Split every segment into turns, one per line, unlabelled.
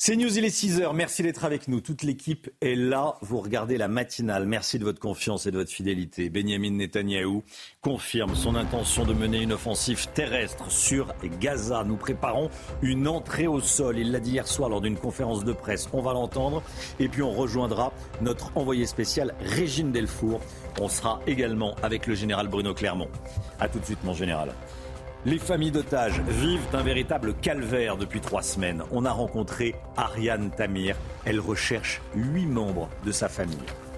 C'est News, il est 6h. Merci d'être avec nous. Toute l'équipe est là. Vous regardez la matinale. Merci de votre confiance et de votre fidélité. Benyamin Netanyahou confirme son intention de mener une offensive terrestre sur Gaza. Nous préparons une entrée au sol. Il l'a dit hier soir lors d'une conférence de presse. On va l'entendre. Et puis on rejoindra notre envoyé spécial Régine Delfour. On sera également avec le général Bruno Clermont. A tout de suite, mon général. Les familles d'otages vivent un véritable calvaire depuis 3 semaines. On a rencontré Ariane Tamir. Elle recherche 8 membres de sa famille.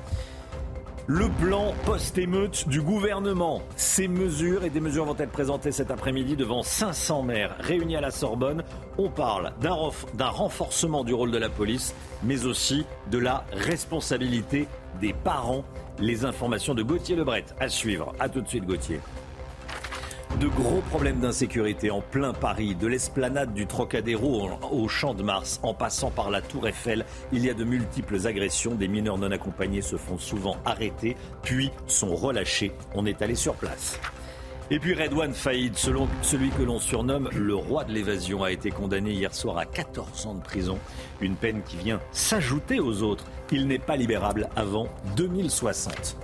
Le plan post-émeute du gouvernement. Ces mesures et des mesures vont être présentées cet après-midi devant 500 maires réunis à la Sorbonne. On parle d'un renforcement du rôle de la police, mais aussi de la responsabilité des parents. Les informations de Gauthier Lebret à suivre. A tout de suite, Gauthier. De gros problèmes d'insécurité en plein Paris, de l'esplanade du Trocadéro au Champ de Mars, en passant par la Tour Eiffel. Il y a de multiples agressions. Des mineurs non accompagnés se font souvent arrêter, puis sont relâchés. On est allé sur place. Et puis Redouane Faïd, celui que l'on surnomme le roi de l'évasion, a été condamné hier soir à 14 ans de prison. Une peine qui vient s'ajouter aux autres. Il n'est pas libérable avant 2060.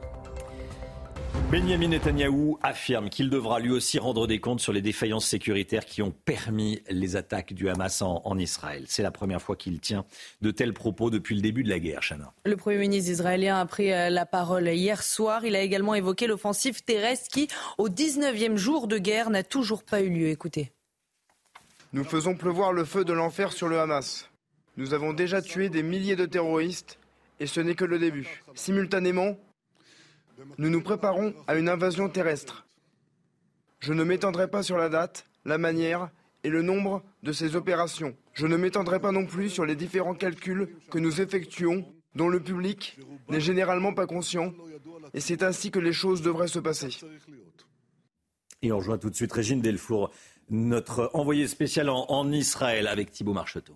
Benyamin Netanyahou affirme qu'il devra lui aussi rendre des comptes sur les défaillances sécuritaires qui ont permis les attaques du Hamas en Israël. C'est la première fois qu'il tient de tels propos depuis le début de la guerre, Chana.
Le Premier ministre israélien a pris la parole hier soir. Il a également évoqué l'offensive terrestre qui, au 19e jour de guerre, n'a toujours pas eu lieu. Écoutez.
Nous faisons pleuvoir le feu de l'enfer sur le Hamas. Nous avons déjà tué des milliers de terroristes et ce n'est que le début. Simultanément, nous nous préparons à une invasion terrestre. Je ne m'étendrai pas sur la date, la manière et le nombre de ces opérations. Je ne m'étendrai pas non plus sur les différents calculs que nous effectuons, dont le public n'est généralement pas conscient, et c'est ainsi que les choses devraient se passer.
Et on rejoint tout de suite Régine Delfour, notre envoyée spéciale en Israël, avec Thibaut Marcheteau.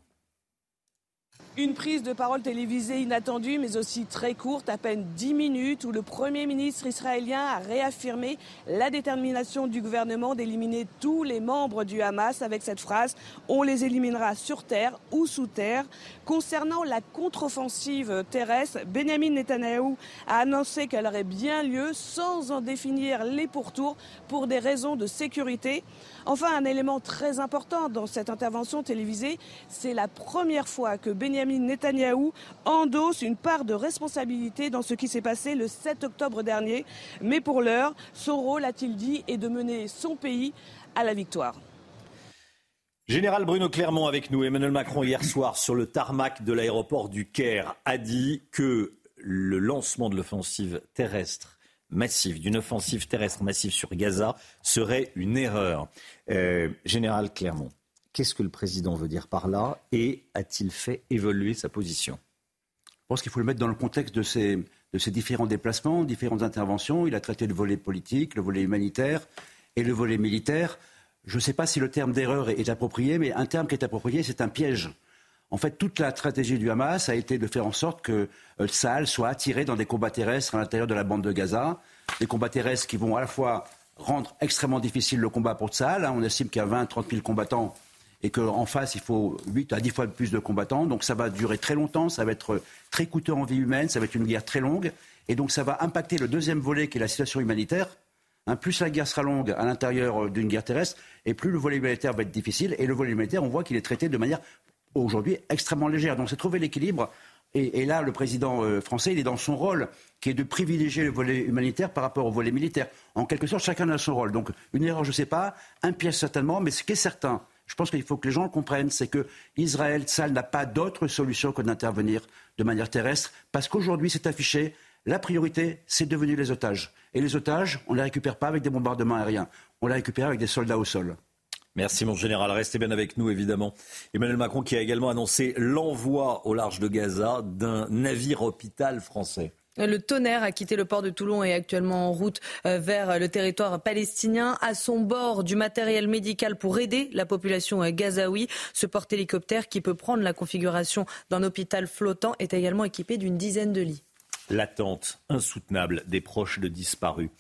Une prise de parole télévisée inattendue, mais aussi très courte, à peine 10 minutes, où le Premier ministre israélien a réaffirmé la détermination du gouvernement d'éliminer tous les membres du Hamas avec cette phrase « On les éliminera sur terre ou sous terre ». Concernant la contre-offensive terrestre, Benyamin Netanyahou a annoncé qu'elle aurait bien lieu sans en définir les pourtours pour des raisons de sécurité. Enfin, un élément très important dans cette intervention télévisée, c'est la première fois que Benyamin Netanyahou endosse une part de responsabilité dans ce qui s'est passé le 7 octobre dernier. Mais pour l'heure, son rôle, a-t-il dit, est de mener son pays à la victoire.
Général Bruno Clermont avec nous. Emmanuel Macron, hier soir, sur le tarmac de l'aéroport du Caire, a dit que le lancement de l'offensive terrestre massive, d'une offensive terrestre massive sur Gaza, serait une erreur. Général Clermont, qu'est-ce que le président veut dire par là et a-t-il fait évoluer sa position ?
Je pense qu'il faut le mettre dans le contexte de ces différents déplacements, différentes interventions. Il a traité le volet politique, le volet humanitaire et le volet militaire. Je ne sais pas si le terme d'erreur est approprié, mais un terme qui est approprié, c'est un piège. En fait, toute la stratégie du Hamas a été de faire en sorte que Tsahal soit attiré dans des combats terrestres à l'intérieur de la bande de Gaza. Des combats terrestres qui vont à la fois rendre extrêmement difficile le combat pour Tsahal. On estime qu'il y a 20-30 000 combattants et qu'en face, il faut 8 à 10 fois plus de combattants. Donc ça va durer très longtemps, ça va être très coûteux en vie humaine, ça va être une guerre très longue. Et donc ça va impacter le deuxième volet qui est la situation humanitaire. Plus la guerre sera longue à l'intérieur d'une guerre terrestre, et plus le volet humanitaire va être difficile. Et le volet humanitaire, on voit qu'il est traité de manière aujourd'hui extrêmement légère. Donc c'est trouver l'équilibre. Et là, le président français, il est dans son rôle, qui est de privilégier le volet humanitaire par rapport au volet militaire. En quelque sorte, chacun a son rôle. Donc une erreur, je ne sais pas, un piège certainement, mais ce qui est certain, je pense qu'il faut que les gens le comprennent, c'est que Israël, Tsahal n'a pas d'autre solution que d'intervenir de manière terrestre, parce qu'aujourd'hui, c'est affiché, la priorité, c'est devenu les otages. Et les otages, on ne les récupère pas avec des bombardements aériens, on les récupère avec des soldats au sol.
Merci mon général, restez bien avec nous évidemment. Emmanuel Macron qui a également annoncé l'envoi au large de Gaza d'un navire hôpital français.
Le Tonnerre a quitté le port de Toulon et est actuellement en route vers le territoire palestinien. À son bord, du matériel médical pour aider la population gazaoui. Ce porte-hélicoptère qui peut prendre la configuration d'un hôpital flottant est également équipé d'une dizaine de lits.
L'attente insoutenable des proches de disparus.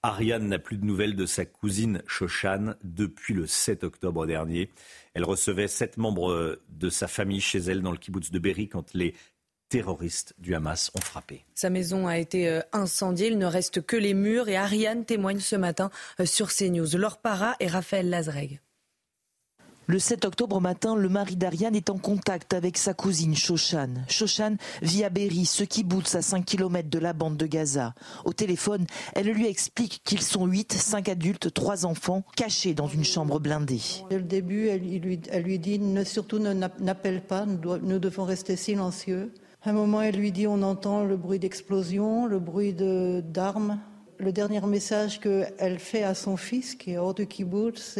Ariane n'a plus de nouvelles de sa cousine Shoshane depuis le 7 octobre dernier. Elle recevait 7 membres de sa famille chez elle dans le kibboutz de Be'eri quand les terroristes du Hamas ont frappé.
Sa maison a été incendiée, il ne reste que les murs et Ariane témoigne ce matin sur CNews. Laure Parra et Raphaël Lazreg.
Le 7 octobre matin, le mari d'Ariane est en contact avec sa cousine Shoshane. Shoshane vit à Be'eri, ce kibboutz à 5 km de la bande de Gaza. Au téléphone, elle lui explique qu'ils sont 8, 5 adultes, 3 enfants, cachés dans une chambre blindée.
Dès le début, elle lui dit surtout n'appelle pas, nous devons rester silencieux. À un moment, elle lui dit on entend le bruit d'explosion, le bruit d'armes. Le dernier message qu'elle fait à son fils, qui est hors du kibboutz,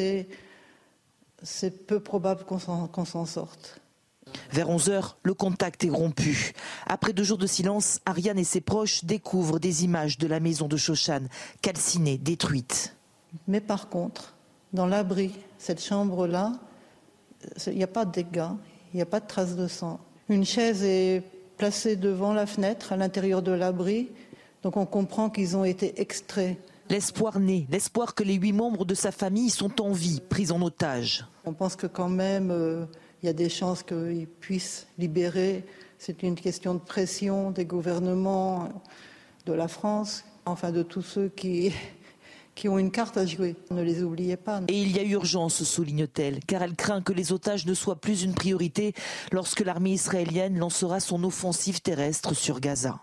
c'est peu probable qu'on s'en sorte.
Vers 11h, le contact est rompu. Après 2 jours de silence, Ariane et ses proches découvrent des images de la maison de Shoshane, calcinée, détruite.
Mais par contre, dans l'abri, cette chambre-là, il n'y a pas de dégâts, il n'y a pas de traces de sang. Une chaise est placée devant la fenêtre, à l'intérieur de l'abri, donc on comprend qu'ils ont été extraits.
L'espoir naît, l'espoir que les 8 membres de sa famille sont en vie, pris en otage.
On pense que quand même, il y a des chances qu'ils puissent libérer. C'est une question de pression des gouvernements de la France, enfin de tous ceux qui ont une carte à jouer. Ne les oubliez pas.
Et il y a urgence, souligne-t-elle, car elle craint que les otages ne soient plus une priorité lorsque l'armée israélienne lancera son offensive terrestre sur Gaza.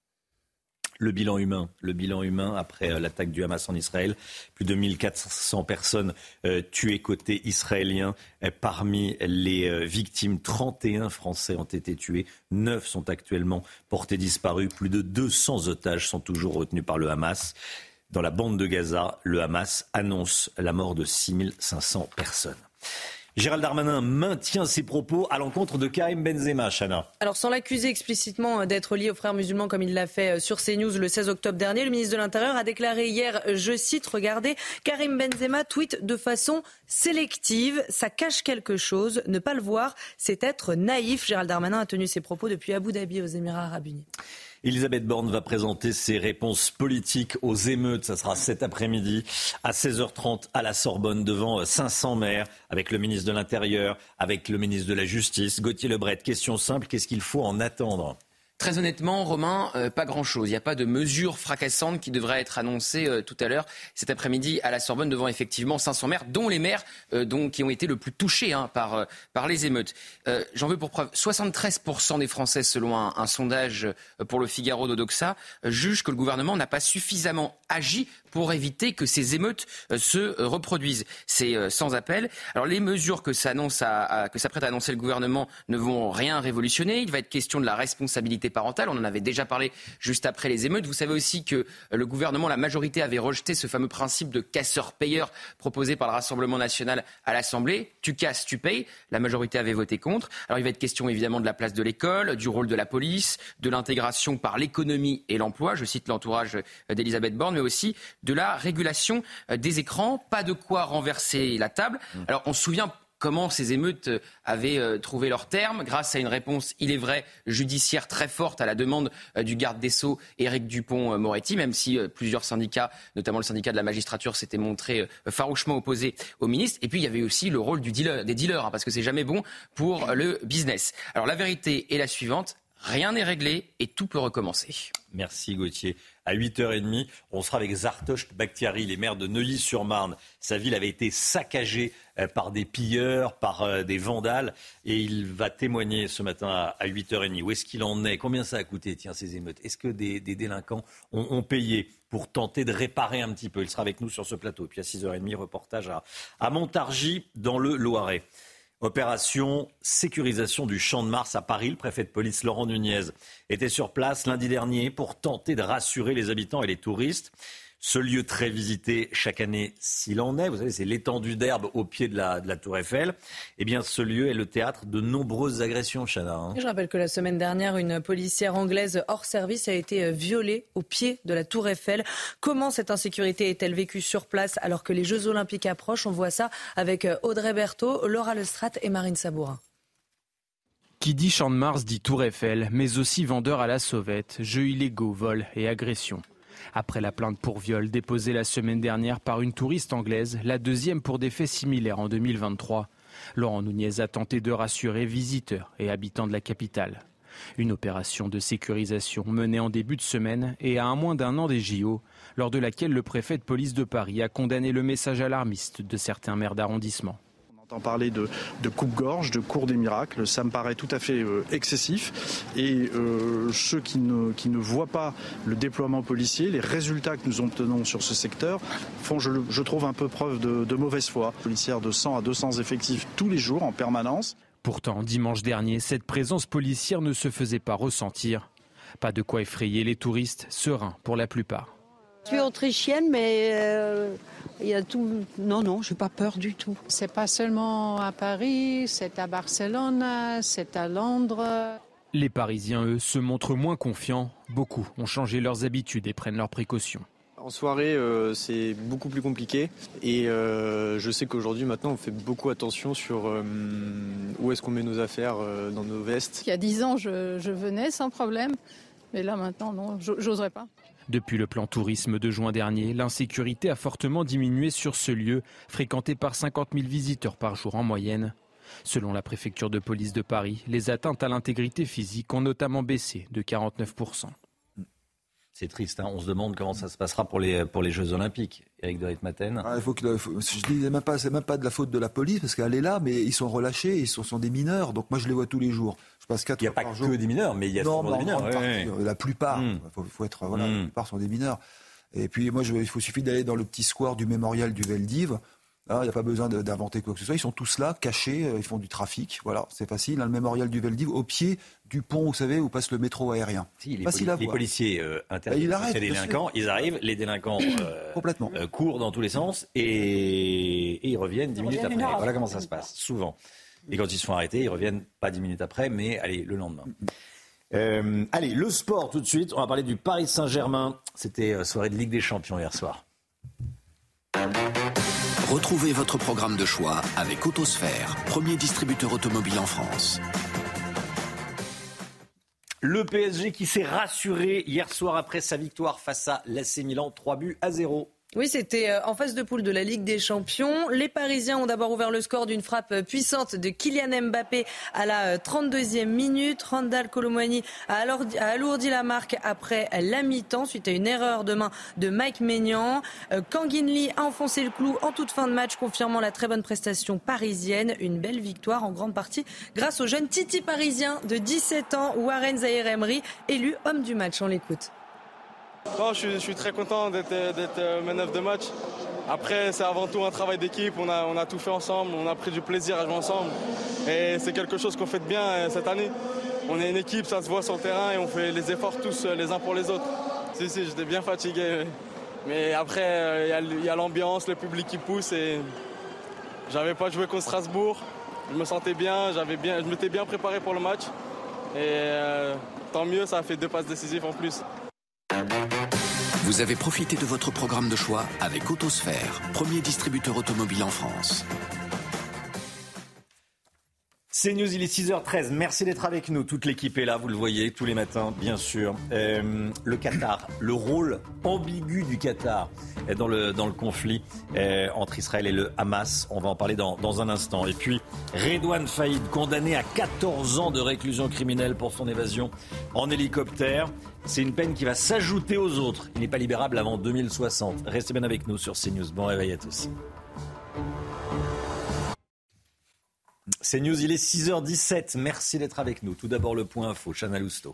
Le bilan humain après l'attaque du Hamas en Israël. Plus de 1400 personnes tuées côté israélien. Parmi les victimes, 31 Français ont été tués. 9 sont actuellement portés disparus. Plus de 200 otages sont toujours retenus par le Hamas. Dans la bande de Gaza, le Hamas annonce la mort de 6500 personnes. Gérald Darmanin maintient ses propos à l'encontre de Karim Benzema, Chana.
Alors sans l'accuser explicitement d'être lié aux frères musulmans comme il l'a fait sur CNews le 16 octobre dernier, le ministre de l'Intérieur a déclaré hier, je cite, regardez, Karim Benzema tweet de façon sélective, ça cache quelque chose, ne pas le voir, c'est être naïf. Gérald Darmanin a tenu ses propos depuis Abu Dhabi aux Émirats Arabes Unis.
Elisabeth Borne va présenter ses réponses politiques aux émeutes. Ça sera cet après-midi à 16h30 à la Sorbonne devant 500 maires avec le ministre de l'Intérieur, avec le ministre de la Justice, Gauthier Lebret. Question simple, qu'est-ce qu'il faut en attendre ?
Très honnêtement, Romain, pas grand-chose. Il n'y a pas de mesures fracassantes qui devraient être annoncées tout à l'heure, cet après-midi, à la Sorbonne, devant effectivement 500 maires, dont les maires qui ont été le plus touchés par les émeutes. J'en veux pour preuve, 73% des Français, selon un sondage pour le Figaro d'Odoxa, jugent que le gouvernement n'a pas suffisamment agi pour éviter que ces émeutes se reproduisent. C'est sans appel. Alors les mesures que s'apprête à annoncer le gouvernement ne vont rien révolutionner. Il va être question de la responsabilité parentale. On en avait déjà parlé juste après les émeutes. Vous savez aussi que le gouvernement, la majorité, avait rejeté ce fameux principe de casseur-payeur proposé par le Rassemblement national à l'Assemblée. Tu casses, tu payes. La majorité avait voté contre. Alors il va être question évidemment de la place de l'école, du rôle de la police, de l'intégration par l'économie et l'emploi. Je cite l'entourage d'Elisabeth Borne, mais aussi de la régulation des écrans. Pas de quoi renverser la table. Alors on se souvient comment ces émeutes avaient trouvé leur terme, grâce à une réponse, il est vrai, judiciaire très forte à la demande du garde des Sceaux, Éric Dupond-Moretti, même si plusieurs syndicats, notamment le syndicat de la magistrature, s'étaient montrés farouchement opposés au ministre. Et puis il y avait aussi le rôle des dealers, parce que c'est jamais bon pour le business. Alors la vérité est la suivante, rien n'est réglé et tout peut recommencer.
Merci Gauthier. À 8h30, on sera avec Zartosh Bakhtiari, les maires de Neuilly-sur-Marne. Sa ville avait été saccagée par des pilleurs, par des vandales. Et il va témoigner ce matin à 8h30. Où est-ce qu'il en est ? Combien ça a coûté, ces émeutes ? Est-ce que des délinquants ont payé pour tenter de réparer un petit peu ? Il sera avec nous sur ce plateau. Et puis à 6h30, reportage à Montargis, dans le Loiret. Opération sécurisation du Champ de Mars à Paris. Le préfet de police Laurent Nunez était sur place lundi dernier pour tenter de rassurer les habitants et les touristes. Ce lieu très visité chaque année, s'il en est, vous savez, c'est l'étendue d'herbe au pied de la Tour Eiffel. Eh bien, ce lieu est le théâtre de nombreuses agressions, Chana.
Je rappelle que la semaine dernière, une policière anglaise hors service a été violée au pied de la Tour Eiffel. Comment cette insécurité est-elle vécue sur place alors que les Jeux Olympiques approchent ? On voit ça avec Audrey Berthaud, Laura Lestrade et Marine Sabourin.
Qui dit Champ de Mars dit Tour Eiffel, mais aussi vendeurs à la sauvette, jeux illégaux, vols et agressions. Après la plainte pour viol déposée la semaine dernière par une touriste anglaise, la deuxième pour des faits similaires en 2023, Laurent Nunez a tenté de rassurer visiteurs et habitants de la capitale. Une opération de sécurisation menée en début de semaine et à un moins d'un an des JO, lors de laquelle le préfet de police de Paris a condamné le message alarmiste de certains maires d'arrondissement.
On entend parler de coupe-gorge, de cours des miracles, ça me paraît tout à fait excessif. Et ceux qui ne voient pas le déploiement policier, les résultats que nous obtenons sur ce secteur, font, je trouve, un peu preuve de mauvaise foi. Policière de 100 à 200 effectifs tous les jours, en permanence.
Pourtant, dimanche dernier, cette présence policière ne se faisait pas ressentir. Pas de quoi effrayer les touristes, sereins pour la plupart.
Je suis autrichienne, mais il y a tout. Non, je n'ai pas peur du tout.
C'est pas seulement à Paris, c'est à Barcelone, c'est à Londres.
Les Parisiens, eux, se montrent moins confiants. Beaucoup ont changé leurs habitudes et prennent leurs précautions.
En soirée, c'est beaucoup plus compliqué. Et je sais qu'aujourd'hui, maintenant, on fait beaucoup attention sur où est-ce qu'on met nos affaires dans nos vestes.
Il y a 10 ans, je venais sans problème. Mais là, maintenant, non, j'oserais pas.
Depuis le plan tourisme de juin dernier, l'insécurité a fortement diminué sur ce lieu, fréquenté par 50 000 visiteurs par jour en moyenne. Selon la préfecture de police de Paris, les atteintes à l'intégrité physique ont notamment baissé de 49%.
C'est triste, hein. On se demande comment ça se passera pour les Jeux Olympiques. Éric de Ritmaten.
Je dis c'est même pas de la faute de la police, parce qu'elle est là, mais ils sont relâchés, ils sont des mineurs. Donc moi je les vois tous les jours. Je passe 4 heures par jour.
Il n'y a pas que des mineurs, mais il y a souvent des mineurs.
La plupart, faut être, la plupart sont des mineurs. Et puis moi, il suffit d'aller dans le petit square du mémorial du Veldiv. Il n'y a pas besoin d'inventer quoi que ce soit. Ils sont tous là, cachés, ils font du trafic. Voilà, c'est facile. Le mémorial du Veldiv, au pied du pont, vous savez, où passe le métro aérien.
Si, les policiers interviennent les délinquants, ils arrivent, les délinquants courent dans tous les sens et ils reviennent 10 minutes après. Voilà comment ça se passe, souvent. Et quand ils se font arrêter, ils reviennent pas 10 minutes après, mais allez, le lendemain. Allez, le sport tout de suite. On va parler du Paris Saint-Germain. C'était soirée de Ligue des Champions hier soir.
Retrouvez votre programme de choix avec Autosphère, premier distributeur automobile en France.
Le PSG qui s'est rassuré hier soir après sa victoire face à l'AC Milan, 3-0.
Oui, c'était en phase de poule de la Ligue des Champions. Les Parisiens ont d'abord ouvert le score d'une frappe puissante de Kylian Mbappé à la 32e minute. Randal Kolo Muani a alourdi la marque après la mi-temps suite à une erreur de main de Mike Maignan. Kangin Lee a enfoncé le clou en toute fin de match, confirmant la très bonne prestation parisienne. Une belle victoire en grande partie grâce au jeune Titi parisien de 17 ans, Warren Zaïre-Emery, élu homme du match. On l'écoute.
Non, je suis très content d'être man of the match. Après, c'est avant tout un travail d'équipe. On a tout fait ensemble. On a pris du plaisir à jouer ensemble. Et c'est quelque chose qu'on fait de bien cette année. On est une équipe, ça se voit sur le terrain et on fait les efforts tous les uns pour les autres. Si, j'étais bien fatigué. Mais après, il y a l'ambiance, le public qui pousse. Et j'avais pas joué contre Strasbourg. Je me sentais bien, je m'étais bien préparé pour le match. Et tant mieux, ça a fait 2 passes décisives en plus.
Vous avez profité de votre programme de choix avec Autosphère, premier distributeur automobile en France.
C'est News, il est 6h13. Merci d'être avec nous. Toute l'équipe est là, vous le voyez, tous les matins, bien sûr. Le Qatar, le rôle ambigu du Qatar dans le conflit entre Israël et le Hamas. On va en parler dans un instant. Et puis, Redouane Faïd, condamné à 14 ans de réclusion criminelle pour son évasion en hélicoptère. C'est une peine qui va s'ajouter aux autres. Il n'est pas libérable avant 2060. Restez bien avec nous sur CNews. Bon réveil à tous. CNews, il est 6h17. Merci d'être avec nous. Tout d'abord, le point info. Chana Lousteau.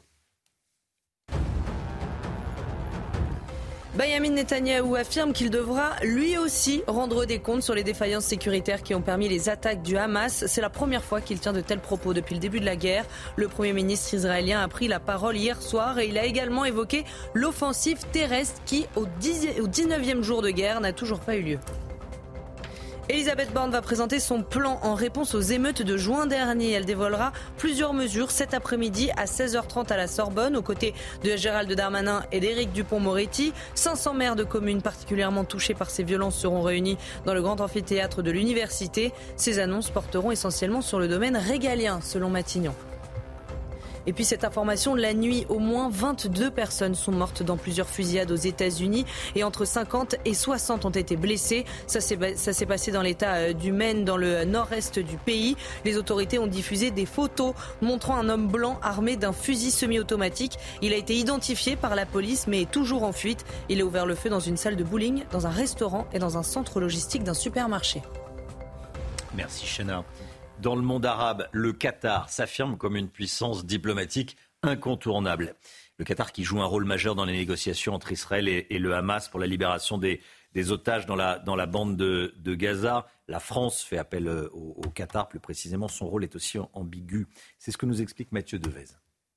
Benyamin Netanyahou affirme qu'il devra lui aussi rendre des comptes sur les défaillances sécuritaires qui ont permis les attaques du Hamas. C'est la première fois qu'il tient de tels propos depuis le début de la guerre. Le Premier ministre israélien a pris la parole hier soir et il a également évoqué l'offensive terrestre qui, au 19e jour de guerre, n'a toujours pas eu lieu. Elisabeth Borne va présenter son plan en réponse aux émeutes de juin dernier. Elle dévoilera plusieurs mesures cet après-midi à 16h30 à la Sorbonne, aux côtés de Gérald Darmanin et d'Éric Dupond-Moretti. 500 maires de communes particulièrement touchées par ces violences seront réunis dans le grand amphithéâtre de l'université. Ces annonces porteront essentiellement sur le domaine régalien, selon Matignon. Et puis cette information, la nuit, au moins 22 personnes sont mortes dans plusieurs fusillades aux États-Unis et entre 50 et 60 ont été blessées. Ça s'est passé dans l'état du Maine, dans le nord-est du pays. Les autorités ont diffusé des photos montrant un homme blanc armé d'un fusil semi-automatique. Il a été identifié par la police mais est toujours en fuite. Il a ouvert le feu dans une salle de bowling, dans un restaurant et dans un centre logistique d'un supermarché.
Merci Chana. Dans le monde arabe, le Qatar s'affirme comme une puissance diplomatique incontournable. Le Qatar qui joue un rôle majeur dans les négociations entre Israël et le Hamas pour la libération des otages dans la bande de Gaza. La France fait appel au Qatar, plus précisément. Son rôle est aussi ambigu. C'est ce que nous explique Mathieu Devez.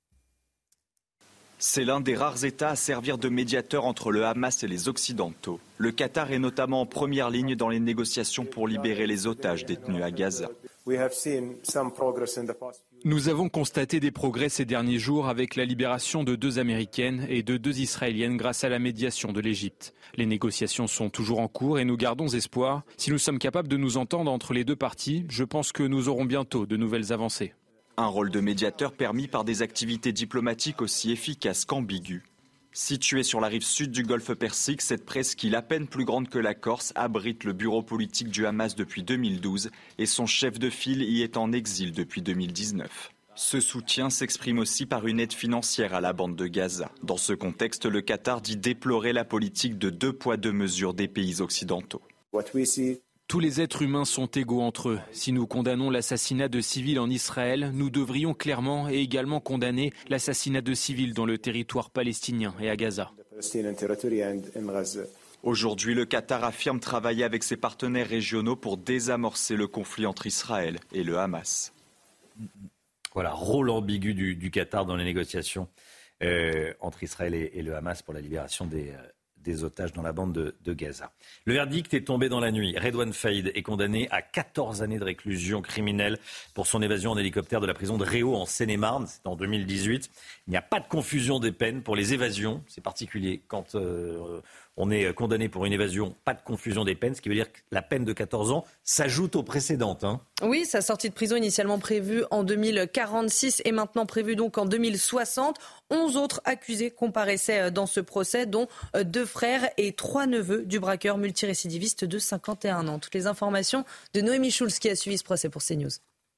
C'est l'un des rares États à servir de médiateur entre le Hamas et les Occidentaux. Le Qatar est notamment en première ligne dans les négociations pour libérer les otages détenus à Gaza.
Nous avons constaté des progrès ces derniers jours avec la libération de 2 Américaines et de 2 Israéliennes grâce à la médiation de l'Égypte. Les négociations sont toujours en cours et nous gardons espoir. Si nous sommes capables de nous entendre entre les 2 parties, je pense que nous aurons bientôt de nouvelles avancées.
Un rôle de médiateur permis par des activités diplomatiques aussi efficaces qu'ambiguës. Située sur la rive sud du golfe Persique, cette presqu'île à peine plus grande que la Corse abrite le bureau politique du Hamas depuis 2012 et son chef de file y est en exil depuis 2019. Ce soutien s'exprime aussi par une aide financière à la bande de Gaza. Dans ce contexte, le Qatar dit déplorer la politique de 2 poids 2 mesures des pays occidentaux.
Tous les êtres humains sont égaux entre eux. Si nous condamnons l'assassinat de civils en Israël, nous devrions clairement et également condamner l'assassinat de civils dans le territoire palestinien et à Gaza.
Aujourd'hui, le Qatar affirme travailler avec ses partenaires régionaux pour désamorcer le conflit entre Israël et le Hamas.
Voilà, rôle ambigu du Qatar dans les négociations entre Israël et le Hamas pour la libération des otages dans la bande de Gaza. Le verdict est tombé dans la nuit. Redouane Faïd est condamné à 14 années de réclusion criminelle pour son évasion en hélicoptère de la prison de Réau en Seine-et-Marne. C'est en 2018. Il n'y a pas de confusion des peines pour les évasions. C'est particulier. Quand on est condamné pour une évasion, pas de confusion des peines, ce qui veut dire que la peine de 14 ans s'ajoute aux précédentes.
Oui, sa sortie de prison initialement prévue en 2046 est maintenant prévue donc en 2060. 11 autres accusés comparaissaient dans ce procès, dont 2 frères et 3 neveux du braqueur multirécidiviste de 51 ans. Toutes les informations de Noémie Schulz qui a suivi ce procès pour CNews.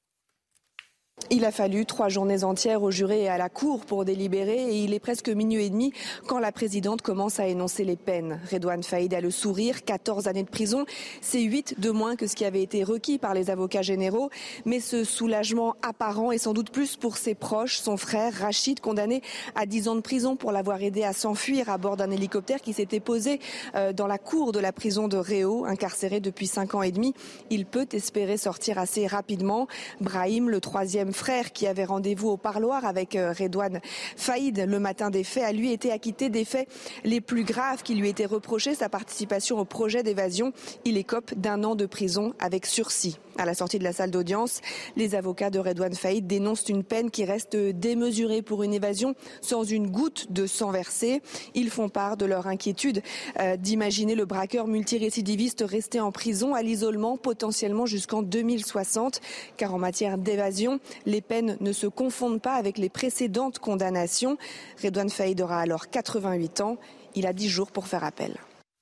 Il a fallu 3 journées entières au juré et à la cour pour délibérer et il est presque minuit et demi quand la présidente commence à énoncer les peines. Redouane Faïd a le sourire, 14 années de prison, c'est 8 de moins que ce qui avait été requis par les avocats généraux. Mais ce soulagement apparent est sans doute plus pour ses proches. Son frère Rachid, condamné à 10 ans de prison pour l'avoir aidé à s'enfuir à bord d'un hélicoptère qui s'était posé dans la cour de la prison de Réau, incarcéré depuis 5 ans et demi. Il peut espérer sortir assez rapidement. Brahim, le 3e frère qui avait rendez-vous au parloir avec Redouane Faïd le matin des faits, a lui été acquitté des faits les plus graves qui lui étaient reprochés, sa participation au projet d'évasion. Il écope d'1 an de prison avec sursis. À la sortie de la salle d'audience, les avocats de Redouane Faïd dénoncent une peine qui reste démesurée pour une évasion sans une goutte de sang versé. Ils font part de leur inquiétude d'imaginer le braqueur multirécidiviste rester en prison à l'isolement potentiellement jusqu'en 2060, car en matière d'évasion, les peines ne se confondent pas avec les précédentes condamnations. Redouane Faïd aura alors 88 ans. Il a 10 jours pour faire appel.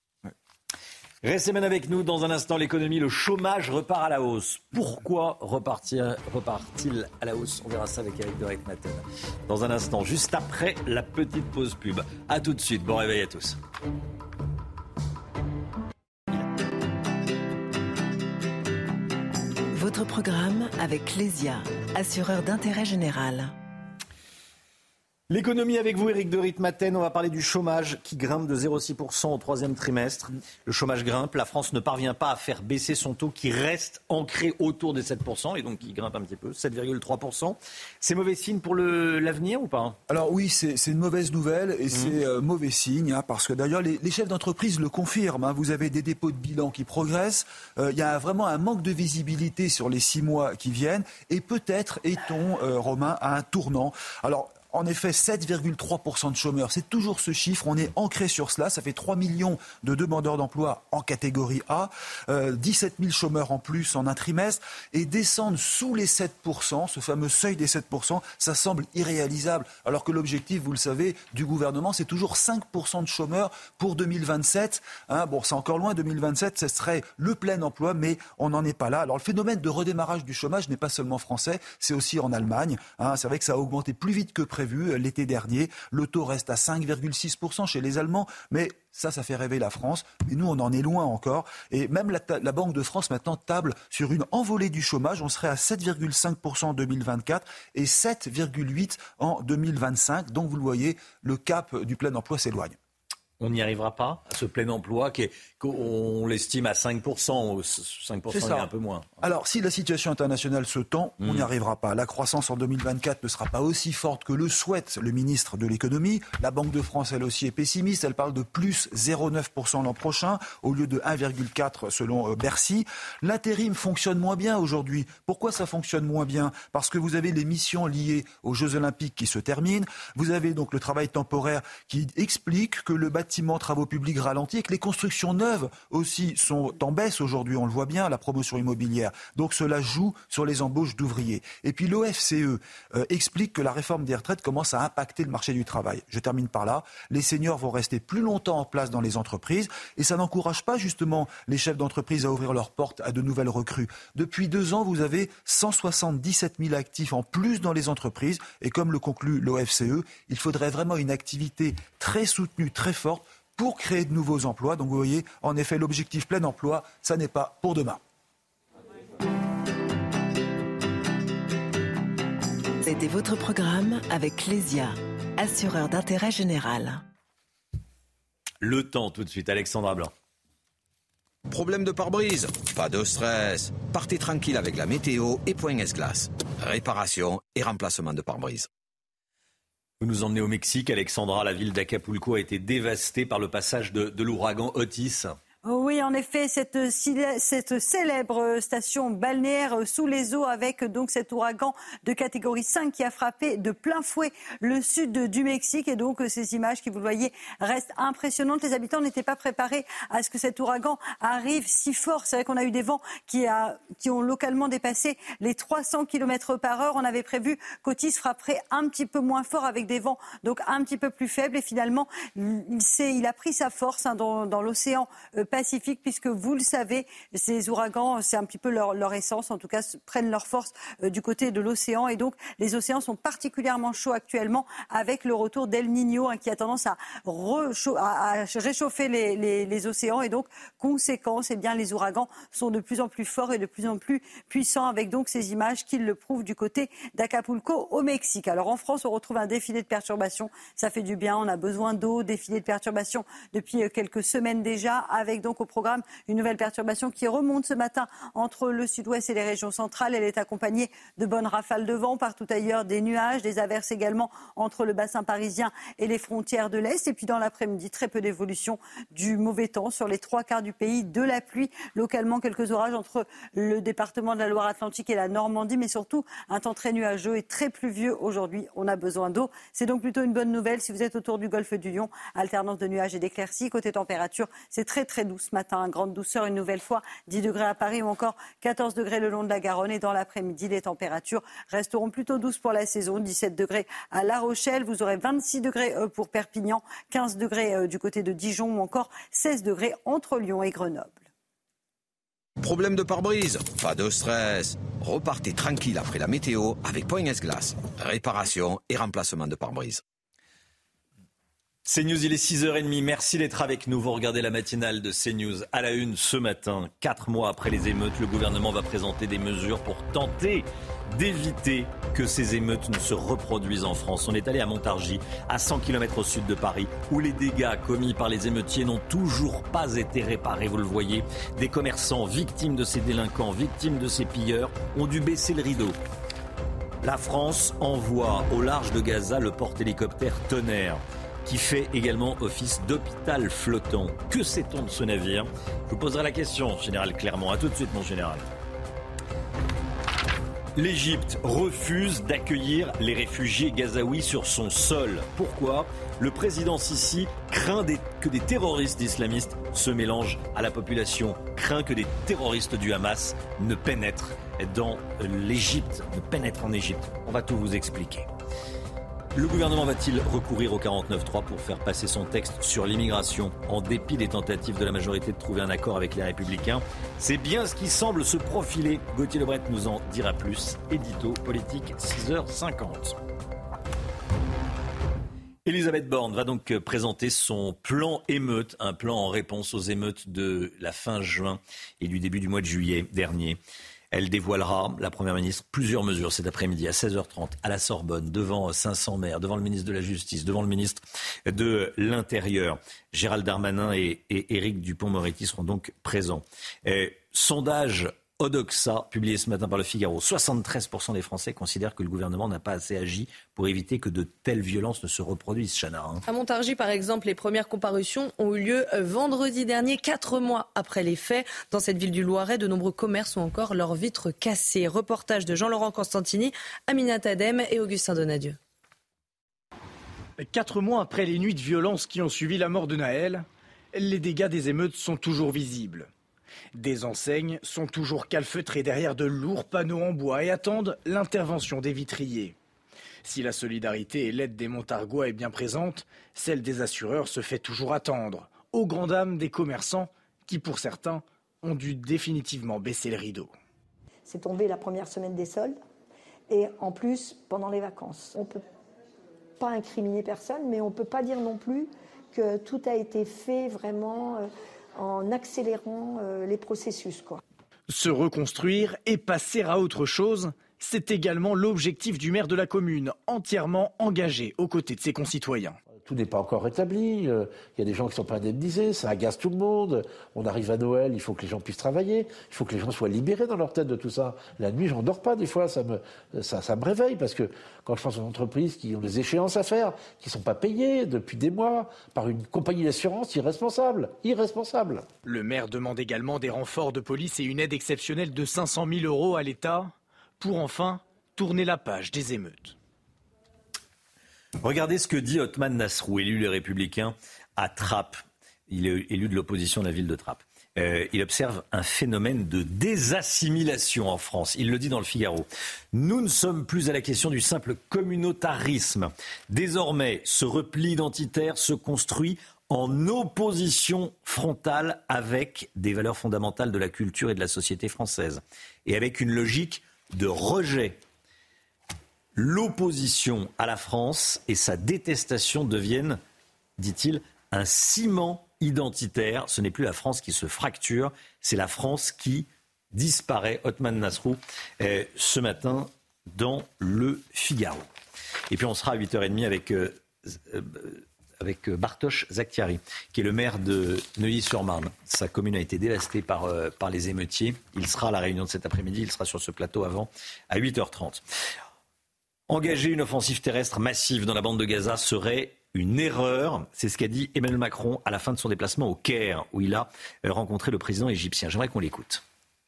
Restez bien avec nous. Dans un instant, l'économie, le chômage repart à la hausse. Pourquoi repart-il à la hausse? On verra ça avec Eric de Ritmaten. Dans un instant, juste après la petite pause pub. A tout de suite. Bon réveil à tous.
Votre programme avec Clésia, assureur d'intérêt général.
L'économie avec vous, Éric de Ritmaten. On va parler du chômage qui grimpe de 0,6% au 3e trimestre. Le chômage grimpe. La France ne parvient pas à faire baisser son taux qui reste ancré autour des 7% et donc qui grimpe un petit peu, 7,3%. C'est mauvais signe pour l'avenir ou pas?
Alors oui, c'est une mauvaise nouvelle et c'est mauvais signe parce que d'ailleurs les chefs d'entreprise le confirment. Vous avez des dépôts de bilan qui progressent. Il y a vraiment un manque de visibilité sur les 6 mois qui viennent et peut-être est-on, Romain, à un tournant. Alors, en effet 7,3% de chômeurs. C'est toujours ce chiffre, on est ancré sur cela. Ça fait 3 millions de demandeurs d'emploi en catégorie A, 17 000 chômeurs en plus en un trimestre. Et descendre sous les 7%, ce fameux seuil des 7%, ça semble irréalisable. Alors que l'objectif, vous le savez, du gouvernement, c'est toujours 5% de chômeurs pour 2027. Bon, c'est encore loin, 2027, ce serait le plein emploi, mais on n'en est pas là. Alors le phénomène de redémarrage du chômage n'est pas seulement français, c'est aussi en Allemagne. C'est vrai que ça a augmenté plus vite que prévu l'été dernier. Le taux reste à 5,6% chez les Allemands, mais ça fait rêver la France. Mais nous, on en est loin encore. Et même la Banque de France maintenant table sur une envolée du chômage. On serait à 7,5% en 2024 et 7,8% en 2025. Donc vous le voyez, le cap du plein emploi s'éloigne.
On n'y arrivera pas à ce plein emploi qu'on l'estime à 5%. 5%, il y a un peu moins.
Alors, si la situation internationale se tend, on n'y arrivera pas. La croissance en 2024 ne sera pas aussi forte que le souhaite le ministre de l'économie. La Banque de France, elle aussi, est pessimiste. Elle parle de plus 0,9% l'an prochain, au lieu de 1,4% selon Bercy. L'intérim fonctionne moins bien aujourd'hui. Pourquoi ça fonctionne moins bien ? Parce que vous avez les missions liées aux Jeux Olympiques qui se terminent. Vous avez donc le travail temporaire qui explique que le bâtiment travaux publics ralentit et que les constructions neuves aussi sont en baisse aujourd'hui, on le voit bien, la promotion immobilière. Donc cela joue sur les embauches d'ouvriers. Et puis l'OFCE explique que la réforme des retraites commence à impacter le marché du travail. Je termine par là. Les seniors vont rester plus longtemps en place dans les entreprises et ça n'encourage pas justement les chefs d'entreprise à ouvrir leurs portes à de nouvelles recrues. Depuis 2 ans, vous avez 177 000 actifs en plus dans les entreprises et comme le conclut l'OFCE, il faudrait vraiment une activité très soutenue, très forte pour créer de nouveaux emplois. Donc vous voyez, en effet, l'objectif plein emploi, ça n'est pas pour demain.
C'était votre programme avec Clésia, assureur d'intérêt général.
Le temps tout de suite, Alexandra Blanc.
Problème de pare-brise ? Pas de stress. Partez tranquille avec la météo et Point S-Glace. Réparation et remplacement de pare-brise.
Vous nous emmenez au Mexique, Alexandra. La ville d'Acapulco a été dévastée par le passage de l'ouragan Otis.
Oui, en effet, cette célèbre station balnéaire sous les eaux avec donc cet ouragan de catégorie 5 qui a frappé de plein fouet le sud du Mexique. Et donc, ces images qui, vous le voyez, restent impressionnantes. Les habitants n'étaient pas préparés à ce que cet ouragan arrive si fort. C'est vrai qu'on a eu des vents qui ont localement dépassé les 300 km/h. On avait prévu qu'Otis frapperait un petit peu moins fort avec des vents donc un petit peu plus faibles. Et finalement, il a pris sa force dans l'océan Pacifique, puisque vous le savez, ces ouragans, c'est un petit peu leur essence, en tout cas prennent leur force du côté de l'océan, et donc les océans sont particulièrement chauds actuellement avec le retour d'El Niño qui a tendance à réchauffer les océans, et donc conséquence, les ouragans sont de plus en plus forts et de plus en plus puissants, avec donc ces images qui le prouvent du côté d'Acapulco au Mexique. Alors en France, on retrouve un défilé de perturbations, ça fait du bien, on a besoin d'eau, défilé de perturbations depuis quelques semaines déjà, avec donc au programme une nouvelle perturbation qui remonte ce matin entre le sud-ouest et les régions centrales. Elle est accompagnée de bonnes rafales de vent, partout ailleurs des nuages, des averses également entre le bassin parisien et les frontières de l'Est. Et puis dans l'après-midi, très peu d'évolution du mauvais temps sur les 3/4 du pays, de la pluie, localement quelques orages entre le département de la Loire-Atlantique et la Normandie, mais surtout un temps très nuageux et très pluvieux aujourd'hui. On a besoin d'eau. C'est donc plutôt une bonne nouvelle si vous êtes autour du golfe du Lion. Alternance de nuages et d'éclaircies. Côté température, c'est très très doux ce matin, grande douceur une nouvelle fois, 10 degrés à Paris ou encore 14 degrés le long de la Garonne, et dans l'après-midi, les températures resteront plutôt douces pour la saison, 17 degrés à La Rochelle, vous aurez 26 degrés pour Perpignan, 15 degrés du côté de Dijon ou encore 16 degrés entre Lyon et Grenoble.
Problème de pare-brise ? Pas de stress. Repartez tranquille après la météo avec Point S-Glace. Réparation et remplacement de pare-brise.
CNews, il est 6h30. Merci d'être avec nous. Vous regardez la matinale de CNews à la une ce matin. 4 mois après les émeutes, le gouvernement va présenter des mesures pour tenter d'éviter que ces émeutes ne se reproduisent en France. On est allé à Montargis, à 100 km au sud de Paris, où les dégâts commis par les émeutiers n'ont toujours pas été réparés. Vous le voyez, des commerçants victimes de ces délinquants, victimes de ces pilleurs, ont dû baisser le rideau. La France envoie au large de Gaza le porte-hélicoptère Tonnerre, qui fait également office d'hôpital flottant. Que sait-on de ce navire ? Je vous poserai la question, Général Clermont. A tout de suite, mon général. L'Égypte refuse d'accueillir les réfugiés gazaouis sur son sol. Pourquoi ? Le président Sisi craint que des terroristes islamistes se mélangent à la population, craint que des terroristes du Hamas ne pénètrent dans l'Égypte, ne pénètrent en Égypte. On va tout vous expliquer. Le gouvernement va-t-il recourir au 49.3 pour faire passer son texte sur l'immigration en dépit des tentatives de la majorité de trouver un accord avec les Républicains ? C'est bien ce qui semble se profiler. Gauthier Lebret nous en dira plus. Édito politique, 6h50. Elisabeth Borne va donc présenter son plan émeute, un plan en réponse aux émeutes de la fin juin et du début du mois de juillet dernier. Elle dévoilera, la Première ministre, plusieurs mesures cet après-midi à 16h30 à la Sorbonne, devant 500 maires, devant le ministre de la Justice, devant le ministre de l'Intérieur. Gérald Darmanin et Éric Dupond-Moretti seront donc présents. Sondage Odoxa, publié ce matin par le Figaro. 73% des Français considèrent que le gouvernement n'a pas assez agi pour éviter que de telles violences ne se reproduisent, Chana.
À Montargis, par exemple, les premières comparutions ont eu lieu vendredi dernier, 4 mois après les faits. Dans cette ville du Loiret, de nombreux commerces ont encore leurs vitres cassées. Reportage de Jean-Laurent Constantini, Aminat Adem et Augustin Donadieu.
4 mois après les nuits de violence qui ont suivi la mort de Naël, les dégâts des émeutes sont toujours visibles. Des enseignes sont toujours calfeutrées derrière de lourds panneaux en bois et attendent l'intervention des vitriers. Si la solidarité et l'aide des Montargois est bien présente, celle des assureurs se fait toujours attendre, aux grandes dames des commerçants qui, pour certains, ont dû définitivement baisser le rideau.
C'est tombé la première semaine des soldes et en plus pendant les vacances. On ne peut pas incriminer personne, mais on ne peut pas dire non plus que tout a été fait vraiment en accélérant les processus, quoi.
Se reconstruire et passer à autre chose, c'est également l'objectif du maire de la commune, entièrement engagé aux côtés de ses concitoyens.
Tout n'est pas encore rétabli, il y a des gens qui ne sont pas indemnisés, ça agace tout le monde. On arrive à Noël, il faut que les gens puissent travailler, il faut que les gens soient libérés dans leur tête de tout ça. La nuit, j'en dors pas des fois, ça me réveille, parce que quand je pense aux entreprises qui ont des échéances à faire, qui ne sont pas payées depuis des mois par une compagnie d'assurance irresponsable.
Le maire demande également des renforts de police et une aide exceptionnelle de 500 000 € à l'État pour enfin tourner la page des émeutes.
Regardez ce que dit Othman Nasrou, élu Les Républicains à Trappes. Il est élu de l'opposition de la ville de Trappes. Il observe un phénomène de désassimilation en France. Il le dit dans le Figaro. Nous ne sommes plus à la question du simple communautarisme. Désormais, ce repli identitaire se construit en opposition frontale avec des valeurs fondamentales de la culture et de la société française. Et avec une logique de rejet. L'opposition à la France et sa détestation deviennent, dit-il, un ciment identitaire. Ce n'est plus la France qui se fracture, c'est la France qui disparaît. Othman Nasrou, ce matin, dans le Figaro. Et puis on sera à 8h30 avec Bartosz Zakhtiari, qui est le maire de Neuilly-sur-Marne. Sa commune a été dévastée par les émeutiers. Il sera à la réunion de cet après-midi, il sera sur ce plateau à 8h30. Engager une offensive terrestre massive dans la bande de Gaza serait une erreur. C'est ce qu'a dit Emmanuel Macron à la fin de son déplacement au Caire, où il a rencontré le président égyptien. J'aimerais qu'on l'écoute.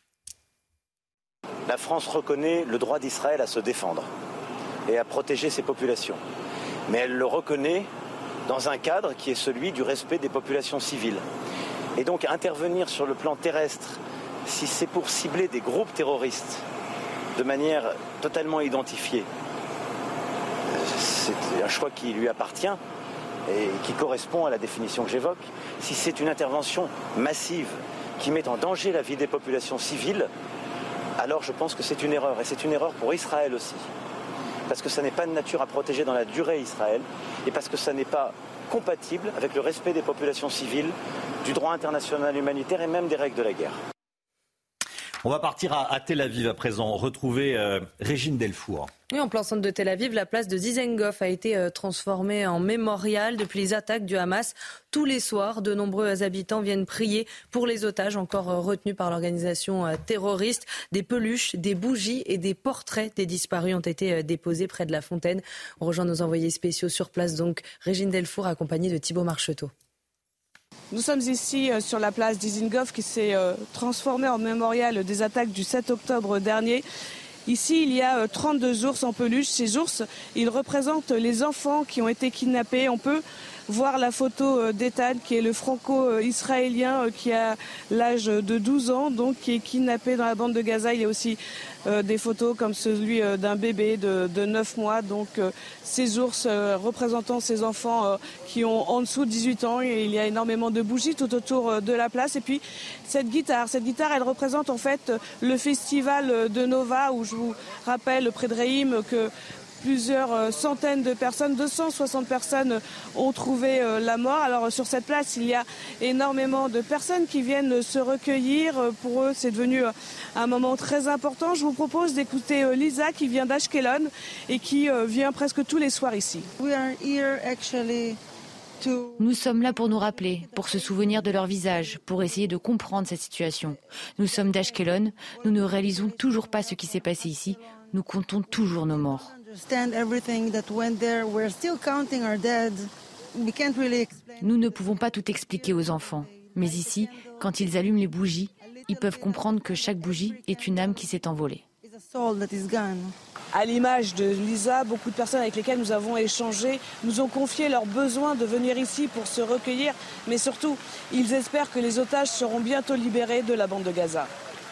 La France reconnaît le droit d'Israël à se défendre et à protéger ses populations. Mais elle le reconnaît dans un cadre qui est celui du respect des populations civiles. Et donc intervenir sur le plan terrestre, si c'est pour cibler des groupes terroristes de manière totalement identifiée, c'est un choix qui lui appartient et qui correspond à la définition que j'évoque. Si c'est une intervention massive qui met en danger la vie des populations civiles, alors je pense que c'est une erreur. Et c'est une erreur pour Israël aussi. Parce que ça n'est pas de nature à protéger dans la durée Israël et parce que ça n'est pas compatible avec le respect des populations civiles, du droit international humanitaire et même des règles de la guerre.
On va partir à Tel Aviv à présent, retrouver Régine Delfour.
Oui, en plein centre de Tel Aviv, la place de Dizengoff a été transformée en mémorial depuis les attaques du Hamas. Tous les soirs, de nombreux habitants viennent prier pour les otages encore retenus par l'organisation terroriste. Des peluches, des bougies et des portraits des disparus ont été déposés près de la fontaine. On rejoint nos envoyés spéciaux sur place, donc Régine Delfour accompagnée de Thibaut Marcheteau.
Nous sommes ici sur la place Dizengoff qui s'est transformée en mémorial des attaques du 7 octobre dernier. Ici, il y a 32 ours en peluche. Ces ours, ils représentent les enfants qui ont été kidnappés. On peut voir la photo d'Ethan, qui est le franco-israélien qui a l'âge de 12 ans, donc qui est kidnappé dans la bande de Gaza. Il y a aussi des photos comme celui d'un bébé de 9 mois. Donc ces ours représentant ces enfants qui ont en dessous de 18 ans. Et il y a énormément de bougies tout autour de la place. Et puis cette guitare, elle représente en fait le festival de Nova, où je vous rappelle près de Reim que plusieurs centaines de personnes, 260 personnes ont trouvé la mort. Alors sur cette place, il y a énormément de personnes qui viennent se recueillir. Pour eux, c'est devenu un moment très important. Je vous propose d'écouter Lisa qui vient d'Ashkelon et qui vient presque tous les soirs ici.
Nous sommes là pour nous rappeler, pour se souvenir de leur visage, pour essayer de comprendre cette situation. Nous sommes d'Ashkelon, nous ne réalisons toujours pas ce qui s'est passé ici, nous comptons toujours nos morts. Nous ne pouvons pas tout expliquer aux enfants, mais ici, quand ils allument les bougies, ils peuvent comprendre que chaque bougie est une âme qui s'est envolée.
À l'image de Lisa, beaucoup de personnes avec lesquelles nous avons échangé nous ont confié leur besoin de venir ici pour se recueillir, mais surtout, ils espèrent que les otages seront bientôt libérés de la bande de Gaza.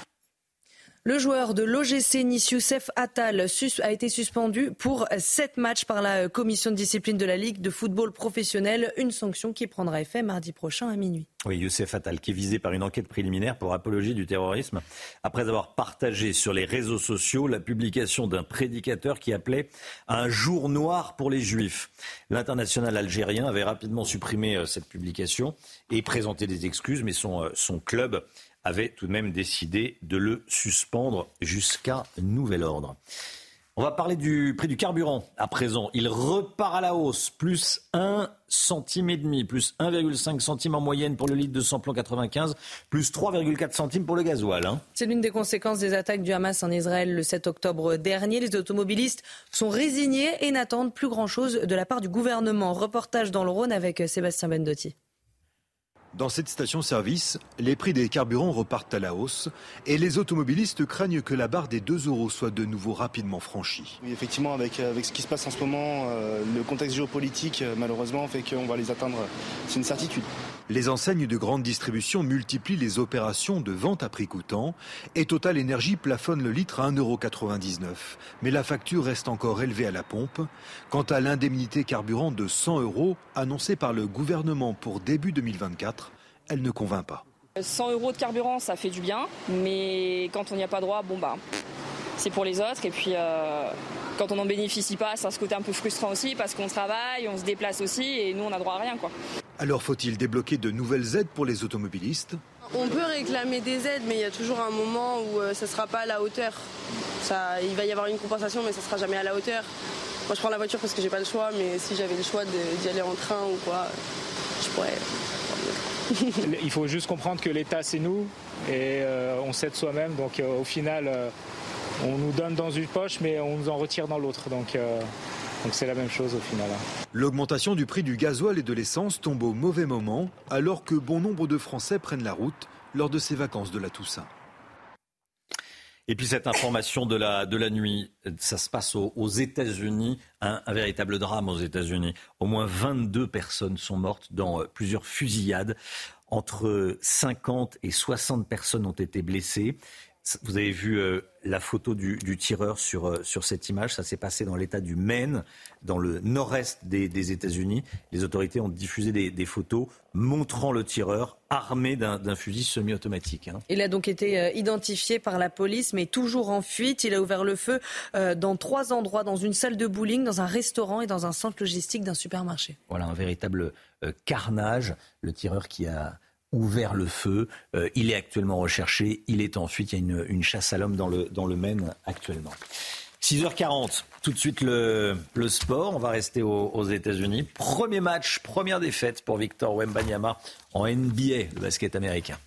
Le joueur de l'OGC Nice, Youssef Attal, a été suspendu pour 7 matchs par la commission de discipline de la Ligue de football professionnel. Une sanction qui prendra effet mardi prochain à minuit.
Oui, Youssef Attal qui est visé par une enquête préliminaire pour apologie du terrorisme après avoir partagé sur les réseaux sociaux la publication d'un prédicateur qui appelait à un jour noir pour les Juifs. L'international algérien avait rapidement supprimé cette publication et présenté des excuses, mais son club avait tout de même décidé de le suspendre jusqu'à nouvel ordre. On va parler du prix du carburant à présent. Il repart à la hausse, plus 1,5 centime, plus 1,5 centime en moyenne pour le litre de samplon 95, plus 3,4 centimes pour le gasoil.
C'est l'une des conséquences des attaques du Hamas en Israël le 7 octobre dernier. Les automobilistes sont résignés et n'attendent plus grand-chose de la part du gouvernement. Reportage dans le Rhône avec Sébastien Bendotti.
Dans cette station-service, les prix des carburants repartent à la hausse et les automobilistes craignent que la barre des 2 € soit de nouveau rapidement franchie.
Oui, effectivement, avec ce qui se passe en ce moment, le contexte géopolitique, malheureusement, fait qu'on va les atteindre. C'est une certitude.
Les enseignes de grande distribution multiplient les opérations de vente à prix coûtant et Total Énergie plafonne le litre à 1,99 €. Mais la facture reste encore élevée à la pompe. Quant à l'indemnité carburant de 100 € annoncée par le gouvernement pour début 2024, elle ne convainc pas.
100 € de carburant, ça fait du bien, mais quand on n'y a pas droit, c'est pour les autres. Et puis, quand on n'en bénéficie pas, c'est un côté un peu frustrant aussi, parce qu'on travaille, on se déplace aussi, et nous, on n'a droit à rien, quoi.
Alors faut-il débloquer de nouvelles aides pour les automobilistes ?
On peut réclamer des aides, mais il y a toujours un moment où ça ne sera pas à la hauteur. Il va y avoir une compensation, mais ça ne sera jamais à la hauteur. Moi, je prends la voiture parce que j'ai pas le choix, mais si j'avais le choix d'y aller en train ou quoi, je pourrais.
Il faut juste comprendre que l'État, c'est nous, et on s'aide soi-même. Donc au final, on nous donne dans une poche, mais on nous en retire dans l'autre. Donc c'est la même chose au final.
L'augmentation du prix du gasoil et de l'essence tombe au mauvais moment, alors que bon nombre de Français prennent la route lors de ces vacances de la Toussaint.
Et puis cette information de la nuit, ça se passe aux États-Unis, un véritable drame aux États-Unis. Au moins 22 personnes sont mortes dans plusieurs fusillades. Entre 50 et 60 personnes ont été blessées. Vous avez vu la photo du tireur sur cette image. Ça s'est passé dans l'État du Maine, dans le nord-est des États-Unis. Les autorités ont diffusé des photos montrant le tireur armé d'un fusil semi-automatique.
Il a donc été identifié par la police, mais toujours en fuite. Il a ouvert le feu dans 3 endroits, dans une salle de bowling, dans un restaurant et dans un centre logistique d'un supermarché.
Voilà, un véritable carnage. Le tireur qui a ouvert le feu, il est actuellement recherché, il est en fuite, il y a une chasse à l'homme dans le Maine actuellement. 6h40, tout de suite le sport, on va rester aux États-Unis. Premier match, première défaite pour Victor Wembanyama en NBA, le basket américain.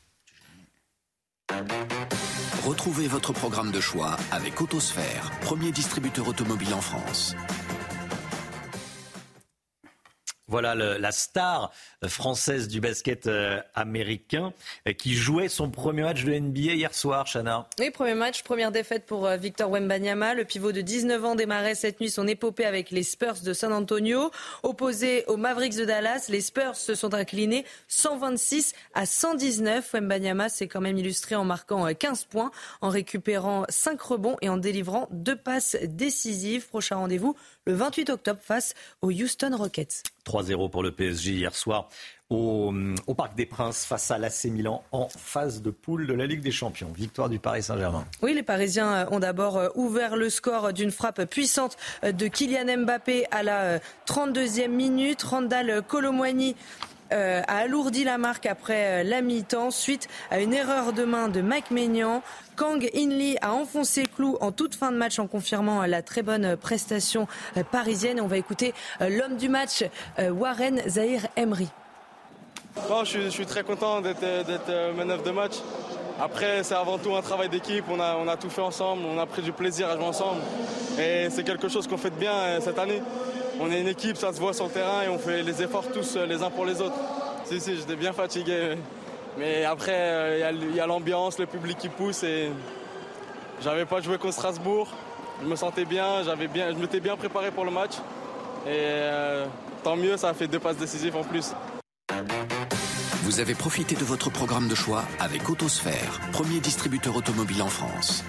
Retrouvez votre programme de choix avec Autosphère, premier distributeur automobile en France.
Voilà la star française du basket américain qui jouait son premier match de NBA hier soir, Chana.
Oui, premier match, première défaite pour Victor Wembanyama. Le pivot de 19 ans démarrait cette nuit son épopée avec les Spurs de San Antonio. Opposé aux Mavericks de Dallas, les Spurs se sont inclinés 126-119. Wembanyama s'est quand même illustré en marquant 15 points, en récupérant 5 rebonds et en délivrant 2 passes décisives. Prochain rendez-vous le 28 octobre face aux Houston Rockets.
3-0 pour le PSG hier soir au Parc des Princes face à l'AC Milan en phase de poule de la Ligue des Champions. Victoire du Paris Saint-Germain.
Oui, les Parisiens ont d'abord ouvert le score d'une frappe puissante de Kylian Mbappé à la 32e minute. Randal Kolo Muani a alourdi la marque après la mi-temps suite à une erreur de main de Mike Maignan. Kang In-lee a enfoncé le clou en toute fin de match en confirmant la très bonne prestation parisienne. Et on va écouter l'homme du match, Warren Zaïre-Emery.
Bon, je suis très content d'être man of the match. Après, c'est avant tout un travail d'équipe. On a tout fait ensemble, on a pris du plaisir à jouer ensemble. Et c'est quelque chose qu'on fait de bien cette année. On est une équipe, ça se voit sur le terrain et on fait les efforts tous les uns pour les autres. Si, j'étais bien fatigué. Mais après, il y a l'ambiance, le public qui pousse. Et j'avais pas joué contre Strasbourg. Je me sentais bien, je m'étais bien préparé pour le match. Et tant mieux, ça a fait 2 passes décisives en plus.
Vous avez profité de votre programme de choix avec Autosphère, premier distributeur automobile en France.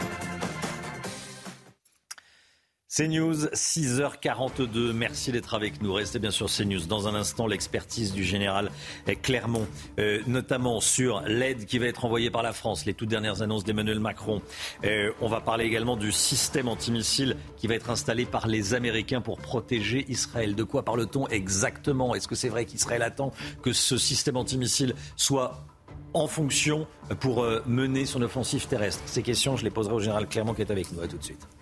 CNews, 6h42. Merci d'être avec nous. Restez bien sur CNews. Dans un instant, l'expertise du général Clermont, notamment sur l'aide qui va être envoyée par la France, les toutes dernières annonces d'Emmanuel Macron. On va parler également du système antimissile qui va être installé par les Américains pour protéger Israël. De quoi parle-t-on exactement ? Est-ce que c'est vrai qu'Israël attend que ce système antimissile soit en fonction pour mener son offensive terrestre ? Ces questions, je les poserai au général Clermont qui est avec nous. À tout de suite.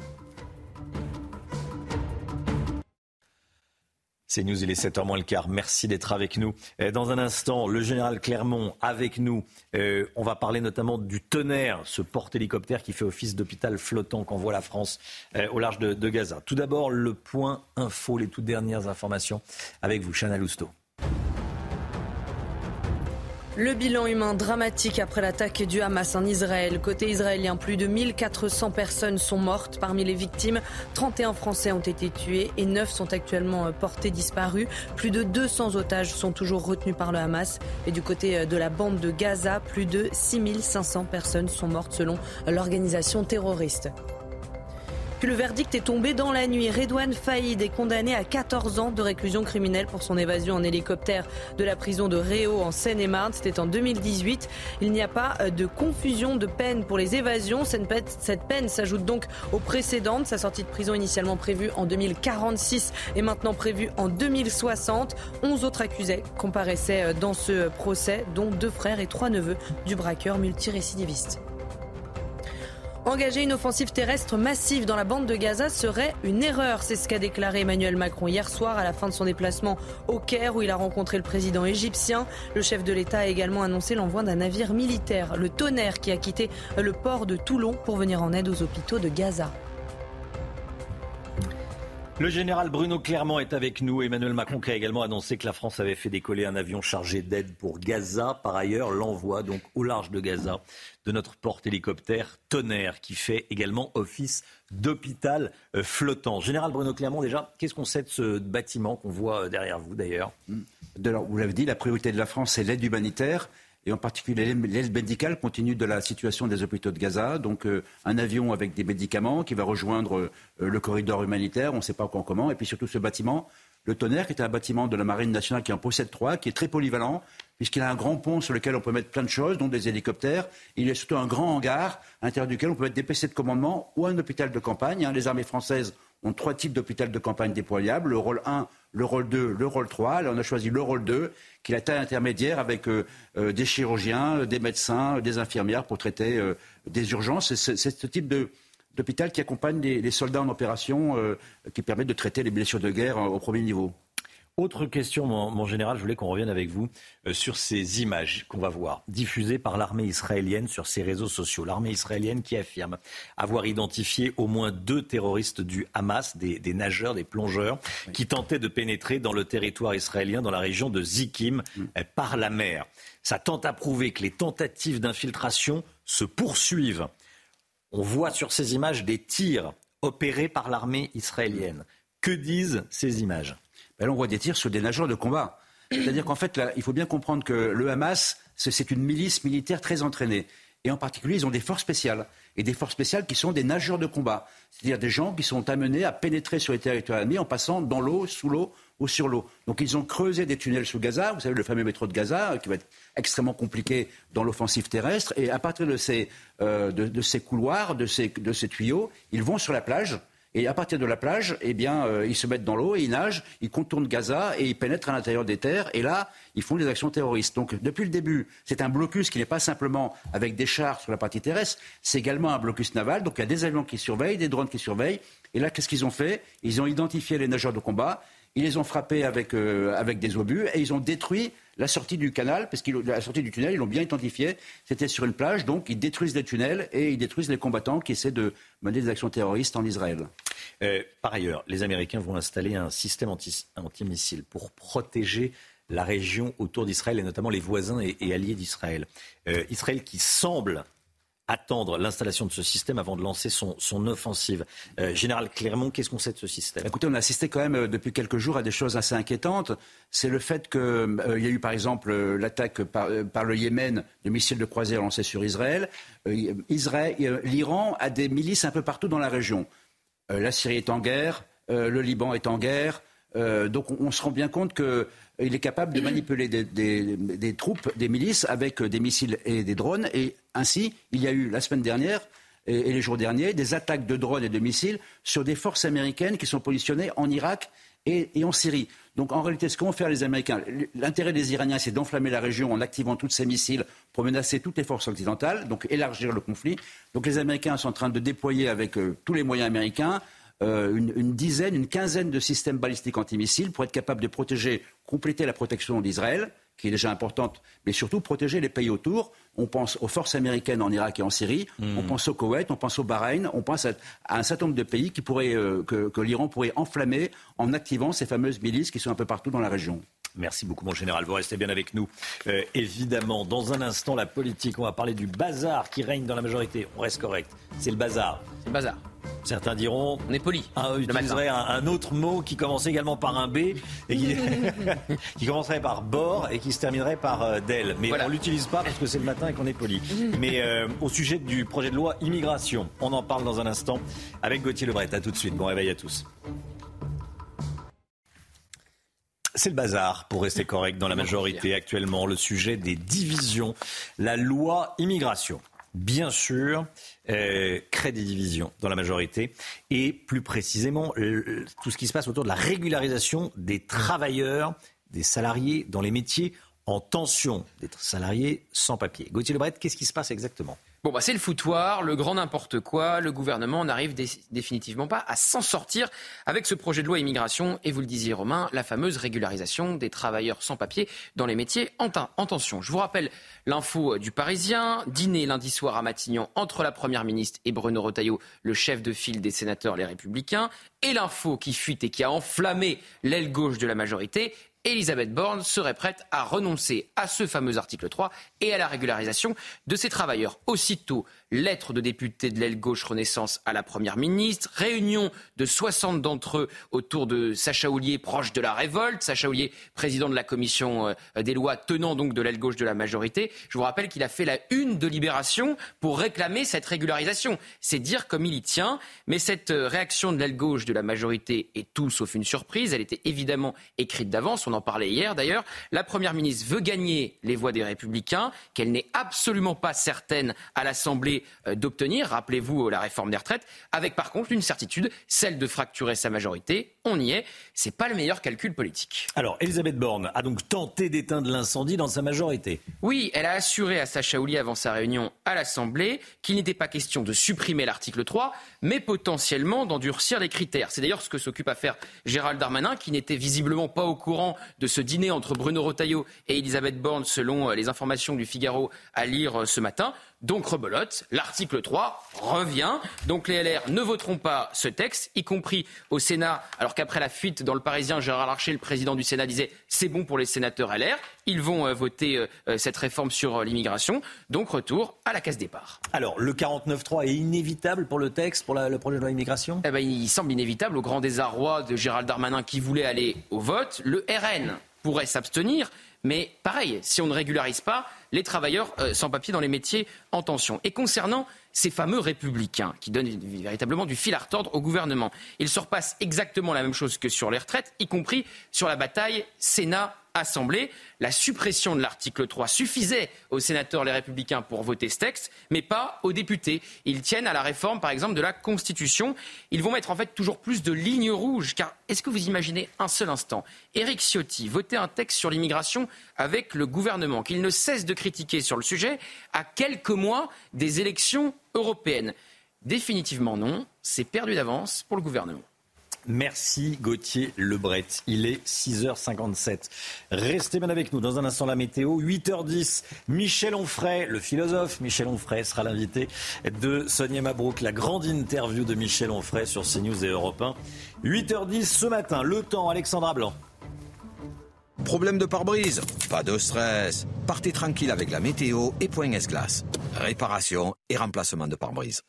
C'est News, il est 7h moins le quart. Merci d'être avec nous. Dans un instant, le général Clermont avec nous. On va parler notamment du Tonnerre, ce porte-hélicoptère qui fait office d'hôpital flottant qu'envoie la France au large de Gaza. Tout d'abord, le point info, les toutes dernières informations avec vous, Chana Lousteau.
Le bilan humain dramatique après l'attaque du Hamas en Israël. Côté israélien, plus de 1400 personnes sont mortes. Parmi les victimes, 31 Français ont été tués et 9 sont actuellement portés disparus. Plus de 200 otages sont toujours retenus par le Hamas. Et du côté de la bande de Gaza, plus de 6500 personnes sont mortes selon l'organisation terroriste. Puis le verdict est tombé dans la nuit. Redouane Faïd est condamné à 14 ans de réclusion criminelle pour son évasion en hélicoptère de la prison de Réau en Seine-et-Marne. C'était en 2018. Il n'y a pas de confusion de peine pour les évasions. Cette peine s'ajoute donc aux précédentes. Sa sortie de prison initialement prévue en 2046 est maintenant prévue en 2060. 11 autres accusés comparaissaient dans ce procès, dont 2 frères et 3 neveux du braqueur multirécidiviste. Engager une offensive terrestre massive dans la bande de Gaza serait une erreur. C'est ce qu'a déclaré Emmanuel Macron hier soir à la fin de son déplacement au Caire où il a rencontré le président égyptien. Le chef de l'État a également annoncé l'envoi d'un navire militaire, le Tonnerre, qui a quitté le port de Toulon pour venir en aide aux hôpitaux de Gaza.
Le général Bruno Clermont est avec nous. Emmanuel Macron qui a également annoncé que la France avait fait décoller un avion chargé d'aide pour Gaza. Par ailleurs, l'envoi donc au large de Gaza de notre porte-hélicoptère Tonnerre qui fait également office d'hôpital flottant. Général Bruno Clermont, déjà, qu'est-ce qu'on sait de ce bâtiment qu'on voit derrière vous d'ailleurs ?
Vous l'avez dit, la priorité de la France, c'est l'aide humanitaire. Et en particulier l'aide médicale compte tenu de la situation des hôpitaux de Gaza. Donc un avion avec des médicaments qui va rejoindre le corridor humanitaire, on ne sait pas encore comment. Et puis surtout ce bâtiment, le Tonnerre, qui est un bâtiment de la Marine nationale qui en possède 3, qui est très polyvalent, puisqu'il a un grand pont sur lequel on peut mettre plein de choses, dont des hélicoptères. Il y a surtout un grand hangar à l'intérieur duquel on peut mettre des PC de commandement ou un hôpital de campagne. Les armées françaises ont 3 types d'hôpital de campagne déployables, le rôle 1, le rôle 2, le rôle 3. Là, on a choisi le rôle 2, qui est la taille intermédiaire avec des chirurgiens, des médecins, des infirmières pour traiter des urgences. C'est ce type d'hôpital qui accompagne les soldats en opération, qui permet de traiter les blessures de guerre au premier niveau.
Autre question, mon général, je voulais qu'on revienne avec vous sur ces images qu'on va voir, diffusées par l'armée israélienne sur ses réseaux sociaux. L'armée israélienne qui affirme avoir identifié au moins 2 terroristes du Hamas, des nageurs, des plongeurs, qui tentaient de pénétrer dans le territoire israélien, dans la région de Zikim, par la mer. Ça tente à prouver que les tentatives d'infiltration se poursuivent. On voit sur ces images des tirs opérés par l'armée israélienne. Que disent ces images ?
Là, on voit des tirs sur des nageurs de combat. C'est-à-dire qu'en fait, là, il faut bien comprendre que le Hamas, c'est une milice militaire très entraînée. Et en particulier, ils ont des forces spéciales. Et des forces spéciales qui sont des nageurs de combat. C'est-à-dire des gens qui sont amenés à pénétrer sur les territoires ennemis en passant dans l'eau, sous l'eau ou sur l'eau. Donc ils ont creusé des tunnels sous Gaza, vous savez, le fameux métro de Gaza, qui va être extrêmement compliqué dans l'offensive terrestre. Et à partir de ces couloirs, de ces tuyaux, ils vont sur la plage. Et à partir de la plage, eh bien, ils se mettent dans l'eau et ils nagent, ils contournent Gaza et ils pénètrent à l'intérieur des terres. Et là, ils font des actions terroristes. Donc, depuis le début, c'est un blocus qui n'est pas simplement avec des chars sur la partie terrestre, c'est également un blocus naval. Donc, il y a des avions qui surveillent, des drones qui surveillent. Et là, qu'est-ce qu'ils ont fait ? Ils ont identifié les nageurs de combat, ils les ont frappés avec des obus et ils ont détruit la sortie du canal, parce que la sortie du tunnel, ils l'ont bien identifié, c'était sur une plage, donc ils détruisent les tunnels et ils détruisent les combattants qui essaient de mener des actions terroristes en Israël.
Par ailleurs, les Américains vont installer un système antimissile pour protéger la région autour d'Israël et notamment les voisins et alliés d'Israël. Israël qui semble attendre l'installation de ce système avant de lancer son offensive. Général Clermont, qu'est-ce qu'on sait de ce système ?
Écoutez, on a assisté quand même depuis quelques jours à des choses assez inquiétantes. C'est le fait qu'il y a eu par exemple l'attaque par le Yémen de missiles de croisière lancés sur Israël. L'Iran a des milices un peu partout dans la région. La Syrie est en guerre, le Liban est en guerre. Donc on se rend bien compte qu'il est capable de manipuler des troupes, des milices avec des missiles et des drones. Et ainsi, il y a eu la semaine dernière et les jours derniers des attaques de drones et de missiles sur des forces américaines qui sont positionnées en Irak et en Syrie. Donc en réalité, ce qu'ont fait les Américains, l'intérêt des Iraniens, c'est d'enflammer la région en activant tous ces missiles pour menacer toutes les forces occidentales, donc élargir le conflit. Donc les Américains sont en train de déployer avec tous les moyens américains une quinzaine de systèmes balistiques antimissiles pour être capable de compléter la protection d'Israël, qui est déjà importante, mais surtout protéger les pays autour. On pense aux forces américaines en Irak et en Syrie, on pense au Koweït, on pense au Bahreïn, on pense à un certain nombre de pays que l'Iran pourrait enflammer en activant ces fameuses milices qui sont un peu partout dans la région.
Merci beaucoup, mon général. Vous restez bien avec nous. Évidemment, dans un instant, la politique. On va parler du bazar qui règne dans la majorité. On reste correct. C'est le bazar.
C'est le bazar.
Certains diront...
On est poli.
Utiliserait un autre mot qui commençait également par un B et qui commencerait par bord et qui se terminerait par del. Mais voilà. On ne l'utilise pas parce que c'est le matin et qu'on est poli. Mais au sujet du projet de loi immigration, on en parle dans un instant avec Gauthier Lebret. À tout de suite. Bon réveil à tous. C'est le bazar, pour rester correct, dans la majorité actuellement. Le sujet des divisions, la loi immigration, bien sûr, crée des divisions dans la majorité. Et plus précisément, tout ce qui se passe autour de la régularisation des travailleurs, des salariés dans les métiers en tension, des salariés sans papier. Gauthier Lebret, qu'est-ce qui se passe exactement ?
Bon, c'est le foutoir, le grand n'importe quoi. Le gouvernement n'arrive définitivement pas à s'en sortir avec ce projet de loi immigration. Et vous le disiez, Romain, la fameuse régularisation des travailleurs sans papier dans les métiers en tension. Je vous rappelle l'info du Parisien. Dîner lundi soir à Matignon entre la Première ministre et Bruno Retailleau, le chef de file des sénateurs Les Républicains. Et l'info qui fuite et qui a enflammé l'aile gauche de la majorité. Elisabeth Borne serait prête à renoncer à ce fameux article 3 et à la régularisation de ces travailleurs. Aussitôt, lettre de députés de l'aile gauche Renaissance à la Première ministre, réunion de 60 d'entre eux autour de Sacha Houlié, proche de la révolte. Sacha Houlié, président de la commission des lois, tenant donc de l'aile gauche de la majorité. Je vous rappelle qu'il a fait la une de Libération pour réclamer cette régularisation. C'est dire comme il y tient. Mais cette réaction de l'aile gauche de la majorité est tout sauf une surprise. Elle était évidemment écrite d'avance. On en parlait hier d'ailleurs. La Première ministre veut gagner les voix des Républicains, qu'elle n'est absolument pas certaine à l'Assemblée d'obtenir. Rappelez-vous la réforme des retraites, avec par contre une certitude, celle de fracturer sa majorité on y est. C'est pas le meilleur calcul politique.
Alors, Elisabeth Borne a donc tenté d'éteindre l'incendie dans sa majorité.
Oui, elle a assuré à Sacha Houlié avant sa réunion à l'Assemblée qu'il n'était pas question de supprimer l'article 3, mais potentiellement d'endurcir les critères. C'est d'ailleurs ce que s'occupe à faire Gérald Darmanin, qui n'était visiblement pas au courant de ce dîner entre Bruno Retailleau et Elisabeth Borne, selon les informations du Figaro à lire ce matin. Donc rebelote, l'article 3 revient. Donc les LR ne voteront pas ce texte, y compris au Sénat, alors qu'après la fuite dans le Parisien, Gérard Larcher, le président du Sénat, disait c'est bon pour les sénateurs LR. Ils vont voter cette réforme sur l'immigration. Donc retour à la case départ.
Alors le 49.3 est inévitable pour le texte, pour le projet de loi immigration ?
Il semble inévitable au grand désarroi de Gérald Darmanin qui voulait aller au vote. Le RN pourrait s'abstenir. Mais pareil, si on ne régularise pas les travailleurs sans papier dans les métiers en tension. Et concernant ces fameux républicains qui donnent véritablement du fil à retordre au gouvernement, il se repasse exactement la même chose que sur les retraites, y compris sur la bataille Sénat-Assemblée. La suppression de l'article 3 suffisait aux sénateurs les Républicains pour voter ce texte, mais pas aux députés. Ils tiennent à la réforme, par exemple, de la Constitution. Ils vont mettre en fait toujours plus de lignes rouges, car est-ce que vous imaginez un seul instant Éric Ciotti voter un texte sur l'immigration avec le gouvernement, qu'il ne cesse de critiquer sur le sujet, à quelques mois des élections européennes? Définitivement non, c'est perdu d'avance pour le gouvernement.
Merci Gauthier Lebret. Il est 6h57. Restez bien avec nous. Dans un instant, la météo. 8h10, Michel Onfray, le philosophe Michel Onfray sera l'invité de Sonia Mabrouk. La grande interview de Michel Onfray sur CNews et Europe 1. 8h10 ce matin. Le temps, Alexandra Blanc.
Problème de pare-brise? Pas de stress. Partez tranquille avec la météo et Point S-Glace. Réparation et remplacement de pare-brise.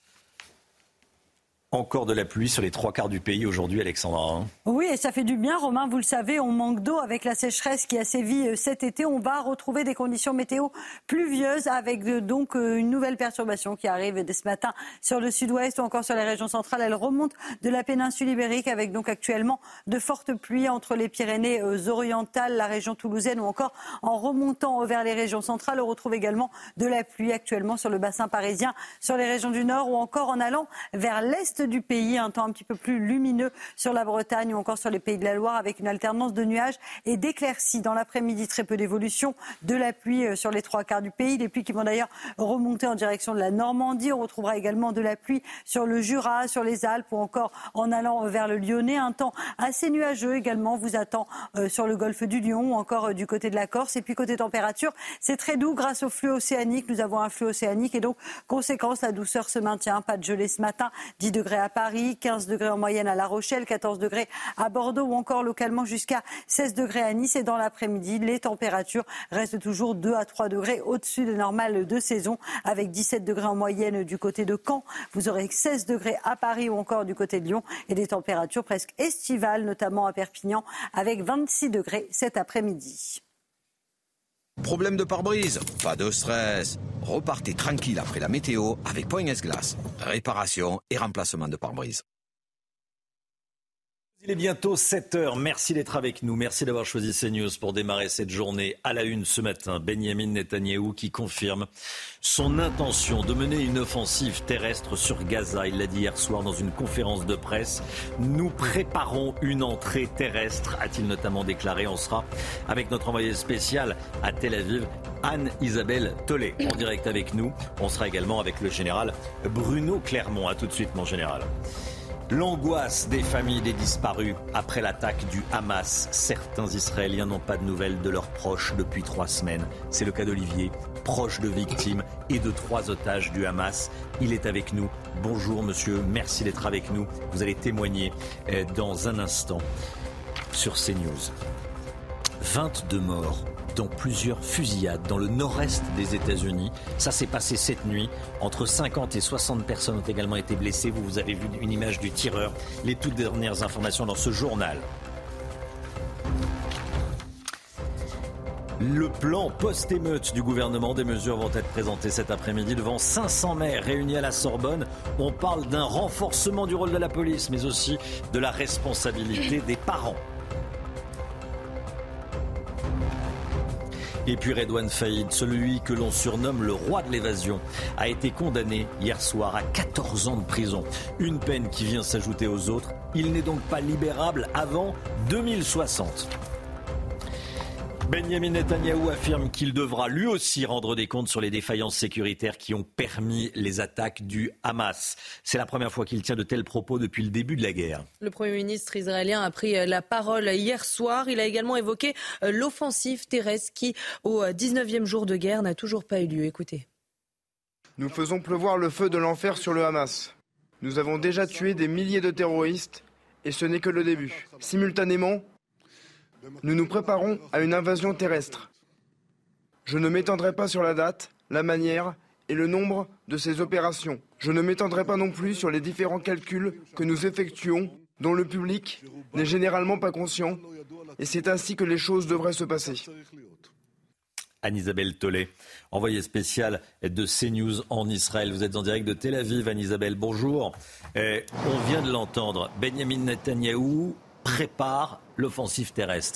Encore de la pluie sur les 3/4 du pays aujourd'hui, Alexandra.
Oui, et ça fait du bien, Romain. Vous le savez, on manque d'eau avec la sécheresse qui a sévi cet été. On va retrouver des conditions météo pluvieuses avec donc une nouvelle perturbation qui arrive dès ce matin sur le sud-ouest ou encore sur les régions centrales. Elle remonte de la péninsule ibérique avec donc actuellement de fortes pluies entre les Pyrénées orientales, la région toulousaine ou encore en remontant vers les régions centrales. On retrouve également de la pluie actuellement sur le bassin parisien, sur les régions du nord ou encore en allant vers l'est du pays, un temps un petit peu plus lumineux sur la Bretagne ou encore sur les pays de la Loire avec une alternance de nuages et d'éclaircies. Dans l'après-midi, très peu d'évolution, de la pluie sur les 3/4 du pays. Les pluies qui vont d'ailleurs remonter en direction de la Normandie. On retrouvera également de la pluie sur le Jura, sur les Alpes ou encore en allant vers le Lyonnais. Un temps assez nuageux également vous attend sur le golfe du Lion ou encore du côté de la Corse. Et puis côté température, c'est très doux grâce au flux océanique. Nous avons un flux océanique et donc conséquence, la douceur se maintient. Pas de gelée ce matin, 10 degrés à Paris, 15 degrés en moyenne à La Rochelle, 14 degrés à Bordeaux ou encore localement jusqu'à 16 degrés à Nice. Et dans l'après-midi, les températures restent toujours 2 à 3 degrés au-dessus des normales de saison avec 17 degrés en moyenne du côté de Caen. Vous aurez 16 degrés à Paris ou encore du côté de Lyon et des températures presque estivales, notamment à Perpignan avec 26 degrés cet après-midi.
Problème de pare-brise? Pas de stress. Repartez tranquille après la météo avec Point S-Glace. Réparation et remplacement de pare-brise.
Il est bientôt 7h. Merci d'être avec nous. Merci d'avoir choisi CNews pour démarrer cette journée. À la une ce matin, Benyamin Netanyahou qui confirme son intention de mener une offensive terrestre sur Gaza. Il l'a dit hier soir dans une conférence de presse. Nous préparons une entrée terrestre, a-t-il notamment déclaré. On sera avec notre envoyé spécial à Tel Aviv, Anne-Isabelle Tollet, en direct avec nous. On sera également avec le général Bruno Clermont. A tout de suite, mon général. L'angoisse des familles des disparus après l'attaque du Hamas. Certains Israéliens n'ont pas de nouvelles de leurs proches depuis 3 semaines. C'est le cas d'Olivier, proche de victimes et de 3 otages du Hamas. Il est avec nous. Bonjour monsieur, merci d'être avec nous. Vous allez témoigner dans un instant sur CNews. 22 morts dans plusieurs fusillades dans le nord-est des États-Unis. Ça s'est passé cette nuit. Entre 50 et 60 personnes ont également été blessées. Vous avez vu une image du tireur. Les toutes dernières informations dans ce journal. Le plan post-émeute du gouvernement, des mesures vont être présentées cet après-midi devant 500 maires réunis à la Sorbonne. On parle d'un renforcement du rôle de la police, mais aussi de la responsabilité des parents. Et puis Redouane Faïd, celui que l'on surnomme le roi de l'évasion, a été condamné hier soir à 14 ans de prison. Une peine qui vient s'ajouter aux autres. Il n'est donc pas libérable avant 2060. Benyamin Netanyahou affirme qu'il devra lui aussi rendre des comptes sur les défaillances sécuritaires qui ont permis les attaques du Hamas. C'est la première fois qu'il tient de tels propos depuis le début de la guerre.
Le Premier ministre israélien a pris la parole hier soir. Il a également évoqué l'offensive terrestre qui, au 19e jour de guerre, n'a toujours pas eu lieu. Écoutez.
Nous faisons pleuvoir le feu de l'enfer sur le Hamas. Nous avons déjà tué des milliers de terroristes et ce n'est que le début. Simultanément, nous nous préparons à une invasion terrestre. Je ne m'étendrai pas sur la date, la manière et le nombre de ces opérations. Je ne m'étendrai pas non plus sur les différents calculs que nous effectuons, dont le public n'est généralement pas conscient, et c'est ainsi que les choses devraient se passer.
Anne-Isabelle Tollet, envoyée spéciale de CNews en Israël. Vous êtes en direct de Tel Aviv, Anne-Isabelle, bonjour. On vient de l'entendre, Benyamin Netanyahou prépare l'offensive terrestre.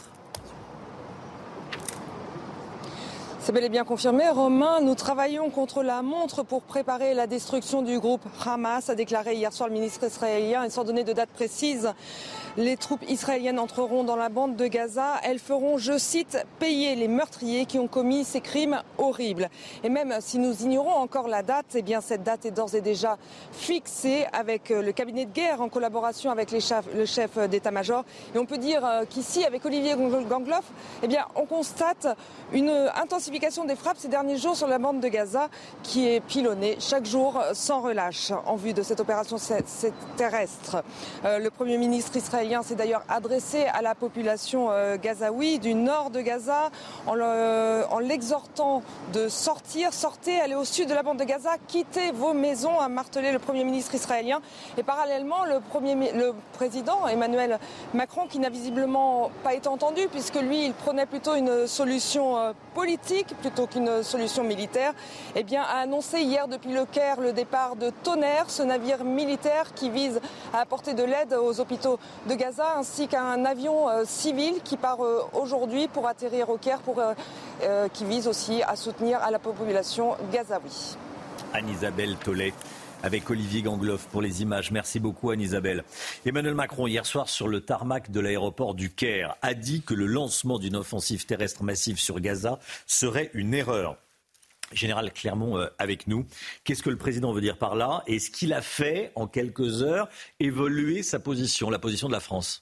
C'est bel et bien confirmé. Romain, nous travaillons contre la montre pour préparer la destruction du groupe Hamas, a déclaré hier soir le ministre israélien, et sans donner de date précise. Les troupes israéliennes entreront dans la bande de Gaza. Elles feront, je cite, payer les meurtriers qui ont commis ces crimes horribles. Et même si nous ignorons encore la date, eh bien cette date est d'ores et déjà fixée avec le cabinet de guerre en collaboration avec le chef d'état-major. Et on peut dire qu'ici, avec Olivier Gangloff, eh bien on constate une intensification des frappes ces derniers jours sur la bande de Gaza qui est pilonnée chaque jour sans relâche en vue de cette opération terrestre. Le Premier ministre israélien s'est d'ailleurs adressé à la population gazaoui du nord de Gaza en l'exhortant de sortez, allez au sud de la bande de Gaza, quittez vos maisons, a martelé le Premier ministre israélien. Et parallèlement, le président Emmanuel Macron, qui n'a visiblement pas été entendu puisque lui, il prônait plutôt une solution politique plutôt qu'une solution militaire, eh bien, a annoncé hier depuis le Caire le départ de Tonnerre, ce navire militaire qui vise à apporter de l'aide aux hôpitaux de Gaza, ainsi qu'un avion civil qui part aujourd'hui pour atterrir au Caire, qui vise aussi à soutenir à la population gazaoui.
Anne-Isabelle Tollet avec Olivier Gangloff pour les images. Merci beaucoup Anne-Isabelle. Emmanuel Macron, hier soir sur le tarmac de l'aéroport du Caire, a dit que le lancement d'une offensive terrestre massive sur Gaza serait une erreur. Général Clermont avec nous. Qu'est-ce que le président veut dire par là? Est-ce qu'il a fait, en quelques heures, évoluer sa position, la position de la France?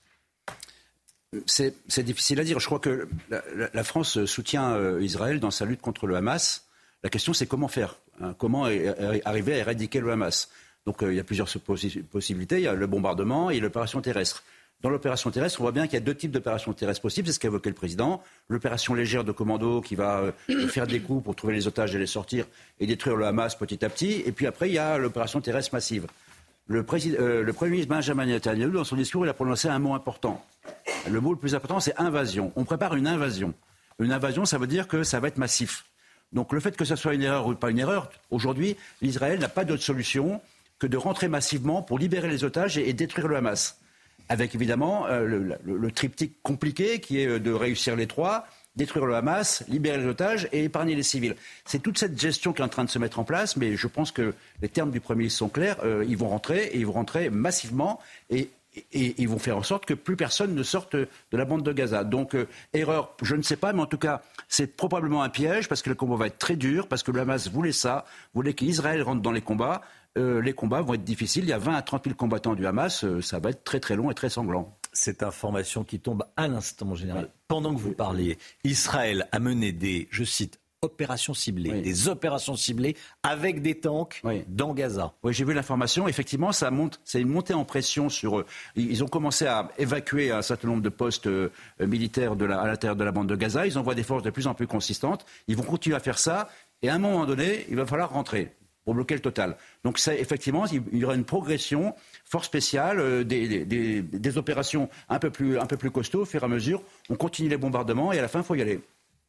C'est difficile à dire. Je crois que la France soutient Israël dans sa lutte contre le Hamas. La question, c'est comment faire, comment arriver à éradiquer le Hamas. Donc il y a plusieurs possibilités. Il y a le bombardement et l'opération terrestre. Dans l'opération terrestre, on voit bien qu'il y a deux types d'opérations terrestres possibles. C'est ce qu'a évoqué le président. L'opération légère de commando qui va faire des coups pour trouver les otages et les sortir et détruire le Hamas petit à petit. Et puis après, il y a l'opération terrestre massive. Le Premier ministre Benjamin Netanyahou, dans son discours, il a prononcé un mot important. Le mot le plus important, c'est invasion. On prépare une invasion. Une invasion, ça veut dire que ça va être massif. Donc le fait que ce soit une erreur ou pas une erreur, aujourd'hui, l'Israël n'a pas d'autre solution que de rentrer massivement pour libérer les otages et détruire le Hamas. Avec évidemment le triptyque compliqué qui est de réussir les trois, détruire le Hamas, libérer les otages et épargner les civils. C'est toute cette gestion qui est en train de se mettre en place, mais je pense que les termes du Premier ministre sont clairs. Ils vont rentrer massivement et ils vont faire en sorte que plus personne ne sorte de la bande de Gaza. Donc, erreur, je ne sais pas, mais en tout cas, c'est probablement un piège parce que le combat va être très dur, parce que le Hamas voulait qu'Israël rentre dans les combats. Les combats vont être difficiles. Il y a 20 à 30 000 combattants du Hamas. Ça va être très très long et très sanglant.
Cette information qui tombe à l'instant, mon général. Pendant que vous parliez, Israël a mené des, je cite, opérations ciblées, des opérations ciblées avec des tanks dans Gaza.
Oui, j'ai vu l'information. Effectivement, c'est une montée en pression sur eux. Ils ont commencé à évacuer un certain nombre de postes militaires à l'intérieur de la bande de Gaza. Ils envoient des forces de plus en plus consistantes. Ils vont continuer à faire ça. Et à un moment donné, il va falloir rentrer pour bloquer le total. Donc ça, effectivement, il y aura une progression fort spéciale, des opérations un peu plus costauds au fur et à mesure. On continue les bombardements et à la fin, il faut y aller.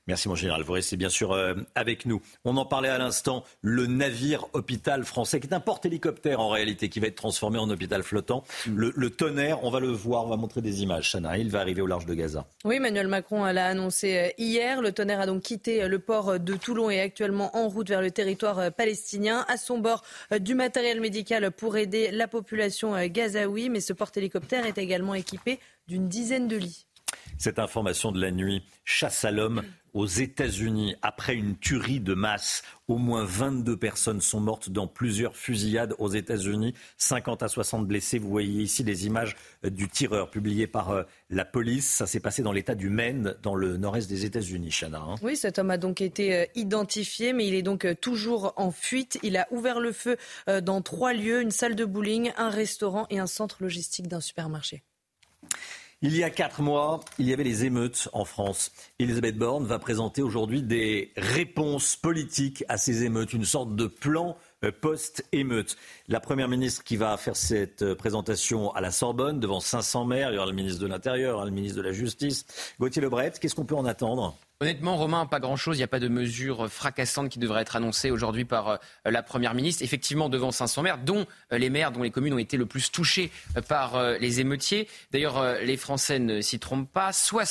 Merci mon général, vous restez bien sûr avec nous. On en parlait à l'instant, le navire hôpital français, qui est un porte-hélicoptère en réalité, qui va être transformé en hôpital flottant. Le Tonnerre, on va le voir, on va montrer des images. Chana, il va arriver au large de Gaza.
Oui, Emmanuel Macron l'a annoncé hier. Le Tonnerre a donc quitté le port de Toulon et est actuellement en route vers le territoire palestinien. À son bord, du matériel médical pour aider la population gazaoui. Mais ce porte-hélicoptère est également équipé d'une dizaine de lits.
Cette information de la nuit, chasse à l'homme aux États-Unis. Après une tuerie de masse, au moins 22 personnes sont mortes dans plusieurs fusillades aux États-Unis. 50 à 60 blessés. Vous voyez ici les images du tireur publiées par la police. Ça s'est passé dans l'État du Maine, dans le nord-est des États-Unis, Chana.
Oui, cet homme a donc été identifié, mais il est donc toujours en fuite. Il a ouvert le feu dans 3 lieux, une salle de bowling, un restaurant et un centre logistique d'un supermarché.
Il y a 4 mois, il y avait les émeutes en France. Elisabeth Borne va présenter aujourd'hui des réponses politiques à ces émeutes, une sorte de plan post-émeute. La Première ministre qui va faire cette présentation à la Sorbonne devant 500 maires, il y aura le ministre de l'Intérieur, le ministre de la Justice. Gauthier Lebret, qu'est-ce qu'on peut en attendre ?
Honnêtement, Romain, pas grand-chose. Il n'y a pas de mesures fracassantes qui devraient être annoncées aujourd'hui par la Première ministre. Effectivement, devant 500 maires, dont les maires, dont les communes ont été le plus touchées par les émeutiers. D'ailleurs, les Français ne s'y trompent pas.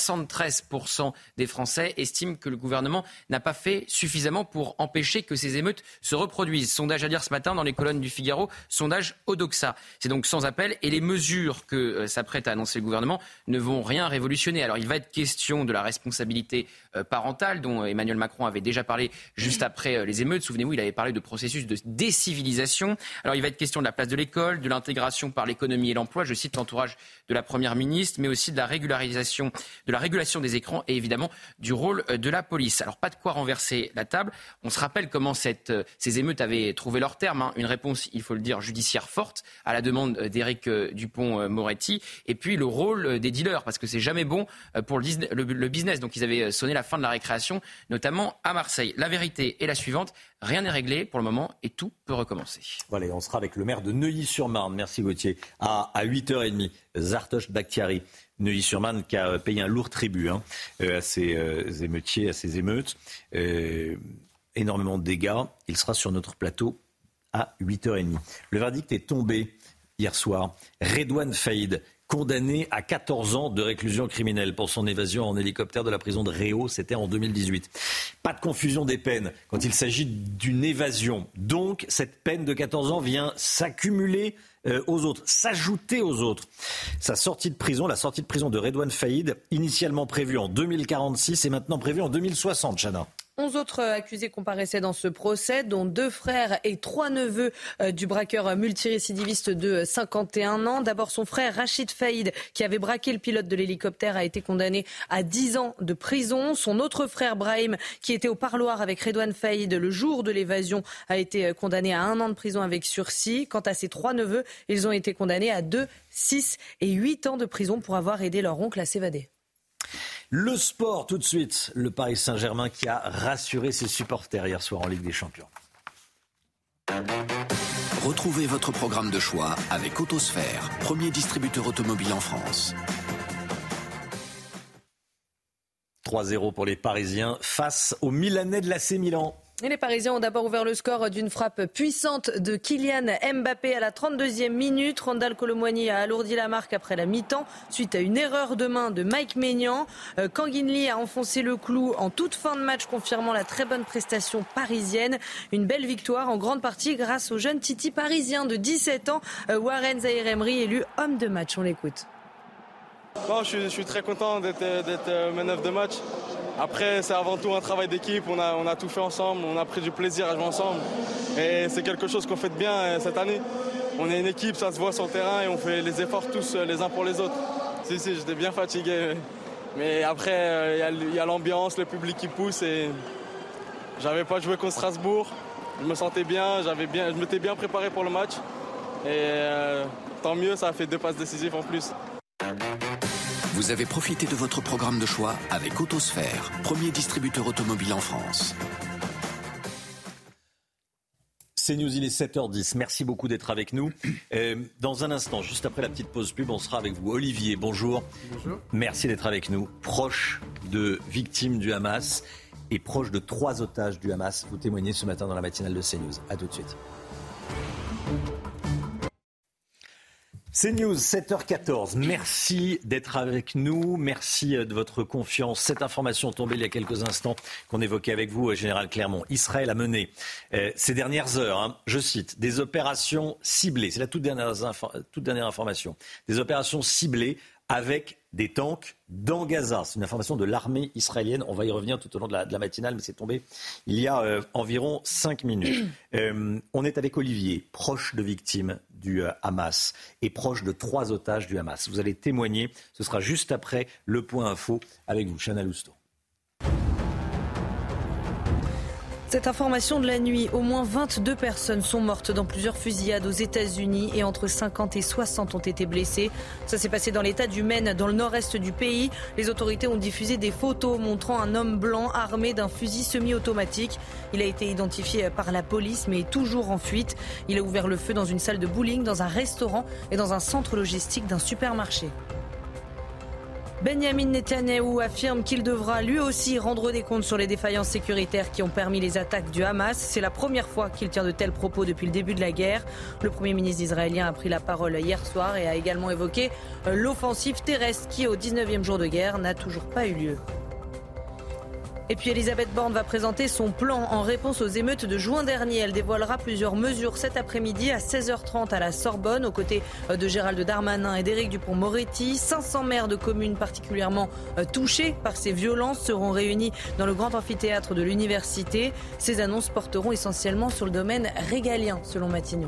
73% des Français estiment que le gouvernement n'a pas fait suffisamment pour empêcher que ces émeutes se reproduisent. Sondage à lire ce matin dans les colonnes du Figaro, sondage Odoxa. C'est donc sans appel. Et les mesures que s'apprête à annoncer le gouvernement ne vont rien révolutionner. Alors, il va être question de la responsabilité parentale dont Emmanuel Macron avait déjà parlé juste après les émeutes. Souvenez-vous, il avait parlé de processus de décivilisation. Alors il va être question de la place de l'école, de l'intégration par l'économie et l'emploi, je cite l'entourage de la Première ministre, mais aussi de la régulation des écrans et évidemment du rôle de la police. Alors pas de quoi renverser la table. On se rappelle comment ces émeutes avaient trouvé leur terme. Une réponse, il faut le dire, judiciaire forte à la demande d'Éric Dupond-Moretti. Et puis le rôle des dealers, parce que c'est jamais bon pour le business. Donc ils avaient sonné la fin de la récréation, notamment à Marseille. La vérité est la suivante, rien n'est réglé pour le moment et tout peut recommencer.
Voilà, on sera avec le maire de Neuilly-sur-Marne, merci Gauthier, à 8h30, Zartosh Bakhtiari. Neuilly-sur-Marne qui a payé un lourd tribut à ces émeutiers, à ces émeutes. Énormément de dégâts, il sera sur notre plateau à 8h30. Le verdict est tombé hier soir. Redouane Faïd, condamné à 14 ans de réclusion criminelle pour son évasion en hélicoptère de la prison de Réau, c'était en 2018. Pas de confusion des peines quand il s'agit d'une évasion. Donc, cette peine de 14 ans vient s'accumuler aux autres, s'ajouter aux autres. La sortie de prison de Redouane Faïd, initialement prévue en 2046 et maintenant prévue en 2060, Chana.
11 autres accusés comparaissaient dans ce procès, dont 2 frères et 3 neveux du braqueur multirécidiviste de 51 ans. D'abord, son frère Rachid Faïd, qui avait braqué le pilote de l'hélicoptère, a été condamné à 10 ans de prison. Son autre frère Brahim, qui était au parloir avec Redouane Faïd le jour de l'évasion, a été condamné à 1 an de prison avec sursis. Quant à ses 3 neveux, ils ont été condamnés à 2, 6 et 8 ans de prison pour avoir aidé leur oncle à s'évader.
Le sport, tout de suite. Le Paris Saint-Germain qui a rassuré ses supporters hier soir en Ligue des Champions.
Retrouvez votre programme de choix avec Autosphère, premier distributeur automobile en France.
3-0 pour les Parisiens face aux Milanais de l'AC Milan.
Et les Parisiens ont d'abord ouvert le score d'une frappe puissante de Kylian Mbappé à la 32e minute. Randal Kolo Muani a alourdi la marque après la mi-temps suite à une erreur de main de Mike Maignan. Kang In Lee a enfoncé le clou en toute fin de match, confirmant la très bonne prestation parisienne. Une belle victoire en grande partie grâce au jeune Titi parisien de 17 ans, Warren Zaïre-Emery, élu homme de match. On l'écoute.
Non, je suis très content d'être man of the match. Après, c'est avant tout un travail d'équipe, on a tout fait ensemble, on a pris du plaisir à jouer ensemble. Et c'est quelque chose qu'on fait de bien cette année. On est une équipe, ça se voit sur le terrain et on fait les efforts tous les uns pour les autres. Si, j'étais bien fatigué. Mais après, il y a l'ambiance, le public qui pousse. Et j'avais pas joué contre Strasbourg, je me sentais bien, je m'étais bien préparé pour le match. Et tant mieux, ça a fait 2 passes décisives en plus.
Vous avez profité de votre programme de choix avec Autosphère, premier distributeur automobile en France.
C'est News, il est 7h10. Merci beaucoup d'être avec nous. Dans un instant, juste après la petite pause pub, on sera avec vous. Olivier, bonjour.
Bonjour.
Merci d'être avec nous. Proche de victimes du Hamas. et proche de 3 otages du Hamas. Vous témoignez ce matin dans la matinale de CNews. A tout de suite. CNews, 7h14. Merci d'être avec nous. Merci de votre confiance. Cette information tombée il y a quelques instants qu'on évoquait avec vous, Général Clermont. Israël a mené ces dernières heures, je cite, des opérations ciblées. C'est la toute dernière information. Des opérations ciblées avec des tanks dans Gaza. C'est une information de l'armée israélienne. On va y revenir tout au long de la matinale, mais c'est tombé il y a environ 5 minutes. On est avec Olivier, proche de victimes du Hamas et proche de 3 otages du Hamas. Vous allez témoigner. Ce sera juste après le point info avec vous, Chana Lousteau.
Cette information de la nuit, au moins 22 personnes sont mortes dans plusieurs fusillades aux États-Unis et entre 50 et 60 ont été blessées. Ça s'est passé dans l'État du Maine, dans le nord-est du pays. Les autorités ont diffusé des photos montrant un homme blanc armé d'un fusil semi-automatique. Il a été identifié par la police mais est toujours en fuite. Il a ouvert le feu dans une salle de bowling, dans un restaurant et dans un centre logistique d'un supermarché. Benyamin Netanyahou affirme qu'il devra lui aussi rendre des comptes sur les défaillances sécuritaires qui ont permis les attaques du Hamas. C'est la première fois qu'il tient de tels propos depuis le début de la guerre. Le Premier ministre israélien a pris la parole hier soir et a également évoqué l'offensive terrestre qui, au 19e jour de guerre, n'a toujours pas eu lieu. Et puis Elisabeth Borne va présenter son plan en réponse aux émeutes de juin dernier. Elle dévoilera plusieurs mesures cet après-midi à 16h30 à la Sorbonne, aux côtés de Gérald Darmanin et d'Éric Dupond-Moretti. 500 maires de communes particulièrement touchés par ces violences seront réunis dans le grand amphithéâtre de l'université. Ces annonces porteront essentiellement sur le domaine régalien, selon Matignon.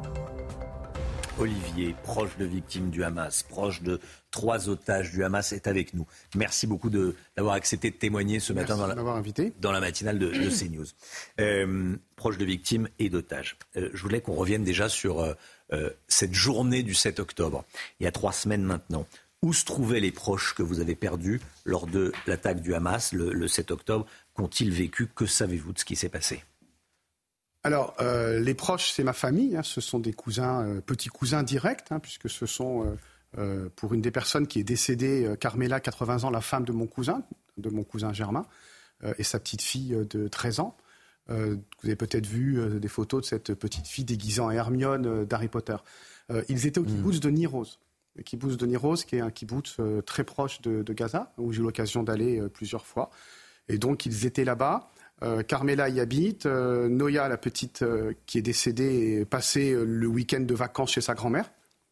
Olivier, proche de victimes du Hamas, proche de 3 otages du Hamas, est avec nous. Merci beaucoup d'avoir accepté de témoigner ce matin dans la matinale de CNews. Proche de victimes et d'otages. Je voulais qu'on revienne déjà sur cette journée du 7 octobre, il y a 3 semaines maintenant. Où se trouvaient les proches que vous avez perdus lors de l'attaque du Hamas le 7 octobre? Qu'ont-ils vécu? Que savez-vous de ce qui s'est passé?
Alors, les proches, c'est ma famille. Ce sont des cousins, petits cousins directs, puisque ce sont, pour une des personnes qui est décédée, Carmela, 80 ans, la femme de mon cousin Germain, et sa petite fille de 13 ans. Vous avez peut-être vu des photos de cette petite fille déguisée en Hermione d'Harry Potter. Ils étaient au kibbutz de Nir Oz. Le kibbutz de Nir Oz, qui est un kibbutz très proche de Gaza, où j'ai eu l'occasion d'aller plusieurs fois. Et donc, ils étaient là-bas. Carmela y habite. Noya, la petite qui est décédée, est passée le week-end de vacances chez sa grand-mère.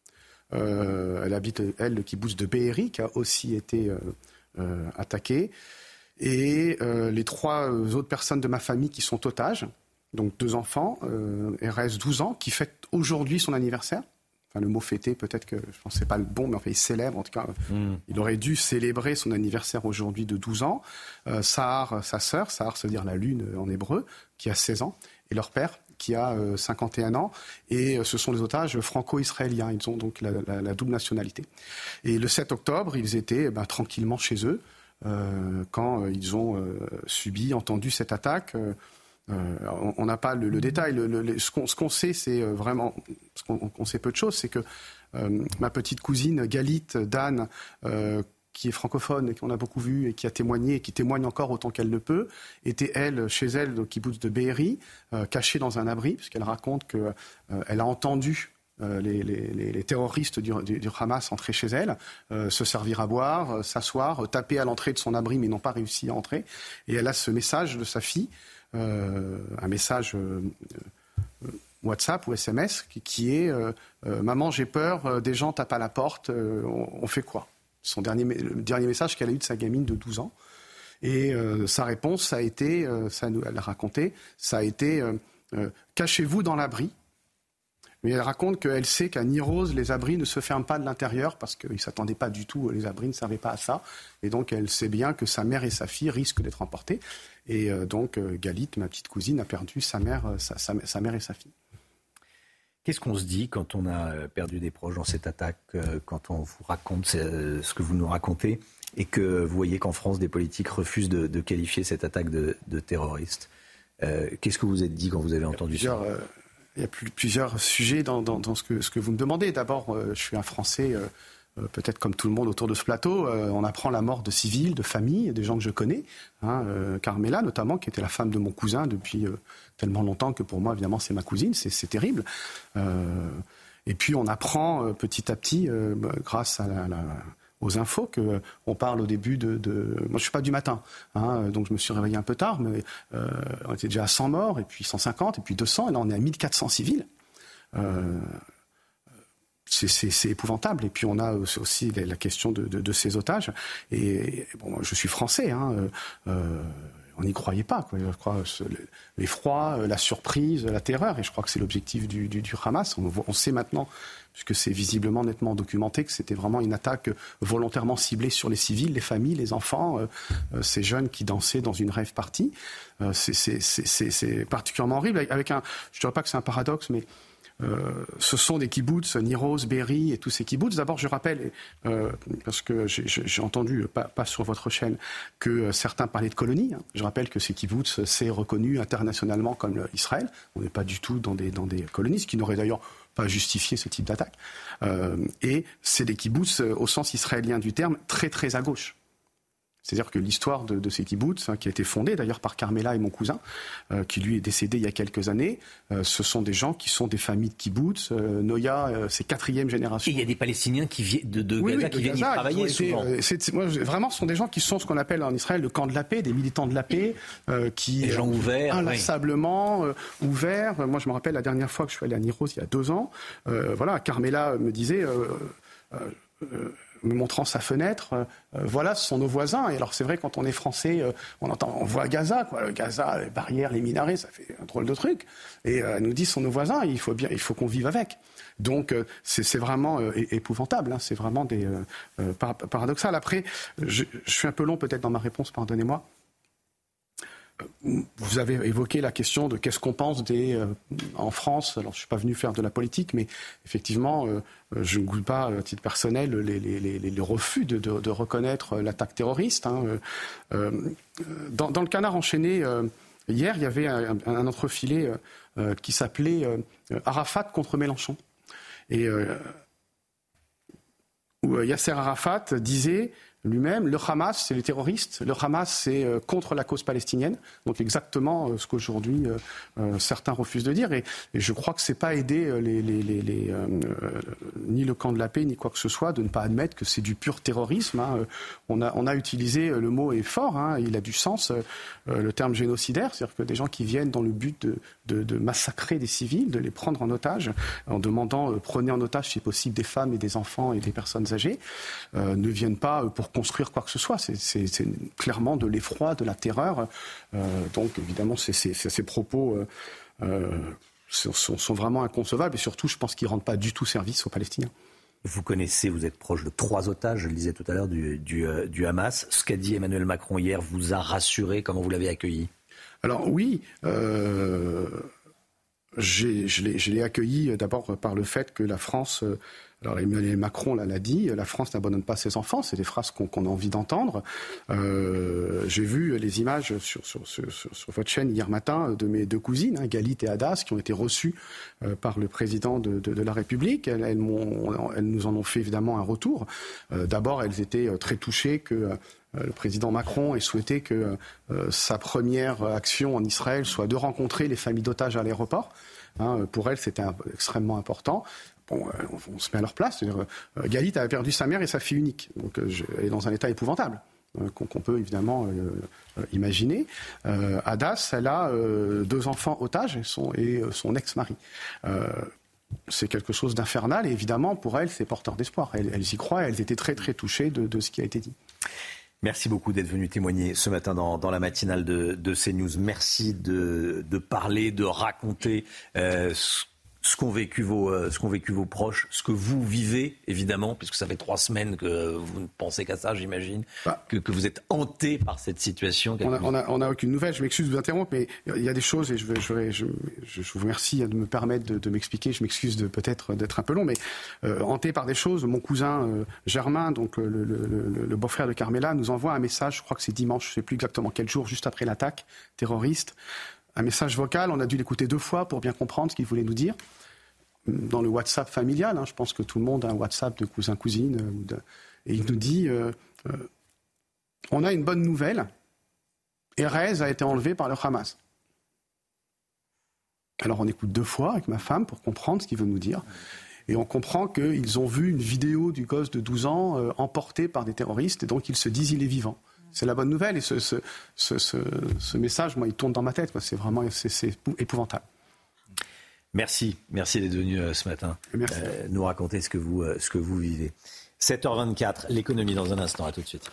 Elle habite, le kibbutz de Be'eri, qui a aussi été attaqué. Et les 3 autres personnes de ma famille qui sont otages, donc 2 enfants, Erez, 12 ans, qui fête aujourd'hui son anniversaire. Enfin, le mot fêter, peut-être que je pense que c'est pas le bon, mais enfin, il célèbre, en tout cas, il aurait dû célébrer son anniversaire aujourd'hui de 12 ans. Sahar, sa sœur, Sahar, ça veut dire la lune en hébreu, qui a 16 ans, et leur père, qui a 51 ans. Et ce sont des otages franco-israéliens. Ils ont donc la double nationalité. Et le 7 octobre, ils étaient tranquillement chez eux quand ils ont entendu cette attaque. On n'a pas le détail. Ce qu'on sait, c'est vraiment... On sait peu de choses, c'est que ma petite cousine Galit Dan, qui est francophone et qu'on a beaucoup vu et qui a témoigné et qui témoigne encore autant qu'elle le peut, était elle, chez elle, au kibbutz de Be'eri, cachée dans un abri, puisqu'elle raconte qu'elle a entendu les terroristes du Hamas entrer chez elle, se servir à boire, s'asseoir, taper à l'entrée de son abri, mais n'ont pas réussi à entrer. Et elle a ce message de sa fille, un message WhatsApp ou SMS qui est maman, j'ai peur, des gens tapent à la porte, on fait quoi? Le dernier message qu'elle a eu de sa gamine de 12 ans. Et sa réponse, ça a été, elle l'a raconté, ça a été cachez-vous dans l'abri. Mais elle raconte qu'elle sait qu'à Nir Oz, les abris ne se ferment pas de l'intérieur parce qu'ils ne s'attendaient pas du tout, les abris ne servaient pas à ça. Et donc elle sait bien que sa mère et sa fille risquent d'être emportées. Et donc Galit, ma petite cousine, a perdu sa mère et sa fille.
Qu'est-ce qu'on se dit quand on a perdu des proches dans cette attaque, quand on vous raconte ce que vous nous racontez et que vous voyez qu'en France, des politiques refusent de qualifier cette attaque de terroriste? Qu'est-ce que vous vous êtes dit quand vous avez entendu ça?
Il y a plusieurs sujets dans ce que vous me demandez. D'abord, je suis un Français peut-être comme tout le monde autour de ce plateau, on apprend la mort de civils, de familles, des gens que je connais. Carmela, notamment, qui était la femme de mon cousin depuis tellement longtemps que pour moi, évidemment, c'est ma cousine. C'est terrible. Et puis, on apprend petit à petit, grâce à aux infos, qu'on parle au début de... Moi, je ne suis pas du matin, donc je me suis réveillé un peu tard, mais on était déjà à 100 morts, et puis 150, et puis 200, et là, on est à 1400 civils. C'est épouvantable. Et puis on a aussi la question de ces otages. Et bon, je suis français. On n'y croyait pas, quoi. Je crois l'effroi, la surprise, la terreur. Et je crois que c'est l'objectif du Hamas. On sait maintenant, puisque c'est visiblement nettement documenté, que c'était vraiment une attaque volontairement ciblée sur les civils, les familles, les enfants, ces jeunes qui dansaient dans une rave party. C'est particulièrement horrible. Je ne dirais pas que c'est un paradoxe, mais ce sont des kibboutz, Niroz, Be'eri et tous ces kibboutz. D'abord, je rappelle, parce que j'ai entendu, pas sur votre chaîne, que certains parlaient de colonies. Je rappelle que ces kibboutz, c'est reconnu internationalement comme Israël. On n'est pas du tout dans des colonies, ce qui n'aurait d'ailleurs pas justifié ce type d'attaque. Et c'est des kibboutz, au sens israélien du terme, très très à gauche. C'est-à-dire que l'histoire de ces kibboutz, qui a été fondée d'ailleurs par Carmela et mon cousin, qui lui est décédé il y a quelques années, ce sont des gens qui sont des familles de kibboutz. Noya, c'est 4e génération.
Et il y a des Palestiniens qui viennent de Gaza qui viennent y travailler souvent.
Vraiment, ce sont des gens qui sont ce qu'on appelle en Israël le camp de la paix, des militants de la paix, qui
des gens ouverts,
inlassablement ouverts. Moi, je me rappelle la dernière fois que je suis allé à Niroz il y a 2 ans. Carmela me disait... me montrant sa fenêtre, voilà, ce sont nos voisins. Et alors c'est vrai, quand on est français, on voit Gaza, quoi. Gaza, les barrières, les minarets, ça fait un drôle de truc. Et elle nous dit, ce sont nos voisins, il faut qu'on vive avec. Donc c'est vraiment épouvantable, c'est vraiment paradoxal. Après, je suis un peu long peut-être dans ma réponse, pardonnez-moi. Vous avez évoqué la question de qu'est-ce qu'on pense en France. Alors, je ne suis pas venu faire de la politique, mais effectivement, je ne goûte pas, à titre personnel, les refus de reconnaître l'attaque terroriste. Dans le Canard enchaîné, hier, il y avait un entrefilé qui s'appelait Arafat contre Mélenchon. Et où Yasser Arafat disait... lui-même, le Hamas, c'est les terroristes. Le Hamas, c'est contre la cause palestinienne. Donc exactement ce qu'aujourd'hui certains refusent de dire. Et je crois que c'est pas aider ni le camp de la paix, ni quoi que ce soit, de ne pas admettre que c'est du pur terrorisme. On a utilisé, le mot est fort, il a du sens, le terme génocidaire. C'est-à-dire que des gens qui viennent dans le but de massacrer des civils, de les prendre en otage, en demandant prenez en otage si possible des femmes et des enfants et des personnes âgées, ne viennent pas pour construire quoi que ce soit. C'est clairement de l'effroi, de la terreur. Donc évidemment, ces propos sont vraiment inconcevables et surtout, je pense qu'ils ne rendent pas du tout service aux Palestiniens.
Vous êtes proche de 3 otages, je le disais tout à l'heure, du Hamas. Ce qu'a dit Emmanuel Macron hier vous a rassuré. Comment vous l'avez accueilli ?
Alors oui, je l'ai accueilli d'abord par le fait que la France... Alors Emmanuel Macron l'a dit, la France n'abandonne pas ses enfants, c'est des phrases qu'on a envie d'entendre. J'ai vu les images sur votre chaîne hier matin de mes 2 cousines, Galit et Hadas, qui ont été reçues par le président de la République. Elles nous en ont fait évidemment un retour. D'abord, elles étaient très touchées que le président Macron ait souhaité que sa première action en Israël soit de rencontrer les familles d'otages à l'aéroport. Pour elles, c'était extrêmement important. Bon, on se met à leur place. Galit avait perdu sa mère et sa fille unique. Donc, elle est dans un état épouvantable qu'on peut évidemment imaginer. Hadas, elle a 2 enfants otages et son ex-mari. C'est quelque chose d'infernal et évidemment, pour elles, c'est porteur d'espoir. Elles y croient. Elles étaient très, très touchées de ce qui a été dit.
Merci beaucoup d'être venu témoigner ce matin dans la matinale de CNews. Merci de parler, de raconter ce qu'ont vécu vos proches, ce que vous vivez, évidemment, puisque ça fait 3 semaines que vous ne pensez qu'à ça, j'imagine, que vous êtes hanté par cette situation.
On n'a aucune nouvelle, je m'excuse de vous interrompre, mais il y a des choses, et je vous remercie de me permettre de m'expliquer, je m'excuse peut-être d'être un peu long, mais hanté par des choses, mon cousin Germain, donc le beau-frère de Carmela, nous envoie un message, je crois que c'est dimanche, je ne sais plus exactement quel jour, juste après l'attaque terroriste, un message vocal, on a dû l'écouter 2 fois pour bien comprendre ce qu'il voulait nous dire. dans le WhatsApp familial. Je pense que tout le monde a un WhatsApp de cousin-cousine. Et il nous dit, on a une bonne nouvelle, Erez a été enlevé par le Hamas. Alors on écoute 2 fois avec ma femme pour comprendre ce qu'il veut nous dire. Et on comprend qu'ils ont vu une vidéo du gosse de 12 ans emporté par des terroristes, et donc ils se disent il est vivant. C'est la bonne nouvelle, et ce message, moi, il tourne dans ma tête. C'est vraiment c'est épouvantable.
Merci d'être venu ce matin nous raconter ce que vous vivez. 7h24, l'économie dans un instant, à tout de suite.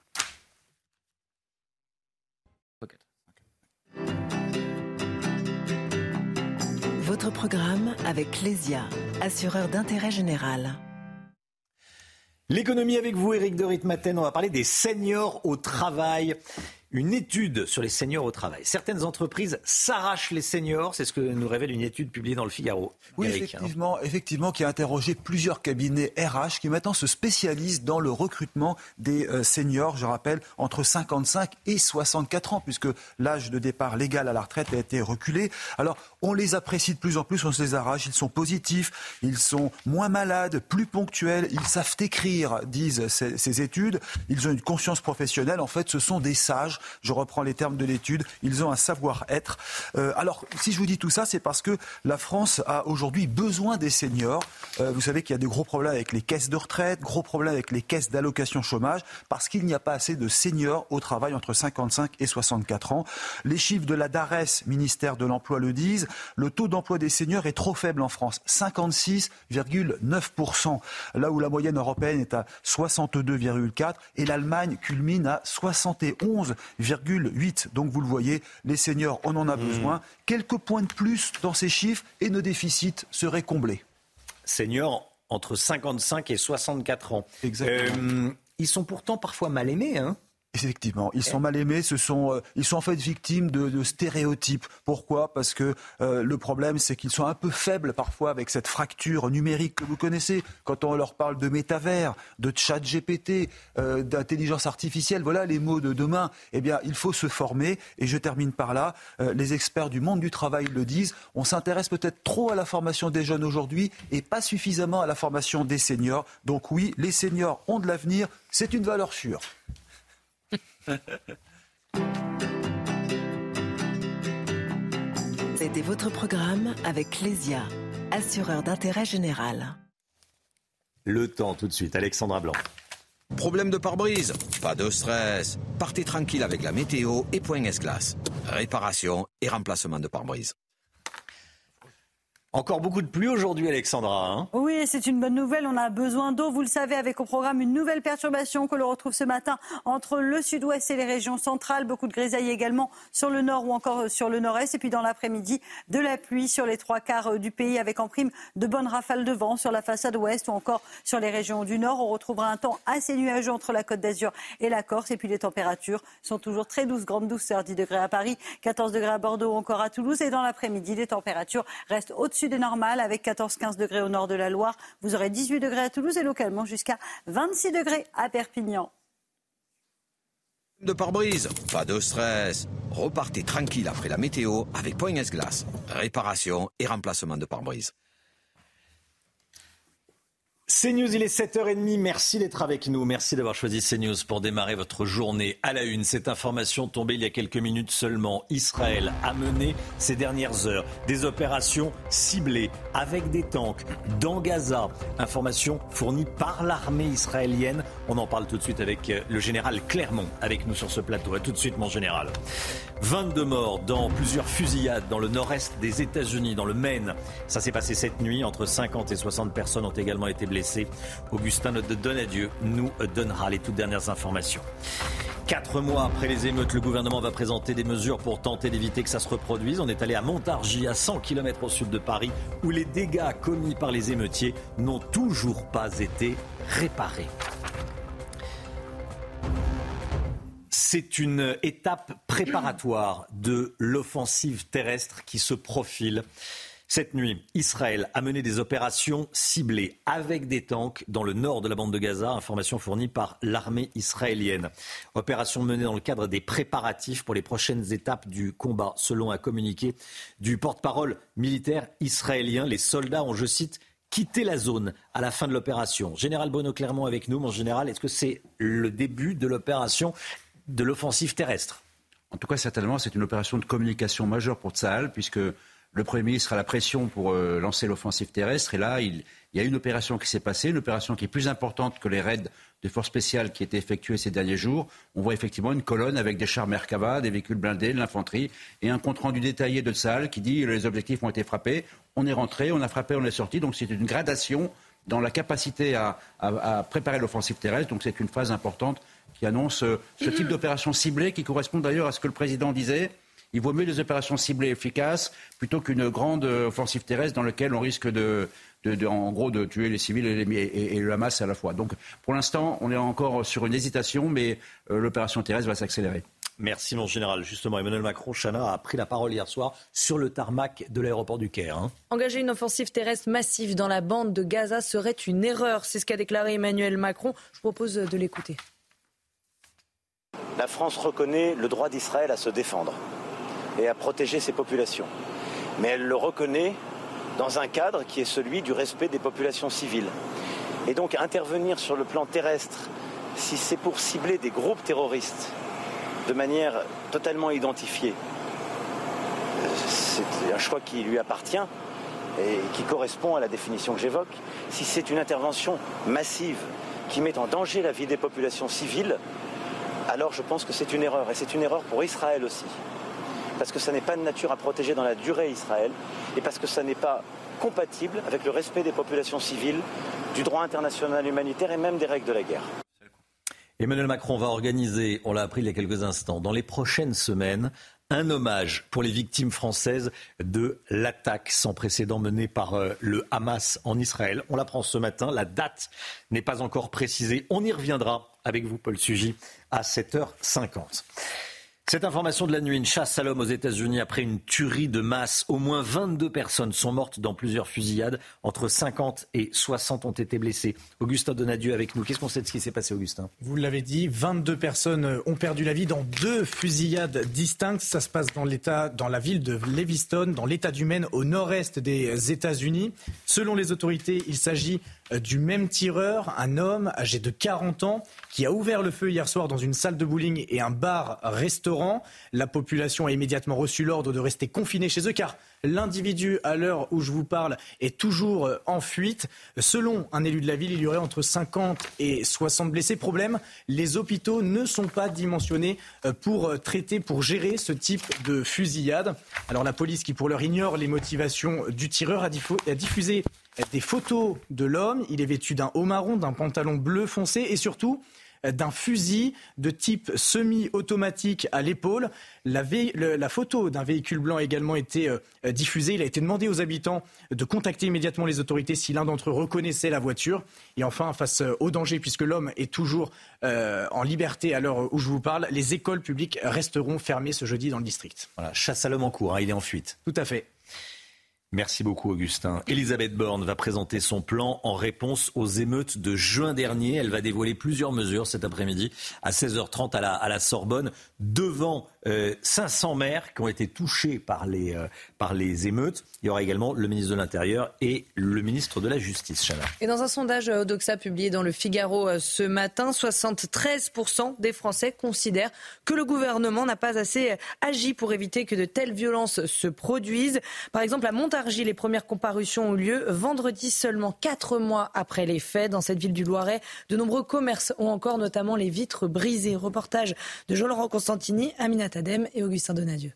Votre programme avec Clésia, assureur d'intérêt général.
L'économie avec vous, Éric de Ritmaten. On va parler des seniors au travail. Une étude sur les seniors au travail. Certaines entreprises s'arrachent les seniors, c'est ce que nous révèle une étude publiée dans le Figaro.
Oui,
Eric,
effectivement, qui a interrogé plusieurs cabinets RH qui maintenant se spécialisent dans le recrutement des seniors, je rappelle, entre 55 et 64 ans, puisque l'âge de départ légal à la retraite a été reculé. Alors, on les apprécie de plus en plus, on se les arrache, ils sont positifs, ils sont moins malades, plus ponctuels, ils savent écrire, disent ces études, ils ont une conscience professionnelle, en fait, ce sont des sages. Je reprends les termes de l'étude. Ils ont un savoir-être. Alors, si je vous dis tout ça, c'est parce que la France a aujourd'hui besoin des seniors. Vous savez qu'il y a des gros problèmes avec les caisses de retraite, gros problèmes avec les caisses d'allocation chômage, parce qu'il n'y a pas assez de seniors au travail entre 55 et 64 ans. Les chiffres de la DARES, ministère de l'Emploi, le disent. Le taux d'emploi des seniors est trop faible en France, 56,9%. Là où la moyenne européenne est à 62,4% et l'Allemagne culmine à 71,8%. Donc vous le voyez, les seniors, on en a besoin. Quelques points de plus dans ces chiffres et nos déficits seraient comblés.
Seniors entre 55 et 64 ans.
Exactement.
Ils sont pourtant parfois mal aimés,
Effectivement, ils sont mal aimés, ils sont en fait victimes de stéréotypes. Pourquoi ? Parce que le problème, c'est qu'ils sont un peu faibles parfois avec cette fracture numérique que vous connaissez. Quand on leur parle de métavers, de chat GPT, d'intelligence artificielle, voilà les mots de demain. Eh bien, il faut se former. Et je termine par là. Les experts du monde du travail le disent. On s'intéresse peut-être trop à la formation des jeunes aujourd'hui et pas suffisamment à la formation des seniors. Donc oui, les seniors ont de l'avenir. C'est une valeur sûre.
C'était votre programme avec Clésia, assureur d'intérêt général.
Le temps tout de suite, Alexandra Blanc.
Problème de pare-brise ? Pas de stress. Partez tranquille avec la météo et Point S-Glace. Réparation et remplacement de pare-brise.
Encore beaucoup de pluie aujourd'hui, Alexandra.
Oui, c'est une bonne nouvelle. On a besoin d'eau. Vous le savez, avec au programme une nouvelle perturbation que l'on retrouve ce matin entre le sud-ouest et les régions centrales. Beaucoup de grisailles également sur le nord ou encore sur le nord-est. Et puis dans l'après-midi, de la pluie sur les 3/4 du pays avec en prime de bonnes rafales de vent sur la façade ouest ou encore sur les régions du nord. On retrouvera un temps assez nuageux entre la Côte d'Azur et la Corse. Et puis les températures sont toujours très douces, grande douceur. 10 degrés à Paris, 14 degrés à Bordeaux ou encore à Toulouse. Et dans l'après-midi, les températures restent au-dessus des normales avec 14-15 degrés au nord de la Loire. Vous aurez 18 degrés à Toulouse et localement jusqu'à 26 degrés à Perpignan.
De pare-brise, pas de stress. Repartez tranquille après la météo avec Point S-Glace. Réparation et remplacement de pare-brise.
CNews, il est 7h30. Merci d'être avec nous. Merci d'avoir choisi CNews pour démarrer votre journée à la une. Cette information tombée il y a quelques minutes seulement. Israël a mené ces dernières heures des opérations ciblées avec des tanks dans Gaza. Information fournie par l'armée israélienne. On en parle tout de suite avec le général Clermont avec nous sur ce plateau. À tout de suite, mon général. 22 morts dans plusieurs fusillades dans le nord-est des États-Unis, dans le Maine. Ça s'est passé cette nuit. Entre 50 et 60 personnes ont également été blessées. Augustin de Donadieu nous donnera les toutes dernières informations. 4 mois après les émeutes, le gouvernement va présenter des mesures pour tenter d'éviter que ça se reproduise. On est allé à Montargis, à 100 km au sud de Paris, où les dégâts commis par les émeutiers n'ont toujours pas été réparés. C'est une étape préparatoire de l'offensive terrestre qui se profile. Cette nuit, Israël a mené des opérations ciblées avec des tanks dans le nord de la bande de Gaza, information fournie par l'armée israélienne. Opération menée dans le cadre des préparatifs pour les prochaines étapes du combat. Selon un communiqué du porte-parole militaire israélien, les soldats ont, je cite, quitté la zone à la fin de l'opération. Général Bruno Clermont avec nous. Mon général, est-ce que c'est le début de l'opération de l'offensive terrestre ?
En tout cas, certainement, c'est une opération de communication majeure pour Tsahal, puisque le Premier ministre a la pression pour lancer l'offensive terrestre. Et là, il y a une opération qui s'est passée, une opération qui est plus importante que les raids de forces spéciales qui étaient effectués ces derniers jours. On voit effectivement une colonne avec des chars Merkava, des véhicules blindés, de l'infanterie et un compte-rendu détaillé de Tsahal qui dit les objectifs ont été frappés. On est rentré, on a frappé, on est sorti. Donc c'est une gradation dans la capacité à préparer l'offensive terrestre. Donc c'est une phase importante qui annonce ce type d'opération ciblée qui correspond d'ailleurs à ce que le président disait. Il vaut mieux des opérations ciblées efficaces plutôt qu'une grande offensive terrestre dans laquelle on risque en gros de tuer les civils et le Hamas à la fois. Donc pour l'instant, on est encore sur une hésitation, mais l'opération terrestre va s'accélérer.
Merci mon général. Justement, Emmanuel Macron, Chana, a pris la parole hier soir sur le tarmac de l'aéroport du Caire.
Engager une offensive terrestre massive dans la bande de Gaza serait une erreur. C'est ce qu'a déclaré Emmanuel Macron. Je propose de l'écouter.
La France reconnaît le droit d'Israël à se défendre et à protéger ses populations. Mais elle le reconnaît dans un cadre qui est celui du respect des populations civiles. Et donc intervenir sur le plan terrestre, si c'est pour cibler des groupes terroristes de manière totalement identifiée, c'est un choix qui lui appartient et qui correspond à la définition que j'évoque. Si c'est une intervention massive qui met en danger la vie des populations civiles, alors je pense que c'est une erreur. Et c'est une erreur pour Israël aussi. Parce que ça n'est pas de nature à protéger dans la durée Israël, et parce que ça n'est pas compatible avec le respect des populations civiles, du droit international humanitaire et même des règles de la guerre.
Emmanuel Macron va organiser, on l'a appris il y a quelques instants, dans les prochaines semaines, un hommage pour les victimes françaises de l'attaque sans précédent menée par le Hamas en Israël. On l'apprend ce matin, la date n'est pas encore précisée. On y reviendra avec vous, Paul Sugy, à 7h50. Cette information de la nuit, une chasse à l'homme aux États-Unis après une tuerie de masse. Au moins 22 personnes sont mortes dans plusieurs fusillades. Entre 50 et 60 ont été blessées. Augustin Donadieu avec nous. Qu'est-ce qu'on sait de ce qui s'est passé, Augustin ?
Vous l'avez dit, 22 personnes ont perdu la vie dans 2 fusillades distinctes. Ça se passe dans la ville de Lewiston, dans l'État du Maine, au nord-est des États-Unis. Selon les autorités, il s'agit du même tireur, un homme âgé de 40 ans, qui a ouvert le feu hier soir dans une salle de bowling et un bar-restaurant. La population a immédiatement reçu l'ordre de rester confinée chez eux car l'individu, à l'heure où je vous parle, est toujours en fuite. Selon un élu de la ville, il y aurait entre 50 et 60 blessés. Problème, les hôpitaux ne sont pas dimensionnés pour gérer ce type de fusillade. Alors la police, qui pour l'heure ignore les motivations du tireur, a diffusé des photos de l'homme. Il est vêtu d'un haut marron, d'un pantalon bleu foncé et surtout d'un fusil de type semi-automatique à l'épaule. La photo d'un véhicule blanc a également été diffusée. Il a été demandé aux habitants de contacter immédiatement les autorités si l'un d'entre eux reconnaissait la voiture. Et enfin, face au danger, puisque l'homme est toujours en liberté à l'heure où je vous parle, les écoles publiques resteront fermées ce jeudi dans le district.
Voilà, chasse à l'homme en cours, il est en fuite.
Tout à fait.
Merci beaucoup Augustin. Elisabeth Borne va présenter son plan en réponse aux émeutes de juin dernier. Elle va dévoiler plusieurs mesures cet après-midi à 16h30 à la Sorbonne devant 500 maires qui ont été touchés par les émeutes. Il y aura également le ministre de l'Intérieur et le ministre de la Justice. Chana.
Et dans un sondage Odoxa publié dans le Figaro ce matin, 73% des Français considèrent que le gouvernement n'a pas assez agi pour éviter que de telles violences se produisent. Par exemple, à Montargis, les premières comparutions ont lieu vendredi, seulement 4 mois après les faits. Dans cette ville du Loiret, de nombreux commerces ont encore notamment les vitres brisées. Reportage de Jean-Laurent Constantini, Aminata Adem et Augustin Donadieu.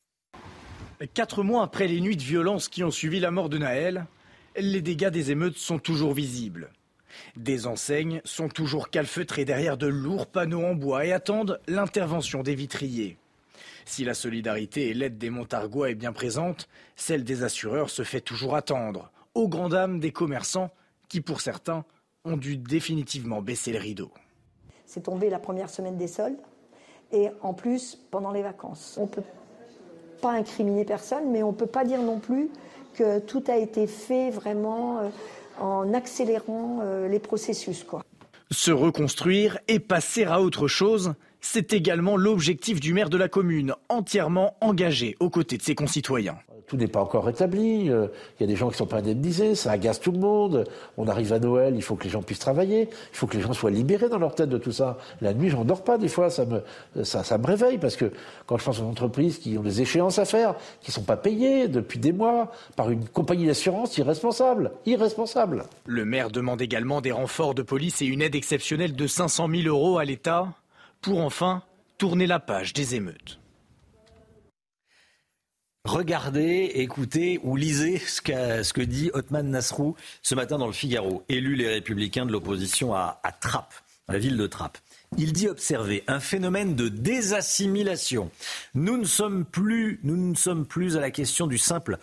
4 mois après les nuits de violence qui ont suivi la mort de Naël, les dégâts des émeutes sont toujours visibles. Des enseignes sont toujours calfeutrées derrière de lourds panneaux en bois et attendent l'intervention des vitriers. Si la solidarité et l'aide des Montargois est bien présente, celle des assureurs se fait toujours attendre, aux grandes dames des commerçants qui, pour certains, ont dû définitivement baisser le rideau.
C'est tombé la première semaine des soldes et en plus pendant les vacances.
pas incriminer personne, mais on ne peut pas dire non plus que tout a été fait vraiment en accélérant les processus, quoi.
Se reconstruire et passer à autre chose, c'est également l'objectif du maire de la commune, entièrement engagé aux côtés de ses concitoyens.
Tout n'est pas encore rétabli, il y a des gens qui ne sont pas indemnisés, ça agace tout le monde. On arrive à Noël, il faut que les gens puissent travailler, il faut que les gens soient libérés dans leur tête de tout ça. La nuit, j'en dors pas des fois, ça me réveille, parce que quand je pense aux entreprises qui ont des échéances à faire, qui ne sont pas payées depuis des mois par une compagnie d'assurance irresponsable.
Le maire demande également des renforts de police et une aide exceptionnelle de 500 000 € à l'État pour enfin tourner la page des émeutes.
Regardez, écoutez ou lisez ce que dit Othman Nasrou ce matin dans le Figaro, élu les Républicains de l'opposition à Trappes, la ville de Trappes. Il dit observer un phénomène de désassimilation. Nous n'en sommes plus à la question du simple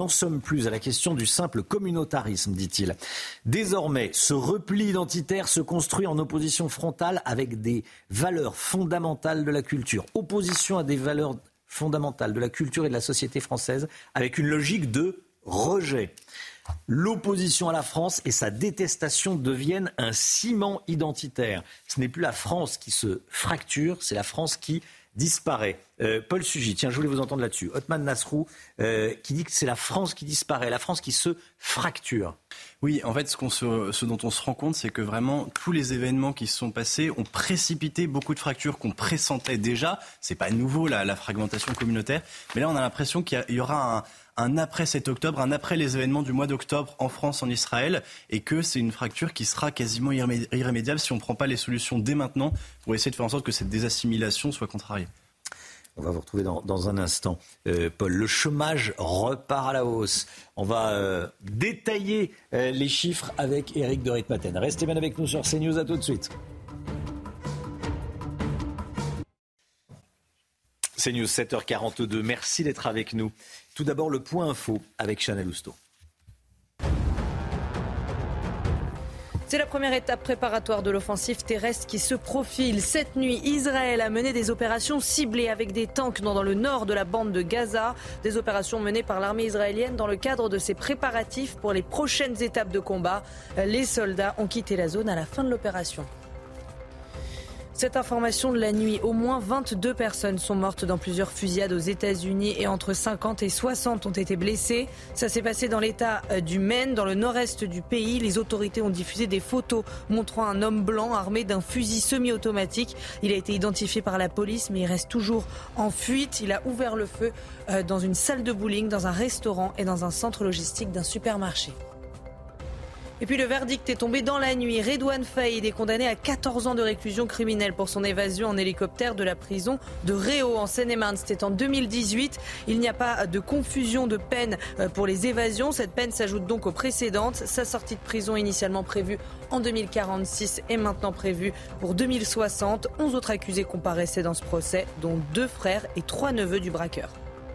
communautarisme, dit-il. Désormais, ce repli identitaire se construit en opposition frontale avec des valeurs fondamentales de la culture. Opposition à des valeurs fondamentale de la culture et de la société française avec une logique de rejet. L'opposition à la France et sa détestation deviennent un ciment identitaire. Ce n'est plus la France qui se fracture, c'est la France qui disparaît. Paul Sugy, tiens, je voulais vous entendre là-dessus. Othman Nasrou qui dit que c'est la France qui disparaît, la France qui se fracture.
Oui, en fait, ce dont on se rend compte, c'est que vraiment tous les événements qui se sont passés ont précipité beaucoup de fractures qu'on pressentait déjà. C'est pas nouveau la fragmentation communautaire, mais là on a l'impression qu'il y aura un après 7 octobre, un après les événements du mois d'octobre en France, en Israël, et que c'est une fracture qui sera quasiment irrémédiable si on ne prend pas les solutions dès maintenant pour essayer de faire en sorte que cette désassimilation soit contrariée.
On va vous retrouver dans un instant. Paul, le chômage repart à la hausse. On va détailler les chiffres avec Éric de Ritmaten. Restez bien avec nous sur CNews, à tout de suite. CNews, 7h42. Merci d'être avec nous. Tout d'abord, le point info avec Chanel Housteau.
C'est la première étape préparatoire de l'offensive terrestre qui se profile. Cette nuit, Israël a mené des opérations ciblées avec des tanks dans le nord de la bande de Gaza. Des opérations menées par l'armée israélienne dans le cadre de ses préparatifs pour les prochaines étapes de combat. Les soldats ont quitté la zone à la fin de l'opération. Cette information de la nuit, au moins 22 personnes sont mortes dans plusieurs fusillades aux États-Unis et entre 50 et 60 ont été blessées. Ça s'est passé dans l'état du Maine, dans le nord-est du pays. Les autorités ont diffusé des photos montrant un homme blanc armé d'un fusil semi-automatique. Il a été identifié par la police, mais il reste toujours en fuite. Il a ouvert le feu dans une salle de bowling, dans un restaurant et dans un centre logistique d'un supermarché. Et puis le verdict est tombé dans la nuit. Redouane Faïd est condamné à 14 ans de réclusion criminelle pour son évasion en hélicoptère de la prison de Réau en Seine-et-Marne. C'était en 2018. Il n'y a pas de confusion de peine pour les évasions. Cette peine s'ajoute donc aux précédentes. Sa sortie de prison initialement prévue en 2046 est maintenant prévue pour 2060. 11 autres accusés comparaissaient dans ce procès, dont 2 frères et 3 neveux du braqueur.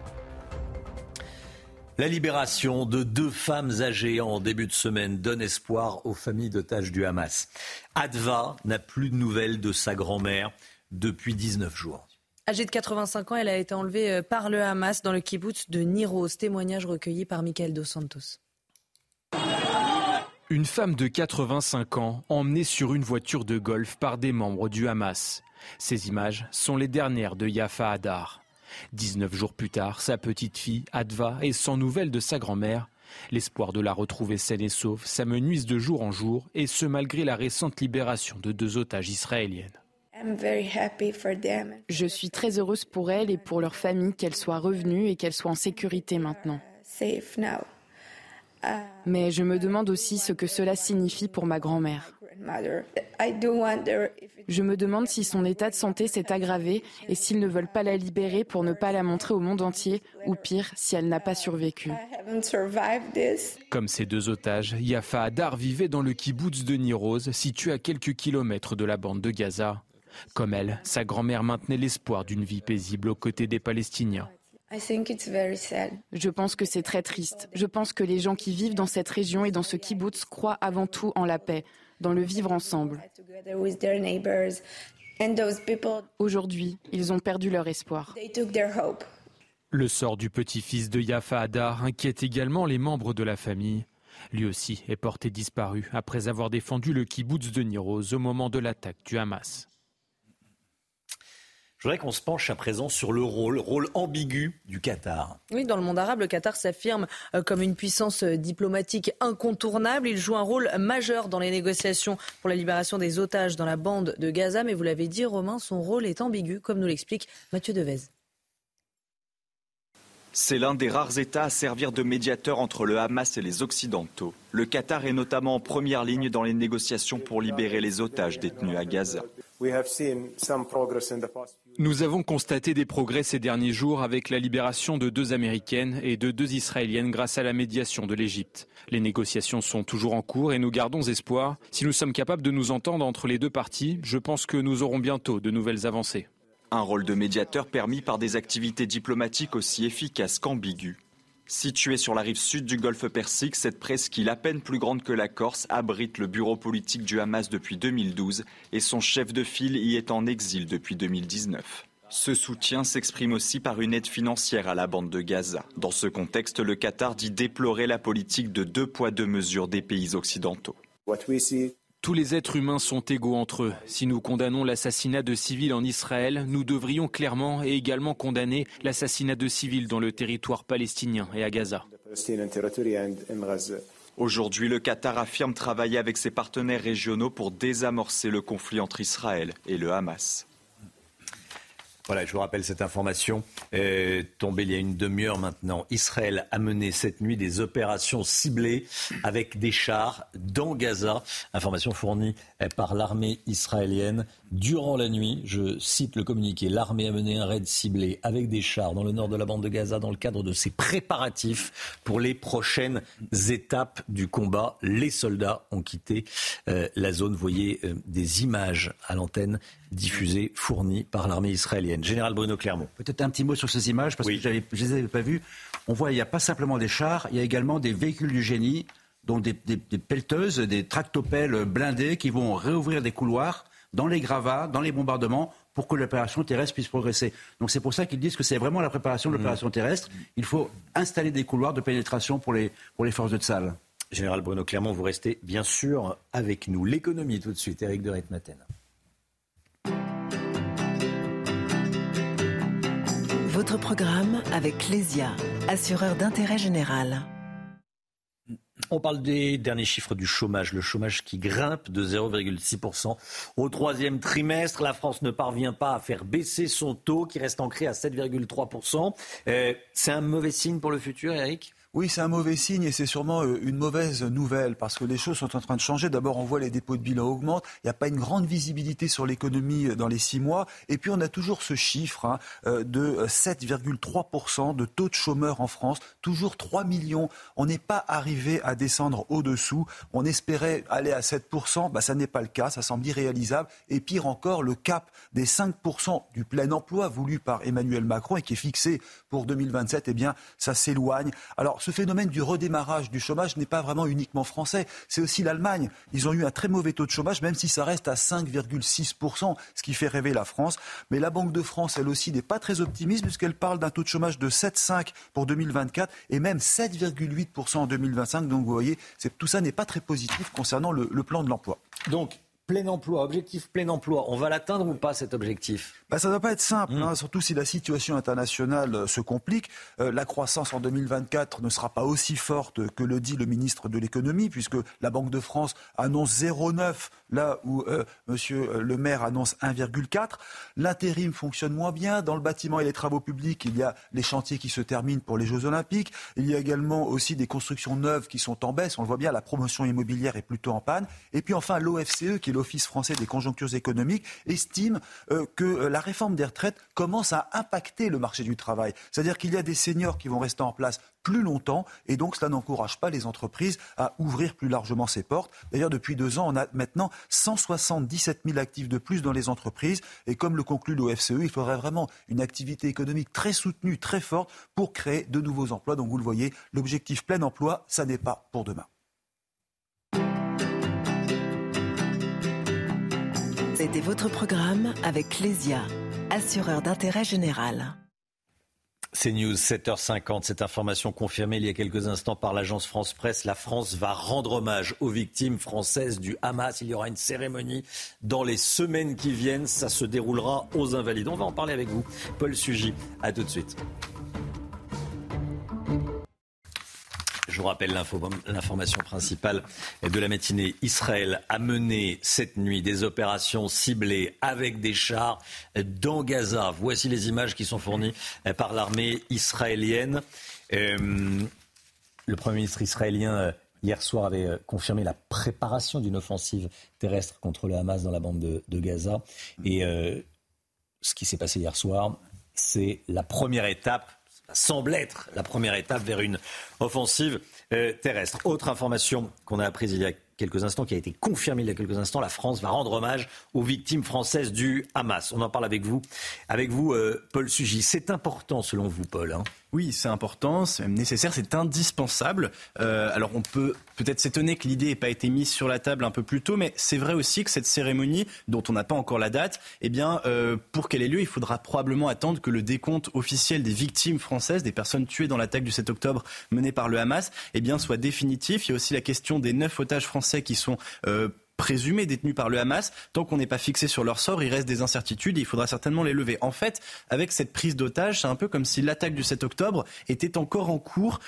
La libération de 2 femmes âgées en début de semaine donne espoir aux familles d'otages du Hamas. Adva n'a plus de nouvelles de sa grand-mère depuis 19 jours.
Âgée de 85 ans, elle a été enlevée par le Hamas dans le kibboutz de Niroz. Témoignage recueilli par Michael Dos Santos.
Une femme de 85 ans emmenée sur une voiture de golf par des membres du Hamas. Ces images sont les dernières de Yafa Hadar. 19 jours plus tard, sa petite fille, Adva, est sans nouvelles de sa grand-mère. L'espoir de la retrouver saine et sauve s'amenuise de jour en jour, et ce malgré la récente libération de 2 otages israéliennes.
Je suis très heureuse pour elles et pour leur famille qu'elles soient revenues et qu'elles soient en sécurité maintenant. Mais je me demande aussi ce que cela signifie pour ma grand-mère. Je me demande si son état de santé s'est aggravé et s'ils ne veulent pas la libérer pour ne pas la montrer au monde entier, ou pire, si elle n'a pas survécu.
Comme ces 2 otages, Yafa Hadar vivait dans le kibboutz de Niroz, situé à quelques kilomètres de la bande de Gaza. Comme elle, sa grand-mère maintenait l'espoir d'une vie paisible aux côtés des Palestiniens.
Je pense que c'est très triste. Je pense que les gens qui vivent dans cette région et dans ce kibboutz croient avant tout en la paix, dans le vivre ensemble. Aujourd'hui, ils ont perdu leur espoir.
Le sort du petit-fils de Yafa Hadar inquiète également les membres de la famille. Lui aussi est porté disparu après avoir défendu le kibboutz de Nir Oz au moment de l'attaque du Hamas.
Je voudrais qu'on se penche à présent sur le rôle ambigu du Qatar.
Oui, dans le monde arabe, le Qatar s'affirme comme une puissance diplomatique incontournable. Il joue un rôle majeur dans les négociations pour la libération des otages dans la bande de Gaza. Mais vous l'avez dit, Romain, son rôle est ambigu, comme nous l'explique Mathieu Devez.
C'est l'un des rares États à servir de médiateur entre le Hamas et les Occidentaux. Le Qatar est notamment en première ligne dans les négociations pour libérer les otages détenus à Gaza.
Nous avons constaté des progrès ces derniers jours avec la libération de 2 Américaines et de 2 Israéliennes grâce à la médiation de l'Égypte. Les négociations sont toujours en cours et nous gardons espoir. Si nous sommes capables de nous entendre entre les 2 parties, je pense que nous aurons bientôt de nouvelles avancées.
Un rôle de médiateur permis par des activités diplomatiques aussi efficaces qu'ambiguës. Située sur la rive sud du golfe Persique, cette presqu'île à peine plus grande que la Corse abrite le bureau politique du Hamas depuis 2012 et son chef de file y est en exil depuis 2019. Ce soutien s'exprime aussi par une aide financière à la bande de Gaza. Dans ce contexte, le Qatar dit déplorer la politique de 2 poids 2 mesures des pays occidentaux.
Tous les êtres humains sont égaux entre eux. Si nous condamnons l'assassinat de civils en Israël, nous devrions clairement et également condamner l'assassinat de civils dans le territoire palestinien et à Gaza.
Aujourd'hui, le Qatar affirme travailler avec ses partenaires régionaux pour désamorcer le conflit entre Israël et le Hamas.
Voilà, je vous rappelle cette information tombée il y a une demi-heure maintenant. Israël a mené cette nuit des opérations ciblées avec des chars dans Gaza. Information fournie par l'armée israélienne. Durant la nuit, je cite le communiqué, l'armée a mené un raid ciblé avec des chars dans le nord de la bande de Gaza dans le cadre de ses préparatifs pour les prochaines étapes du combat. Les soldats ont quitté la zone. Vous voyez des images à l'antenne diffusées, fournies par l'armée israélienne. Général Bruno Clermont.
Peut-être un petit mot sur ces images, parce que je ne les avais pas vues. On voit, il n'y a pas simplement des chars, il y a également des véhicules du génie, donc des pelleteuses, des tractopelles blindés qui vont réouvrir des couloirs dans les gravats, dans les bombardements, pour que l'opération terrestre puisse progresser. Donc c'est pour ça qu'ils disent que c'est vraiment la préparation de l'opération terrestre. Il faut installer des couloirs de pénétration pour les forces de Tsahal.
Général Bruno Clermont, vous restez bien sûr avec nous. L'économie tout de suite, Éric de Ritmaten.
Votre programme avec Clésia, assureur d'intérêt général.
On parle des derniers chiffres du chômage. Le chômage qui grimpe de 0,6% au 3e trimestre. La France ne parvient pas à faire baisser son taux qui reste ancré à 7,3%. C'est un mauvais signe pour le futur, Eric ?
Oui, c'est un mauvais signe et c'est sûrement une mauvaise nouvelle parce que les choses sont en train de changer. D'abord, on voit les dépôts de bilan augmentent. Il n'y a pas une grande visibilité sur l'économie dans les 6 mois. Et puis, on a toujours ce chiffre de 7,3% de taux de chômeurs en France. Toujours 3 millions. On n'est pas arrivé à descendre au-dessous. On espérait aller à 7%. Ça n'est pas le cas. Ça semble irréalisable. Et pire encore, le cap des 5% du plein emploi voulu par Emmanuel Macron et qui est fixé pour 2027, eh bien, ça s'éloigne. Alors, ce phénomène du redémarrage du chômage n'est pas vraiment uniquement français, c'est aussi l'Allemagne. Ils ont eu un très mauvais taux de chômage, même si ça reste à 5,6%, ce qui fait rêver la France. Mais la Banque de France, elle aussi, n'est pas très optimiste, puisqu'elle parle d'un taux de chômage de 7,5% pour 2024 et même 7,8% en 2025. Donc vous voyez, tout ça n'est pas très positif concernant le plan de l'emploi.
Donc, plein emploi, objectif plein emploi, on va l'atteindre ou pas cet objectif ?
Ça ne va pas être simple, surtout si la situation internationale se complique. La croissance en 2024 ne sera pas aussi forte que le dit le ministre de l'économie, puisque la Banque de France annonce 0,9, là où Monsieur Le Maire annonce 1,4. L'intérim fonctionne moins bien. Dans le bâtiment et les travaux publics, il y a les chantiers qui se terminent pour les Jeux Olympiques. Il y a également aussi des constructions neuves qui sont en baisse. On le voit bien, la promotion immobilière est plutôt en panne. Et puis enfin, l'OFCE, qui est l'Office français des conjonctures économiques, estime que la réforme des retraites commence à impacter le marché du travail. C'est-à-dire qu'il y a des seniors qui vont rester en place plus longtemps et donc cela n'encourage pas les entreprises à ouvrir plus largement ses portes. D'ailleurs, depuis 2 ans, on a maintenant 177 000 actifs de plus dans les entreprises et comme le conclut l'OFCE, il faudrait vraiment une activité économique très soutenue, très forte pour créer de nouveaux emplois. Donc vous le voyez, l'objectif plein emploi, ça n'est pas pour demain.
C'était votre programme avec Clésia, assureur d'intérêt général.
C'est News, 7h50. Cette information confirmée il y a quelques instants par l'agence France Presse. La France va rendre hommage aux victimes françaises du Hamas. Il y aura une cérémonie dans les semaines qui viennent. Ça se déroulera aux Invalides. On va en parler avec vous. Paul Sugy, à tout de suite. Je vous rappelle l'information principale de la matinée. Israël a mené cette nuit des opérations ciblées avec des chars dans Gaza. Voici les images qui sont fournies par l'armée israélienne. Le Premier ministre israélien, hier soir, avait confirmé la préparation d'une offensive terrestre contre le Hamas dans la bande de Gaza. Et ce qui s'est passé hier soir, c'est la première étape. Ça semble être la première étape vers une offensive terrestre. Autre information qu'on a apprise il y a quelques instants, qui a été confirmée il y a quelques instants, la France va rendre hommage aux victimes françaises du Hamas. On en parle avec vous, Paul Sugy. C'est important selon vous, Paul, hein ?
Oui, c'est important, c'est même nécessaire, c'est indispensable. Alors on peut peut-être s'étonner que l'idée n'ait pas été mise sur la table un peu plus tôt, mais c'est vrai aussi que cette cérémonie, dont on n'a pas encore la date, pour qu'elle ait lieu, il faudra probablement attendre que le décompte officiel des victimes françaises, des personnes tuées dans l'attaque du 7 octobre menée par le Hamas, soit définitif. Il y a aussi la question des 9 otages français qui sont présumés détenus par le Hamas. Tant qu'on n'est pas fixé sur leur sort, il reste des incertitudes et il faudra certainement les lever. En fait, avec cette prise d'otage, c'est un peu comme si l'attaque du 7 octobre était encore en cours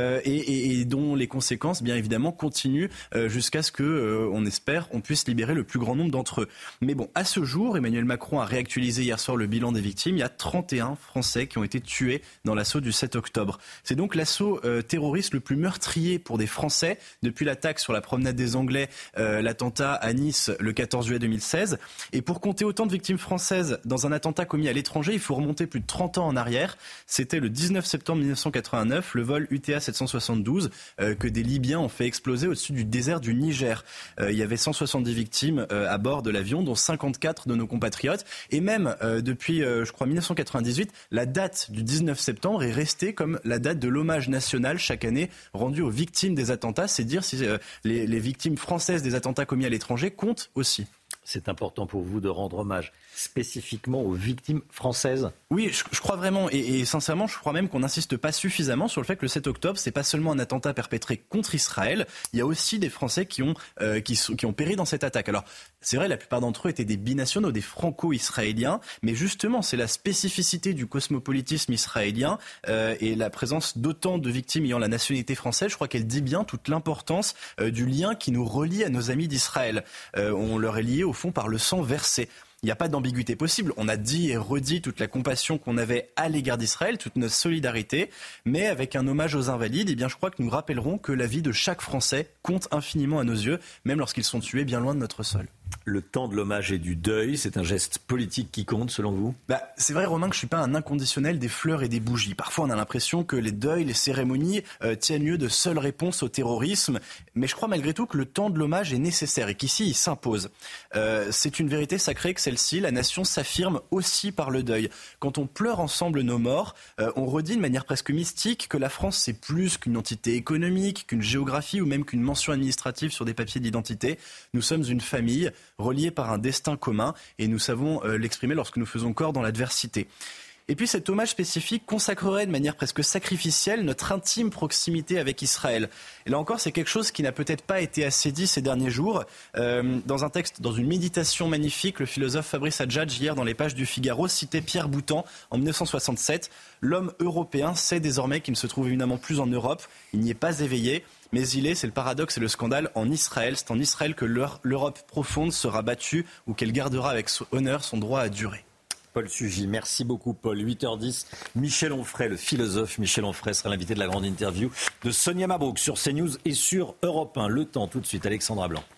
et dont les conséquences, bien évidemment, continuent jusqu'à ce que, on espère, on puisse libérer le plus grand nombre d'entre eux. Mais bon, à ce jour, Emmanuel Macron a réactualisé hier soir le bilan des victimes. Il y a 31 Français qui ont été tués dans l'assaut du 7 octobre. C'est donc l'assaut terroriste le plus meurtrier pour des Français depuis l'attaque sur la promenade des Anglais, l'attentat à Nice le 14 juillet 2016. Et pour compter autant de victimes françaises dans un attentat commis à l'étranger, il faut remonter plus de 30 ans en arrière. C'était le 19 septembre 1989, le vol UTA 772 que des Libyens ont fait exploser au-dessus du désert du Niger. Il y avait 170 victimes à bord de l'avion, dont 54 de nos compatriotes. Et même depuis, je crois, 1998, la date du 19 septembre est restée comme la date de l'hommage national chaque année rendu aux victimes des attentats. C'est dire si les victimes françaises des attentats commis à l'étranger comptent aussi.
C'est important pour vous de rendre hommage spécifiquement aux victimes françaises ?
Oui, je crois vraiment, et sincèrement, je crois même qu'on n'insiste pas suffisamment sur le fait que le 7 octobre, c'est pas seulement un attentat perpétré contre Israël, il y a aussi des Français qui ont péri dans cette attaque. Alors, c'est vrai, la plupart d'entre eux étaient des binationaux, des franco-israéliens, mais justement, c'est la spécificité du cosmopolitisme israélien et la présence d'autant de victimes ayant la nationalité française, je crois qu'elle dit bien toute l'importance du lien qui nous relie à nos amis d'Israël. On leur est lié, au fond, par le sang versé. Il n'y a pas d'ambiguïté possible. On a dit et redit toute la compassion qu'on avait à l'égard d'Israël, toute notre solidarité, mais avec un hommage aux Invalides, je crois que nous rappellerons que la vie de chaque Français compte infiniment à nos yeux, même lorsqu'ils sont tués bien loin de notre sol.
Le temps de l'hommage et du deuil, c'est un geste politique qui compte selon vous ?
C'est vrai, Romain, que je ne suis pas un inconditionnel des fleurs et des bougies. Parfois, on a l'impression que les deuils, les cérémonies tiennent lieu de seule réponse au terrorisme. Mais je crois malgré tout que le temps de l'hommage est nécessaire et qu'ici, il s'impose. C'est une vérité sacrée que celle-ci, la nation s'affirme aussi par le deuil. Quand on pleure ensemble nos morts, on redit de manière presque mystique que la France, c'est plus qu'une entité économique, qu'une géographie ou même qu'une mention administrative sur des papiers d'identité. Nous sommes une famille reliés par un destin commun et nous savons l'exprimer lorsque nous faisons corps dans l'adversité. Et puis cet hommage spécifique consacrerait de manière presque sacrificielle notre intime proximité avec Israël. Et là encore, c'est quelque chose qui n'a peut-être pas été assez dit ces derniers jours. Dans un texte, dans une méditation magnifique, le philosophe Fabrice Adjadj, hier dans les pages du Figaro, citait Pierre Boutan en 1967. L'homme européen sait désormais qu'il ne se trouve évidemment plus en Europe, il n'y est pas éveillé. Mais c'est le paradoxe et le scandale, en Israël. C'est en Israël que l'Europe profonde sera battue ou qu'elle gardera avec honneur son droit à durer.
Paul Sugy, merci beaucoup Paul. 8h10, Michel Onfray, le philosophe Michel Onfray sera l'invité de la grande interview de Sonia Mabrouk sur CNews et sur Europe 1. Le temps tout de suite, Alexandra Blanc.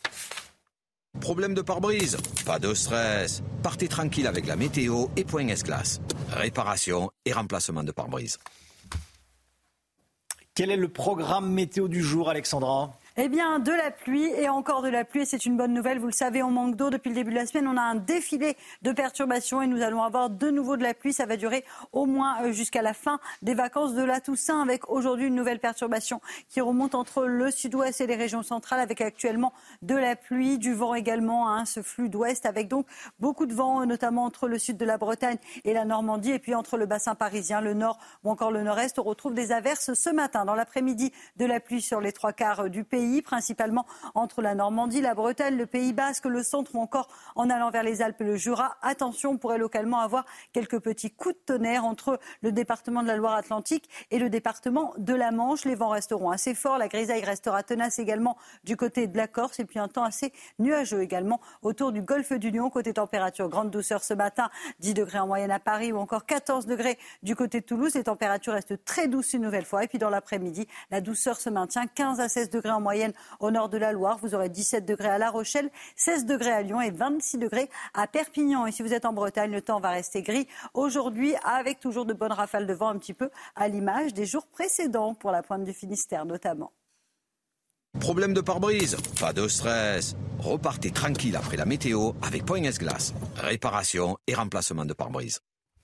Problème de pare-brise ? Pas de stress. Partez tranquille avec la météo et Point S-Glace. Réparation et remplacement de pare-brise.
Quel est le programme météo du jour, Alexandra ?
Eh bien, de la pluie et encore de la pluie, et c'est une bonne nouvelle. Vous le savez, on manque d'eau depuis le début de la semaine. On a un défilé de perturbations et nous allons avoir de nouveau de la pluie. Ça va durer au moins jusqu'à la fin des vacances de la Toussaint, avec aujourd'hui une nouvelle perturbation qui remonte entre le sud-ouest et les régions centrales, avec actuellement de la pluie, du vent également, ce flux d'ouest, avec donc beaucoup de vent, notamment entre le sud de la Bretagne et la Normandie, et puis entre le bassin parisien, le nord ou encore le nord-est. On retrouve des averses ce matin. Dans l'après-midi, de la pluie sur les 3/4 du pays, principalement entre la Normandie, la Bretagne, le Pays Basque, le centre ou encore en allant vers les Alpes et le Jura. Attention, on pourrait localement avoir quelques petits coups de tonnerre entre le département de la Loire-Atlantique et le département de la Manche. Les vents resteront assez forts, la grisaille restera tenace également du côté de la Corse et puis un temps assez nuageux également autour du golfe du Lion. Côté température, grande douceur ce matin, 10 degrés en moyenne à Paris ou encore 14 degrés du côté de Toulouse. Les températures restent très douces une nouvelle fois et puis dans l'après-midi, la douceur se maintient, 15 à 16 degrés en moyenne au nord de la Loire. Vous aurez 17 degrés à La Rochelle, 16 degrés à Lyon et 26 degrés à Perpignan. Et si vous êtes en Bretagne, le temps va rester gris aujourd'hui avec toujours de bonnes rafales de vent un petit peu à l'image des jours précédents pour la pointe du Finistère notamment.
Problème de pare-brise? Pas de stress. Repartez tranquille après la météo avec Point S-Glace. Réparation et remplacement de pare-brise.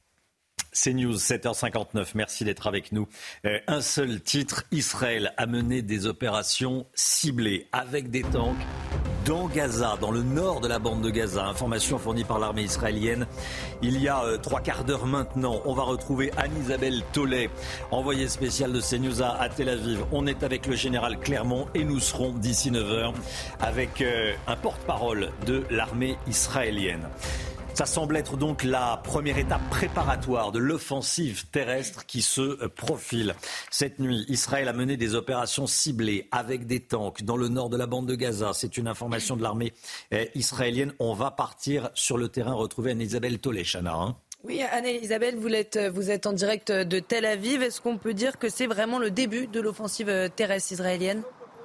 C'est News, 7h59, merci d'être avec nous. Un seul titre, Israël a mené des opérations ciblées avec des tanks dans Gaza, dans le nord de la bande de Gaza. Information fournie par l'armée israélienne il y a 3/4 d'heure maintenant. On va retrouver Anne-Isabelle Tollet, envoyée spéciale de CNews à Tel Aviv. On est avec le général Clermont et nous serons d'ici 9h avec un porte-parole de l'armée israélienne. Ça semble être donc la première étape préparatoire de l'offensive terrestre qui se profile. Cette nuit, Israël a mené des opérations ciblées avec des tanks dans le nord de la bande de Gaza. C'est une information de l'armée israélienne. On va partir sur le terrain retrouver Anne-Isabelle Tollet, Chana.
Oui, Anne-Elisabeth, vous êtes en direct de Tel Aviv. Est-ce qu'on peut dire que c'est vraiment le début de l'offensive terrestre israélienne ?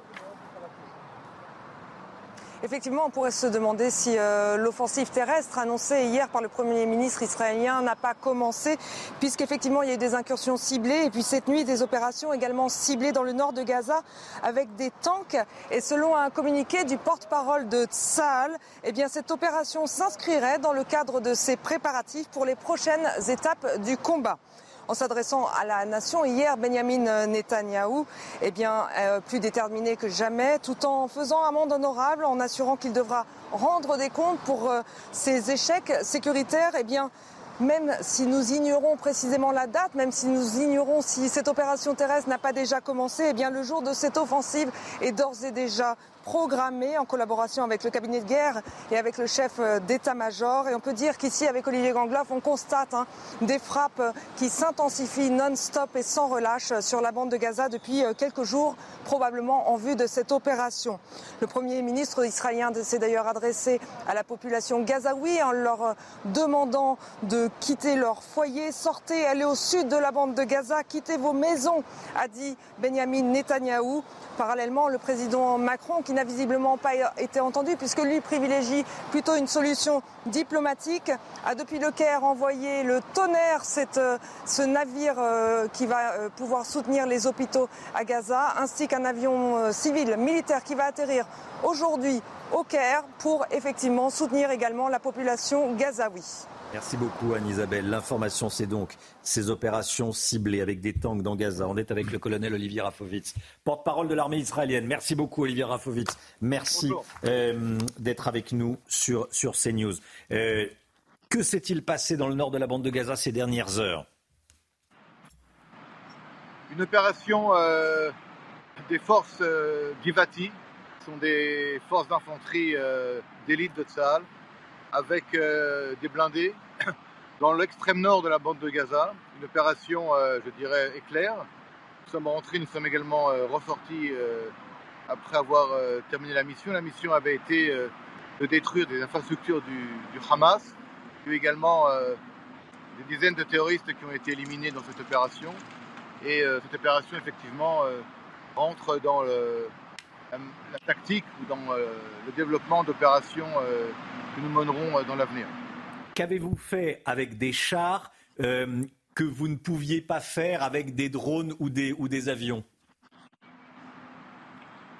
Effectivement, on pourrait se demander si l'offensive terrestre annoncée hier par le Premier ministre israélien n'a pas commencé, puisqu'effectivement il y a eu des incursions ciblées et puis cette nuit des opérations également ciblées dans le nord de Gaza avec des tanks. Et selon un communiqué du porte-parole de Tsahal, eh bien cette opération s'inscrirait dans le cadre de ces préparatifs pour les prochaines étapes du combat. En s'adressant à la nation hier, Benyamin Netanyahou, plus déterminé que jamais, tout en faisant amende honorable, en assurant qu'il devra rendre des comptes pour ses échecs sécuritaires. Même si nous ignorons précisément la date, même si nous ignorons si cette opération terrestre n'a pas déjà commencé, le jour de cette offensive est d'ores et déjà programmé en collaboration avec le cabinet de guerre et avec le chef d'état-major. Et on peut dire qu'ici, avec Olivier Gangloff, on constate des frappes qui s'intensifient non-stop et sans relâche sur la bande de Gaza depuis quelques jours, probablement en vue de cette opération. Le Premier ministre israélien s'est d'ailleurs adressé à la population gazaoui en leur demandant de quitter leur foyer. Sortez, allez au sud de la bande de Gaza, quittez vos maisons, a dit Benyamin Netanyahou. Parallèlement, le président Macron, qui n'a visiblement pas été entendu, puisque lui privilégie plutôt une solution diplomatique, a depuis le Caire envoyé le Tonnerre, ce navire qui va pouvoir soutenir les hôpitaux à Gaza, ainsi qu'un avion civil militaire qui va atterrir aujourd'hui au Caire pour effectivement soutenir également la population gazaoui.
Merci beaucoup Anne-Isabelle. L'information, c'est donc ces opérations ciblées avec des tanks dans Gaza. On est avec le colonel Olivier Rafovitz, porte-parole de l'armée israélienne. Merci beaucoup Olivier Rafovitz. Merci d'être avec nous sur CNews. Que s'est-il passé dans le nord de la bande de Gaza ces dernières heures ?
Une opération des forces Givati, qui sont des forces d'infanterie d'élite de Tsahal, avec des blindés dans l'extrême nord de la bande de Gaza. Une opération, je dirais, éclair. Nous sommes rentrés, nous sommes également ressortis après avoir terminé la mission. La mission avait été de détruire des infrastructures du Hamas. Il y a eu également des dizaines de terroristes qui ont été éliminés dans cette opération. Et cette opération, effectivement, rentre dans la tactique ou dans le développement d'opérations que nous mènerons dans l'avenir.
Qu'avez-vous fait avec des chars que vous ne pouviez pas faire avec des drones ou des avions ?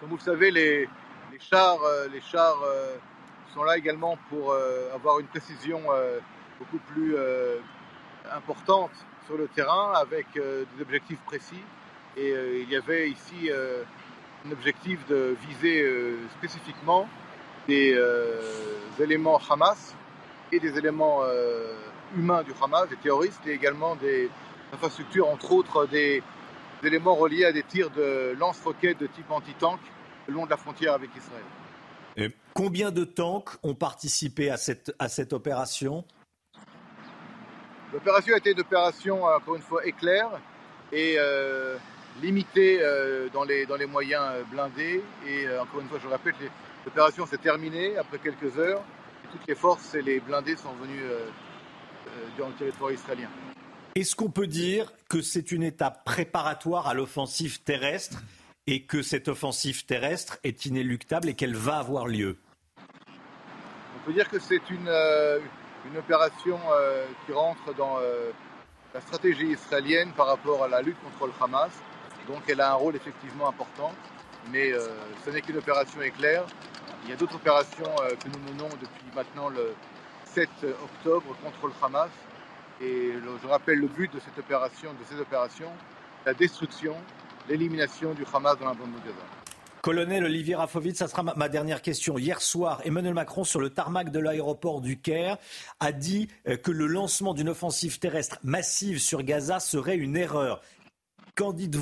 Comme vous le savez, les chars sont là également pour avoir une précision beaucoup plus importante sur le terrain avec des objectifs précis. Et il y avait ici un objectif de viser spécifiquement des éléments Hamas et des éléments humains du Hamas, des terroristes, et également des infrastructures, entre autres des éléments reliés à des tirs de lance-roquettes de type anti-tank le long de la frontière avec Israël.
Combien de tanks ont participé à cette opération ?
L'opération a été une opération, encore une fois, éclair et limitée dans les moyens blindés. Et encore une fois, je répète, l'opération s'est terminée après quelques heures. Et toutes les forces et les blindés sont venus dans le territoire israélien.
Est-ce qu'on peut dire que c'est une étape préparatoire à l'offensive terrestre et que cette offensive terrestre est inéluctable et qu'elle va avoir lieu ?
On peut dire que c'est une opération qui rentre dans la stratégie israélienne par rapport à la lutte contre le Hamas. Donc elle a un rôle effectivement important, mais ce n'est qu'une opération éclair. Il y a d'autres opérations que nous menons depuis maintenant le 7 octobre contre le Hamas. Et je rappelle le but de ces opérations, la destruction, l'élimination du Hamas dans la bande de Gaza.
Colonel Olivier Rafovitz, ça sera ma dernière question. Hier soir, Emmanuel Macron, sur le tarmac de l'aéroport du Caire, a dit que le lancement d'une offensive terrestre massive sur Gaza serait une erreur. Qu'en dites-vous ?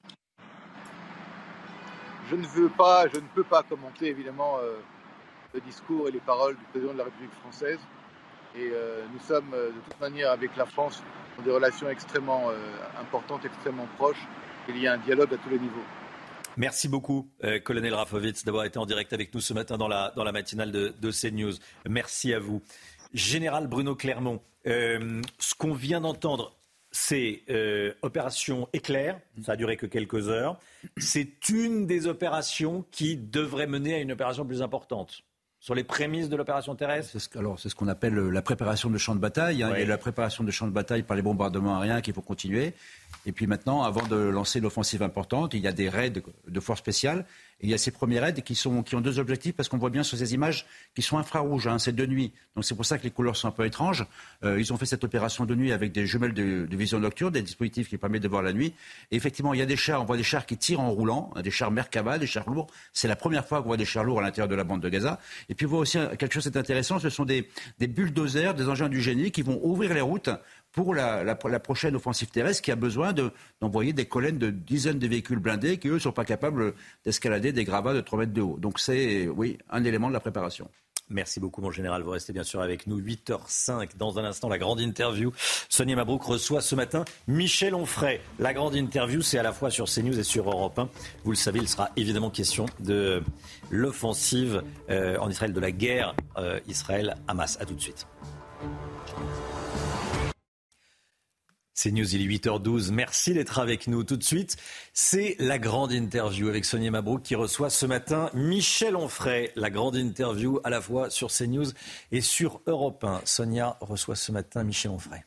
Je ne peux pas commenter évidemment le discours et les paroles du président de la République française. Et nous sommes de toute manière avec la France dans des relations extrêmement importantes, extrêmement proches. Il y a un dialogue à tous les niveaux.
Merci beaucoup, colonel Rafovitz, d'avoir été en direct avec nous ce matin dans la matinale de CNews. Merci à vous. Général Bruno Clermont, ce qu'on vient d'entendre, c'est opération éclair, ça a duré que quelques heures. C'est une des opérations qui devrait mener à une opération plus importante. Sur les prémices de l'opération terrestre ?
C'est ce qu'on appelle la préparation de champ de bataille. Oui. Il y a la préparation de champ de bataille par les bombardements aériens qu'il faut continuer. Et puis maintenant, avant de lancer l'offensive importante, il y a des raids de forces spéciales. Et il y a ces premiers raids qui ont deux objectifs, parce qu'on voit bien sur ces images qui sont infrarouges, c'est de nuit. Donc c'est pour ça que les couleurs sont un peu étranges. Ils ont fait cette opération de nuit avec des jumelles de vision nocturne, des dispositifs qui permettent de voir la nuit. Et effectivement, il y a des chars, on voit des chars qui tirent en roulant, des chars Merkava, des chars lourds. C'est la première fois qu'on voit des chars lourds à l'intérieur de la bande de Gaza. Et puis on voit aussi quelque chose d'intéressant, ce sont des bulldozers, des engins du génie qui vont ouvrir les routes pour la prochaine offensive terrestre qui a besoin d'envoyer des colonnes de dizaines de véhicules blindés qui, eux, ne sont pas capables d'escalader des gravats de 3 mètres de haut. Donc c'est, oui, un élément de la préparation.
Merci beaucoup, mon général. Vous restez bien sûr avec nous. 8h05, dans un instant, la grande interview. Sonia Mabrouk reçoit ce matin Michel Onfray. La grande interview, c'est à la fois sur CNews et sur Europe 1. Vous le savez, il sera évidemment question de l'offensive en Israël, de la guerre Israël-Hamas. A tout de suite. C'est News, il est 8h12. Merci d'être avec nous. Tout de suite, c'est la grande interview avec Sonia Mabrouk qui reçoit ce matin Michel Onfray. La grande interview à la fois sur CNews et sur Europe 1. Sonia reçoit ce matin Michel Onfray.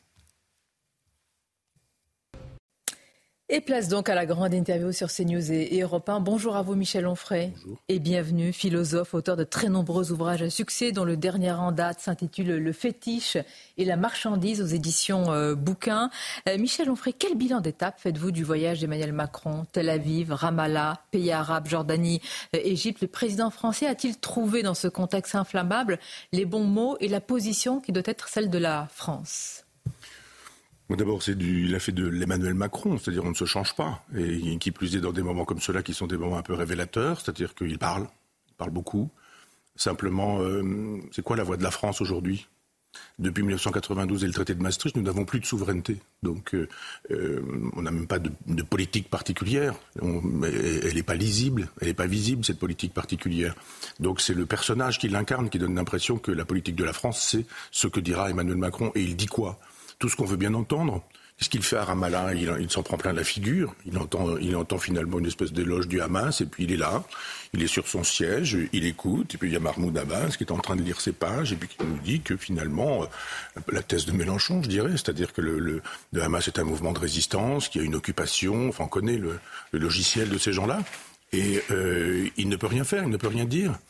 Et place donc à la grande interview sur CNews et Europe 1. Bonjour à vous Michel Onfray. Bonjour. Et bienvenue, philosophe, auteur de très nombreux ouvrages à succès dont le dernier en date s'intitule Le fétiche et la marchandise aux éditions Bouquin. Michel Onfray, quel bilan d'étape faites-vous du voyage d'Emmanuel Macron, Tel Aviv, Ramallah, pays arabes, Jordanie, Égypte? Le président français a-t-il trouvé dans ce contexte inflammable les bons mots et la position qui doit être celle de la France?
D'abord, il a fait de l'Emmanuel Macron, c'est-à-dire on ne se change pas. Et qui plus est dans des moments comme ceux-là qui sont des moments un peu révélateurs, c'est-à-dire qu'il parle beaucoup. Simplement, c'est quoi la voix de la France aujourd'hui ? Depuis 1992 et le traité de Maastricht, nous n'avons plus de souveraineté. Donc, on n'a même pas de politique particulière. Elle n'est pas lisible, elle n'est pas visible, cette politique particulière. Donc, c'est le personnage qui l'incarne qui donne l'impression que la politique de la France, c'est ce que dira Emmanuel Macron. Et il dit quoi ? Tout ce qu'on veut bien entendre. Qu'est-ce qu'il fait à Ramallah ? Il s'en prend plein la figure. Il entend finalement une espèce d'éloge du Hamas, et puis il est là. Il est sur son siège, il écoute, et puis il y a Mahmoud Abbas qui est en train de lire ses pages, et puis qui nous dit que finalement, la thèse de Mélenchon, je dirais, c'est-à-dire que le Hamas est un mouvement de résistance, qu'il y a une occupation, enfin on connaît le logiciel de ces gens-là. Et il ne peut rien faire, il ne peut rien dire.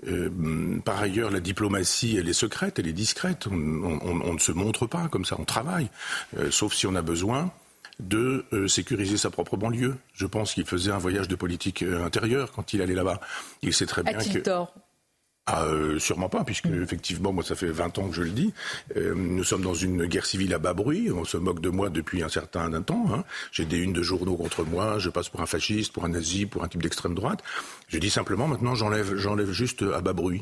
Par ailleurs, la diplomatie, elle est secrète, elle est discrète. On ne se montre pas comme ça, on travaille. Sauf si on a besoin de sécuriser sa propre banlieue. Je pense qu'il faisait un voyage de politique intérieure quand il allait là-bas. Il sait très bien
A-t-il tort ?
Sûrement pas, puisque effectivement, moi ça fait 20 ans que je le dis, nous sommes dans une guerre civile à bas bruit, on se moque de moi depuis un certain temps, hein. J'ai des unes de journaux contre moi, je passe pour un fasciste, pour un nazi, pour un type d'extrême droite. Je dis simplement maintenant j'enlève juste à bas bruit.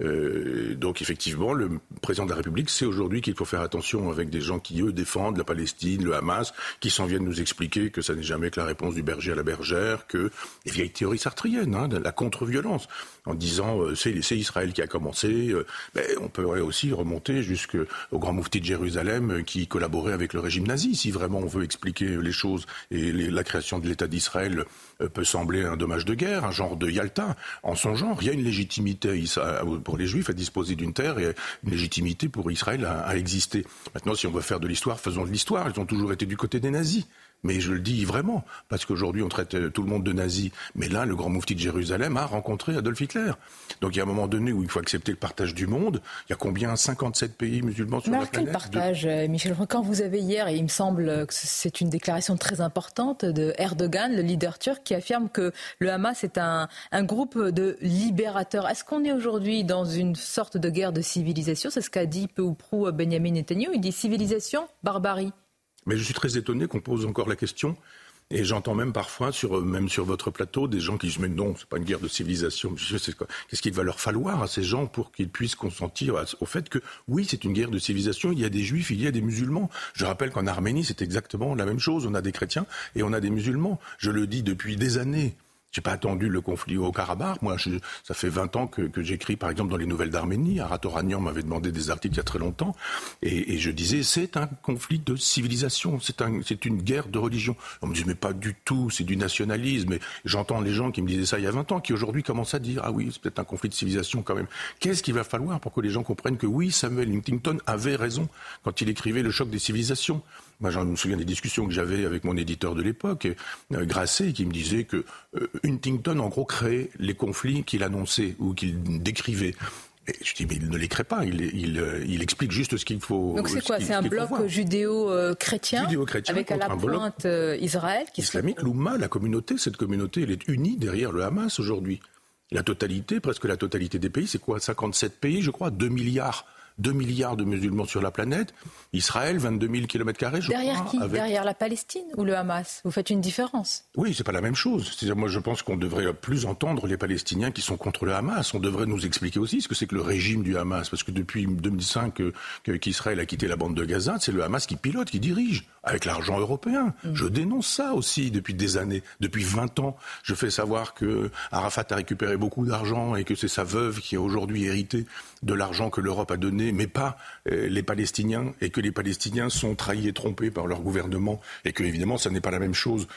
Donc effectivement, le président de la République sait aujourd'hui qu'il faut faire attention avec des gens qui, eux, défendent la Palestine, le Hamas, qui s'en viennent nous expliquer que ça n'est jamais que la réponse du berger à la bergère, que les vieilles théories sartriennes, hein, de la contre-violence, en disant c'est Israël qui a commencé. On pourrait aussi remonter jusqu'au grand moufti de Jérusalem qui collaborait avec le régime nazi. Si vraiment on veut expliquer les choses et la création de l'État d'Israël peut sembler un dommage de guerre, un genre de Yalta. En son genre, il y a une légitimité pour les Juifs à disposer d'une terre et une légitimité pour Israël à exister. Maintenant, si on veut faire de l'histoire, faisons de l'histoire. Ils ont toujours été du côté des nazis. Mais je le dis vraiment, parce qu'aujourd'hui on traite tout le monde de nazis. Mais là, le grand moufti de Jérusalem a rencontré Adolf Hitler. Donc il y a un moment donné où il faut accepter le partage du monde. Il y a combien ? 57 pays musulmans sur la planète.
Quel partage, Michel ? Quand vous avez hier, et il me semble que c'est une déclaration très importante de Erdogan, le leader turc, qui affirme que le Hamas est un groupe de libérateurs. Est-ce qu'on est aujourd'hui dans une sorte de guerre de civilisation ? C'est ce qu'a dit peu ou prou Benyamin Netanyahou. Il dit civilisation, barbarie.
Mais je suis très étonné qu'on pose encore la question. Et j'entends même parfois, même sur votre plateau, des gens qui disent « Mais non, c'est pas une guerre de civilisation. » Qu'est-ce qu'il va leur falloir à ces gens pour qu'ils puissent consentir au fait que, oui, c'est une guerre de civilisation. Il y a des juifs, il y a des musulmans. Je rappelle qu'en Arménie, c'est exactement la même chose. On a des chrétiens et on a des musulmans. Je le dis depuis des années. J'ai pas attendu le conflit au Karabakh. Moi, ça fait 20 ans que j'écris, par exemple, dans les Nouvelles d'Arménie. Aratoranian m'avait demandé des articles il y a très longtemps. Et je disais, c'est un conflit de civilisation. C'est une guerre de religion. On me dit, mais pas du tout, c'est du nationalisme. Et j'entends les gens qui me disaient ça il y a 20 ans, qui aujourd'hui commencent à dire, ah oui, c'est peut-être un conflit de civilisation quand même. Qu'est-ce qu'il va falloir pour que les gens comprennent que oui, Samuel Huntington avait raison quand il écrivait Le choc des civilisations. Moi, je me souviens des discussions que j'avais avec mon éditeur de l'époque, Grasset, qui me disait que Huntington, en gros, créait les conflits qu'il annonçait ou qu'il décrivait. Et je dis, mais il ne les crée pas, il explique juste ce qu'il faut.
Donc c'est quoi ? C'est un bloc judéo-chrétien avec à la pointe Israël qui
islamique, l'Oumma, la communauté, cette communauté, elle est unie derrière le Hamas aujourd'hui. La totalité, presque la totalité des pays, c'est quoi ? 57 pays, je crois, 2 milliards de musulmans sur la planète. Israël, 22 000 km², je
Derrière
crois.
Qui ? Derrière la Palestine ou le Hamas ? Vous faites une différence ?
Oui, c'est pas la même chose. C'est-à-dire, moi, je pense qu'on devrait plus entendre les Palestiniens qui sont contre le Hamas. On devrait nous expliquer aussi ce que c'est que le régime du Hamas. Parce que depuis 2005 qu'Israël a quitté la bande de Gaza, c'est le Hamas qui pilote, qui dirige, avec l'argent européen. Je dénonce ça aussi depuis des années, depuis 20 ans. Je fais savoir que Arafat a récupéré beaucoup d'argent et que c'est sa veuve qui a aujourd'hui hérité de l'argent que l'Europe a donné, mais pas les Palestiniens, et que les Palestiniens sont trahis et trompés par leur gouvernement, et que évidemment ça n'est pas la même chose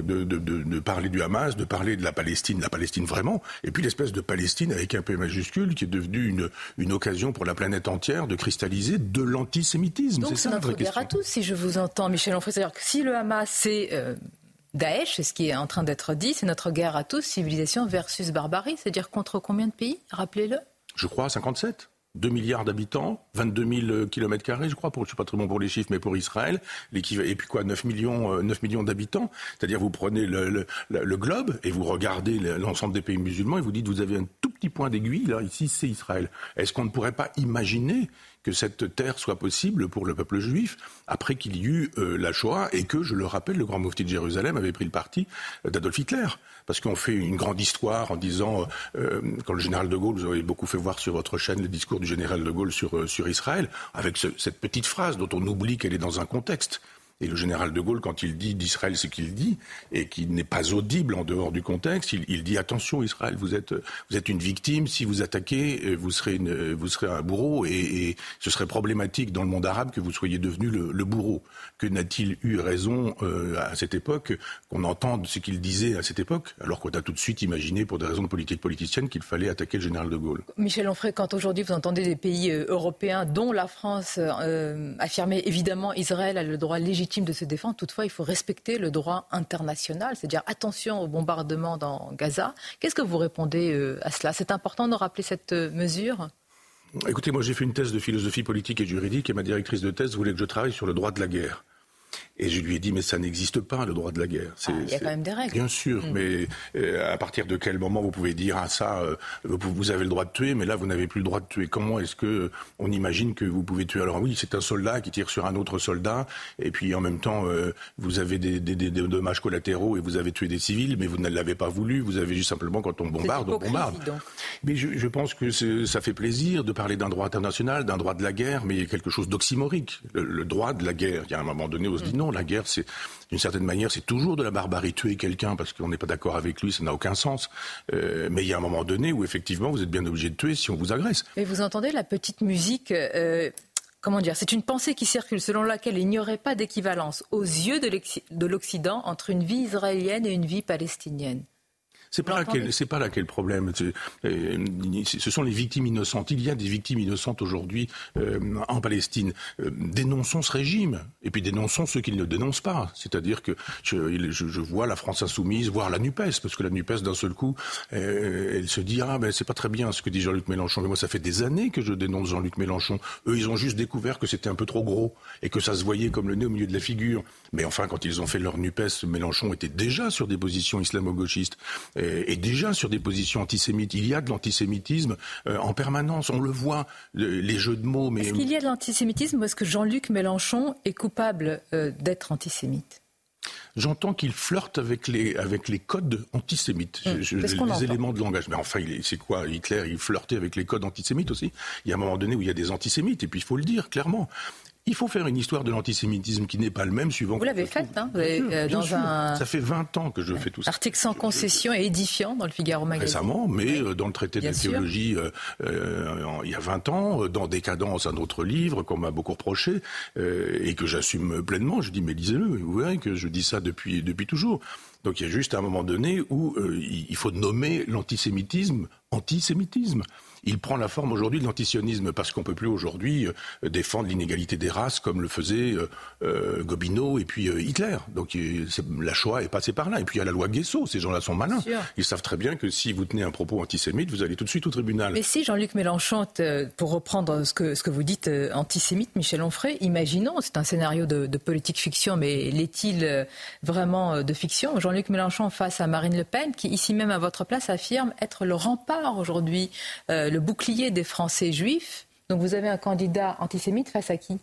de parler du Hamas, de parler de la Palestine vraiment, et puis l'espèce de Palestine avec un P majuscule qui est devenue une occasion pour la planète entière de cristalliser de l'antisémitisme.
Donc c'est notre guerre à tous, si je vous entends, Michel Onfray. C'est-à-dire que si le Hamas c'est Daesh, c'est ce qui est en train d'être dit, c'est notre guerre à tous, civilisation versus barbarie, c'est-à-dire contre combien de pays ? Rappelez-le.
Je crois 57. 2 milliards d'habitants, 22 000 km², je crois, je ne suis pas très bon pour les chiffres, mais pour Israël, et puis quoi, 9 millions d'habitants. C'est-à-dire, vous prenez le globe et vous regardez l'ensemble des pays musulmans et vous dites, vous avez un tout petit point d'aiguille, là, ici, c'est Israël. Est-ce qu'on ne pourrait pas imaginer que cette terre soit possible pour le peuple juif après qu'il y eut la Shoah et que, je le rappelle, le grand moufti de Jérusalem avait pris le parti d'Adolf Hitler. Parce qu'on fait une grande histoire en disant, quand le général de Gaulle, vous avez beaucoup fait voir sur votre chaîne le discours du général de Gaulle sur Israël, avec cette petite phrase dont on oublie qu'elle est dans un contexte. Et le général de Gaulle, quand il dit d'Israël ce qu'il dit, et qu'il n'est pas audible en dehors du contexte, il dit attention Israël, vous êtes une victime, si vous attaquez, vous serez un bourreau, et ce serait problématique dans le monde arabe que vous soyez devenu le bourreau. Que n'a-t-il eu raison à cette époque, qu'on entende ce qu'il disait à cette époque, alors qu'on a tout de suite imaginé, pour des raisons de politique politicienne, qu'il fallait attaquer le général de Gaulle.
Michel Onfray, quand aujourd'hui vous entendez des pays européens, dont la France, affirmer évidemment Israël a le droit légitime légitime de se défendre. Toutefois, il faut respecter le droit international, c'est-à-dire attention au bombardement dans Gaza. Qu'est-ce que vous répondez à cela ? C'est important de rappeler cette mesure ?
Écoutez, moi j'ai fait une thèse de philosophie politique et juridique et ma directrice de thèse voulait que je travaille sur le droit de la guerre. Et je lui ai dit, mais ça n'existe pas, le droit de la guerre.
Il y a quand même des règles.
Bien sûr, mais à partir de quel moment vous pouvez dire, vous avez le droit de tuer, mais là, vous n'avez plus le droit de tuer. Comment est-ce qu'on imagine que vous pouvez tuer ? Alors oui, c'est un soldat qui tire sur un autre soldat, et puis en même temps, vous avez des dommages collatéraux et vous avez tué des civils, mais vous ne l'avez pas voulu, vous avez juste simplement, quand on bombarde, on bombarde. Donc. Mais je pense que ça fait plaisir de parler d'un droit international, d'un droit de la guerre, mais il y a quelque chose d'oxymorique. Le droit de la guerre, il y a un moment donné, on se dit non, la guerre, c'est d'une certaine manière, c'est toujours de la barbarie. Tuer quelqu'un parce qu'on n'est pas d'accord avec lui, ça n'a aucun sens. Mais il y a un moment donné où effectivement, vous êtes bien obligé de tuer si on vous agresse.
Mais vous entendez la petite musique comment dire ? C'est une pensée qui circule selon laquelle il n'y aurait pas d'équivalence aux yeux de l'Occident entre une vie israélienne et une vie palestinienne.
C'est pas là qu'est le problème. Ce sont les victimes innocentes. Il y a des victimes innocentes aujourd'hui en Palestine. Dénonçons ce régime et puis dénonçons ceux qui ne le dénoncent pas. C'est-à-dire que je vois la France insoumise, voire la NUPES, parce que la NUPES d'un seul coup, elle se dit c'est pas très bien ce que dit Jean-Luc Mélenchon. Mais moi, ça fait des années que je dénonce Jean-Luc Mélenchon. Eux, ils ont juste découvert que c'était un peu trop gros et que ça se voyait comme le nez au milieu de la figure. Mais enfin, quand ils ont fait leur NUPES, Mélenchon était déjà sur des positions islamo-gauchistes. Et déjà sur des positions antisémites. Il y a de l'antisémitisme en permanence, on le voit, les jeux de mots. Mais...
Est-ce qu'il y a de l'antisémitisme ou est-ce que Jean-Luc Mélenchon est coupable d'être antisémite ?
J'entends qu'il flirte avec les codes antisémites, les éléments de langage. Mais enfin, c'est quoi ? Hitler, il flirtait avec les codes antisémites aussi. Il y a un moment donné où il y a des antisémites, et puis il faut le dire clairement. Il faut faire une histoire de l'antisémitisme qui n'est pas le même suivant...
Vous l'avez faite, hein ?
Ça fait 20 ans que je fais tout ça.
Article sans concession et édifiant dans le Figaro Magazine.
Récemment, mais dans le traité de théologie, il y a 20 ans, dans Décadence, un autre livre qu'on m'a beaucoup reproché et que j'assume pleinement. Je dis, mais lisez-le, vous verrez que je dis ça depuis toujours. Donc il y a juste un moment donné où il faut nommer l'antisémitisme antisémitisme. Il prend la forme aujourd'hui de l'antisionisme parce qu'on ne peut plus aujourd'hui défendre l'inégalité des races comme le faisaient Gobineau et puis Hitler. Donc la Shoah est passée par là. Et puis il y a la loi Guesso, ces gens-là sont malins. Ils savent très bien que si vous tenez un propos antisémite, vous allez tout de suite au tribunal.
Mais si Jean-Luc Mélenchon, pour reprendre ce que vous dites, antisémite, Michel Onfray, imaginons, c'est un scénario de politique fiction, mais l'est-il vraiment de fiction ? Jean-Luc Mélenchon face à Marine Le Pen, qui ici même à votre place affirme être le rempart aujourd'hui, le bouclier des Français juifs. Donc vous avez un candidat antisémite face à qui ?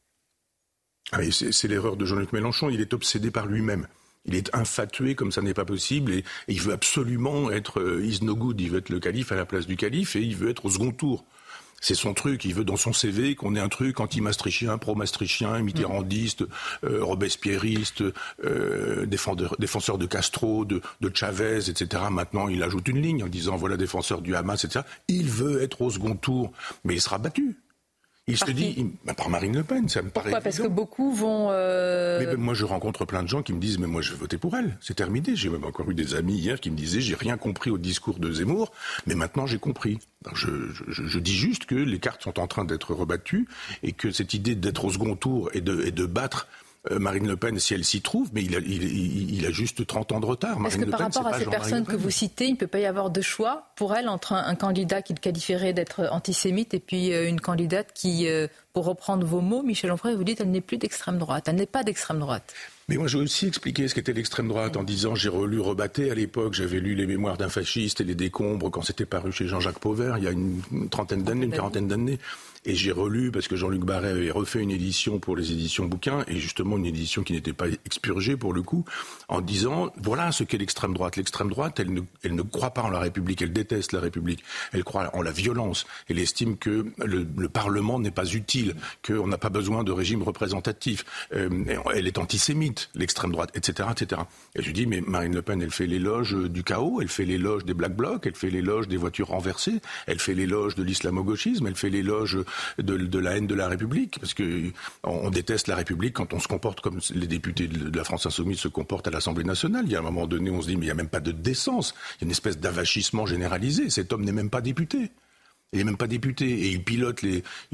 C'est l'erreur de Jean-Luc Mélenchon. Il est obsédé par lui-même. Il est infatué comme ça n'est pas possible et il veut absolument être is no good. Il veut être le calife à la place du calife et il veut être au second tour. C'est son truc, il veut dans son CV qu'on ait un truc anti-maastrichtien, pro-maastrichtien, mitterrandiste, robespierriste, défenseur de Castro, de Chavez, etc. Maintenant, il ajoute une ligne en disant voilà, défenseur du Hamas, etc. Il veut être au second tour, mais il sera battu. Il se dit, par Marine Le Pen, ça me paraît évident.
Parce que beaucoup vont...
Mais moi, je rencontre plein de gens qui me disent, mais moi, je vais voter pour elle. C'est terminé. J'ai même encore eu des amis hier qui me disaient, j'ai rien compris au discours de Zemmour, mais maintenant, j'ai compris. Donc, je dis juste que les cartes sont en train d'être rebattues et que cette idée d'être au second tour et de battre Marine Le Pen, si elle s'y trouve, mais il a juste 30 ans de retard.
Est-ce que par rapport à ces personnes que vous citez, il ne peut pas y avoir de choix pour elle entre un candidat qu'il qualifierait d'être antisémite et puis une candidate qui, pour reprendre vos mots, Michel Onfray, vous dites elle n'est plus d'extrême droite, elle n'est pas d'extrême droite.
Mais moi, j'ai aussi expliqué ce qu'était l'extrême droite en disant, j'ai relu Rebatté à l'époque, j'avais lu Les Mémoires d'un fasciste et Les Décombres quand c'était paru chez Jean-Jacques Pauvert, il y a une quarantaine d'années. Et j'ai relu, parce que Jean-Luc Barré avait refait une édition pour les éditions bouquins, et justement une édition qui n'était pas expurgée pour le coup, en disant, voilà ce qu'est l'extrême droite. L'extrême droite, elle ne croit pas en la République, elle déteste la République, elle croit en la violence, elle estime que le Parlement n'est pas utile, qu'on n'a pas besoin de régime représentatif, elle est antisémite, l'extrême droite, etc., etc. Et je dis, mais Marine Le Pen, elle fait l'éloge du chaos, elle fait l'éloge des Black Blocs, elle fait l'éloge des voitures renversées, elle fait l'éloge de l'islamo-gauchisme, elle fait l'éloge de la haine de la République, parce que on déteste la République quand on se comporte comme les députés de la France Insoumise se comportent à l'Assemblée nationale. Il y a un moment donné, on se dit, mais il n'y a même pas de décence, il y a une espèce d'avachissement généralisé, cet homme n'est même pas député. Il n'est même pas député et il pilote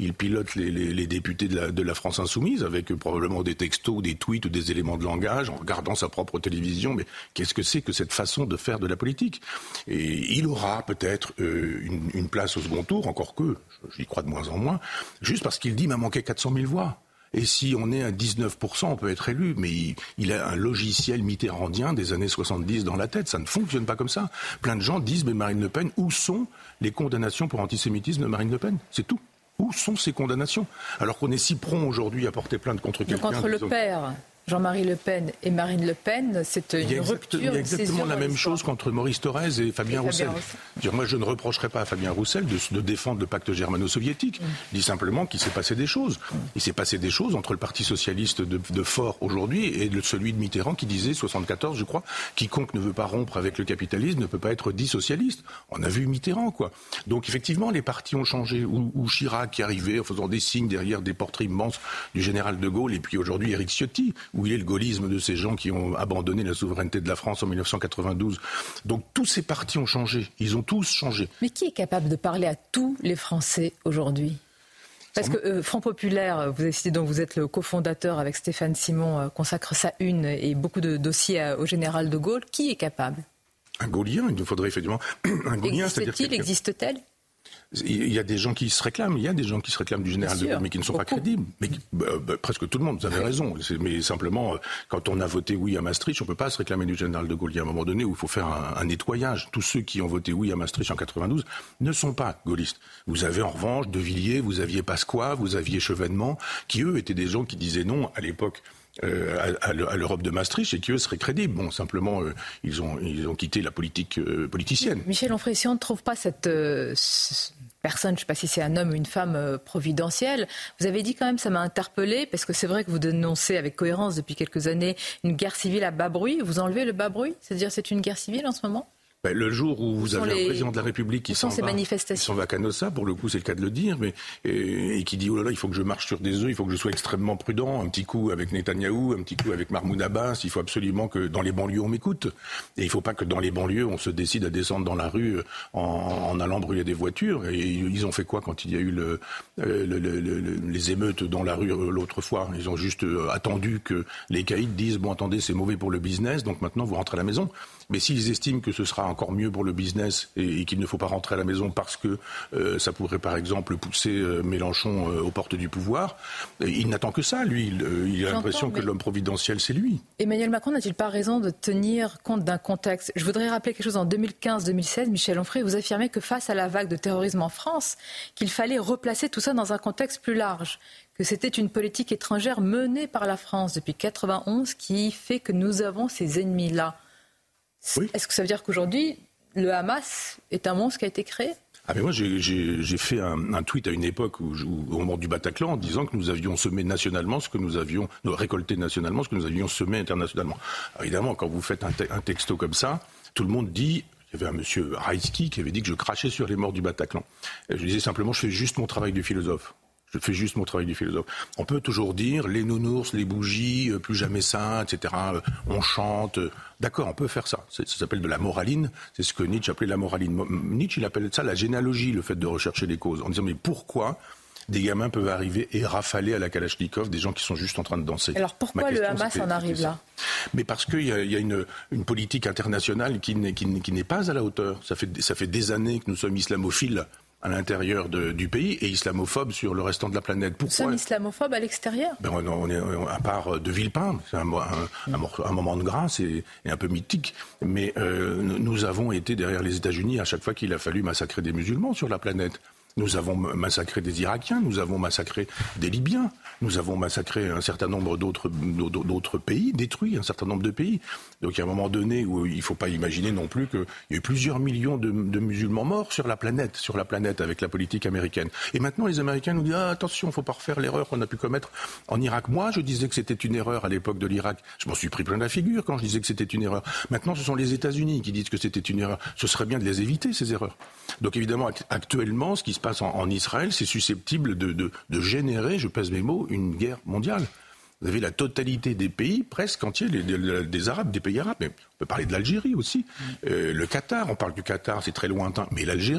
les députés de la France insoumise avec probablement des textos, des tweets ou des éléments de langage en regardant sa propre télévision. Mais qu'est-ce que c'est que cette façon de faire de la politique ? Et il aura peut-être une place au second tour, encore que j'y crois de moins en moins, juste parce qu'il dit il m'a manqué 400 000 voix. Et si on est à 19%, on peut être élu. Mais il a un logiciel mitterrandien des années 70 dans la tête. Ça ne fonctionne pas comme ça. Plein de gens disent, mais Marine Le Pen, où sont les condamnations pour antisémitisme de Marine Le Pen ? C'est tout. Où sont ces condamnations ? Alors qu'on est si prompt aujourd'hui à porter plainte contre quelqu'un...
Donc entre le père, Jean-Marie Le Pen et Marine Le Pen, c'est une rupture.
Il y a exactement la même chose qu'entre Maurice Thorez et Fabien Roussel. Moi, je ne reprocherai pas à Fabien Roussel de défendre le pacte germano-soviétique. Je dis simplement qu'il s'est passé des choses. Il s'est passé des choses entre le Parti socialiste de Faure aujourd'hui et celui de Mitterrand qui disait, 74 je crois, quiconque ne veut pas rompre avec le capitalisme ne peut pas être dit socialiste. On a vu Mitterrand, quoi. Donc effectivement, les partis ont changé. Ou Chirac qui arrivait en faisant des signes derrière des portraits immenses du général de Gaulle, et puis aujourd'hui Éric Ciotti, où il est le gaullisme de ces gens qui ont abandonné la souveraineté de la France en 1992. Donc tous ces partis ont changé. Ils ont tous changé.
Mais qui est capable de parler à tous les Français aujourd'hui ? Parce que Front Populaire, vous avez cité, donc vous êtes le cofondateur avec Stéphane Simon, consacre sa une et beaucoup de dossiers au général de Gaulle. Qui est capable ?
Un gaullien, il nous faudrait effectivement un gaullien.
Existe-t-elle ?
Il y a des gens qui se réclament, du général de Gaulle, mais qui ne sont pas crédibles. Mais, presque tout le monde, vous avez raison. Mais simplement, quand on a voté oui à Maastricht, on ne peut pas se réclamer du général de Gaulle. Il y a un moment donné où il faut faire un nettoyage. Tous ceux qui ont voté oui à Maastricht en 92 ne sont pas gaullistes. Vous avez en revanche De Villiers, vous aviez Pasqua, vous aviez Chevènement, qui eux étaient des gens qui disaient non à l'époque à l'Europe de Maastricht et qui eux seraient crédibles. Bon, simplement, ils ont quitté la politique politicienne.
Michel Onfray, si on ne trouve pas cette personne, je ne sais pas si c'est un homme ou une femme providentielle, vous avez dit quand même, ça m'a interpellé, parce que c'est vrai que vous dénoncez avec cohérence depuis quelques années une guerre civile à bas bruit. Vous enlevez le bas bruit ? C'est-à-dire c'est une guerre civile en ce moment ?
Le jour où vous avez un président de la République qui s'en va à Canossa, pour le coup c'est le cas de le dire, et qui dit oh là là, il faut que je marche sur des œufs, il faut que je sois extrêmement prudent, un petit coup avec Netanyahou, un petit coup avec Mahmoud Abbas, il faut absolument que dans les banlieues on m'écoute, et il ne faut pas que dans les banlieues on se décide à descendre dans la rue en allant brûler des voitures. Et ils ont fait quoi quand il y a eu les émeutes dans la rue l'autre fois ? Ils ont juste attendu que les caïds disent bon attendez, c'est mauvais pour le business, donc maintenant vous rentrez à la maison. Mais s'ils estiment que ce sera encore mieux pour le business et qu'il ne faut pas rentrer à la maison parce que ça pourrait par exemple pousser Mélenchon aux portes du pouvoir, il n'attend que ça, lui. Il a l'impression que l'homme providentiel, c'est lui.
Emmanuel Macron n'a-t-il pas raison de tenir compte d'un contexte ? Je voudrais rappeler quelque chose. En 2015-2016, Michel Onfray, vous affirmez que face à la vague de terrorisme en France, qu'il fallait replacer tout ça dans un contexte plus large, que c'était une politique étrangère menée par la France depuis 1991 qui fait que nous avons ces ennemis-là. Oui. Est-ce que ça veut dire qu'aujourd'hui, le Hamas est un monstre qui a été créé ?
Mais moi, j'ai fait un tweet à une époque au moment du Bataclan en disant que nous avions semé nationalement ce que nous avions récolté nationalement, ce que nous avions semé internationalement. Alors, évidemment, quand vous faites un texto comme ça, tout le monde dit... Il y avait un monsieur Raïski qui avait dit que je crachais sur les morts du Bataclan. Et je disais simplement, je fais juste mon travail de philosophe. On peut toujours dire les nounours, les bougies, plus jamais ça, etc. On chante. D'accord, on peut faire ça. Ça s'appelle de la moraline. C'est ce que Nietzsche appelait la moraline. Nietzsche, il appelle ça la généalogie, le fait de rechercher les causes. En disant, mais pourquoi des gamins peuvent arriver et rafaler à la Kalachnikov des gens qui sont juste en train de danser ?
Alors pourquoi le Hamas en arrive là ?
Mais parce qu'il y a une politique internationale qui n'est pas à la hauteur. Ça fait des années que nous sommes islamophiles à l'intérieur du pays et islamophobes sur le restant de la planète. Pourquoi ?
Nous sommes islamophobes à l'extérieur ?
On est à part de Villepin, c'est un moment de grâce et un peu mythique, mais nous avons été derrière les États-Unis à chaque fois qu'il a fallu massacrer des musulmans sur la planète. Nous avons massacré des Irakiens, nous avons massacré des Libyens, nous avons massacré un certain nombre d'autres pays, détruit un certain nombre de pays. Donc il y a un moment donné où il ne faut pas imaginer non plus qu'il y a eu plusieurs millions de musulmans morts sur la planète avec la politique américaine. Et maintenant les Américains nous disent attention, il ne faut pas refaire l'erreur qu'on a pu commettre en Irak. Moi je disais que c'était une erreur à l'époque de l'Irak. Je m'en suis pris plein la figure quand je disais que c'était une erreur. Maintenant ce sont les États-Unis qui disent que c'était une erreur. Ce serait bien de les éviter ces erreurs. Donc évidemment actuellement ce qui se passe en Israël, c'est susceptible de générer, je pèse mes mots, une guerre mondiale. Vous avez la totalité des pays, presque entiers, des Arabes, des pays arabes. Mais on peut parler de l'Algérie aussi. Le Qatar, on parle du Qatar, c'est très lointain. Mais l'Algérie,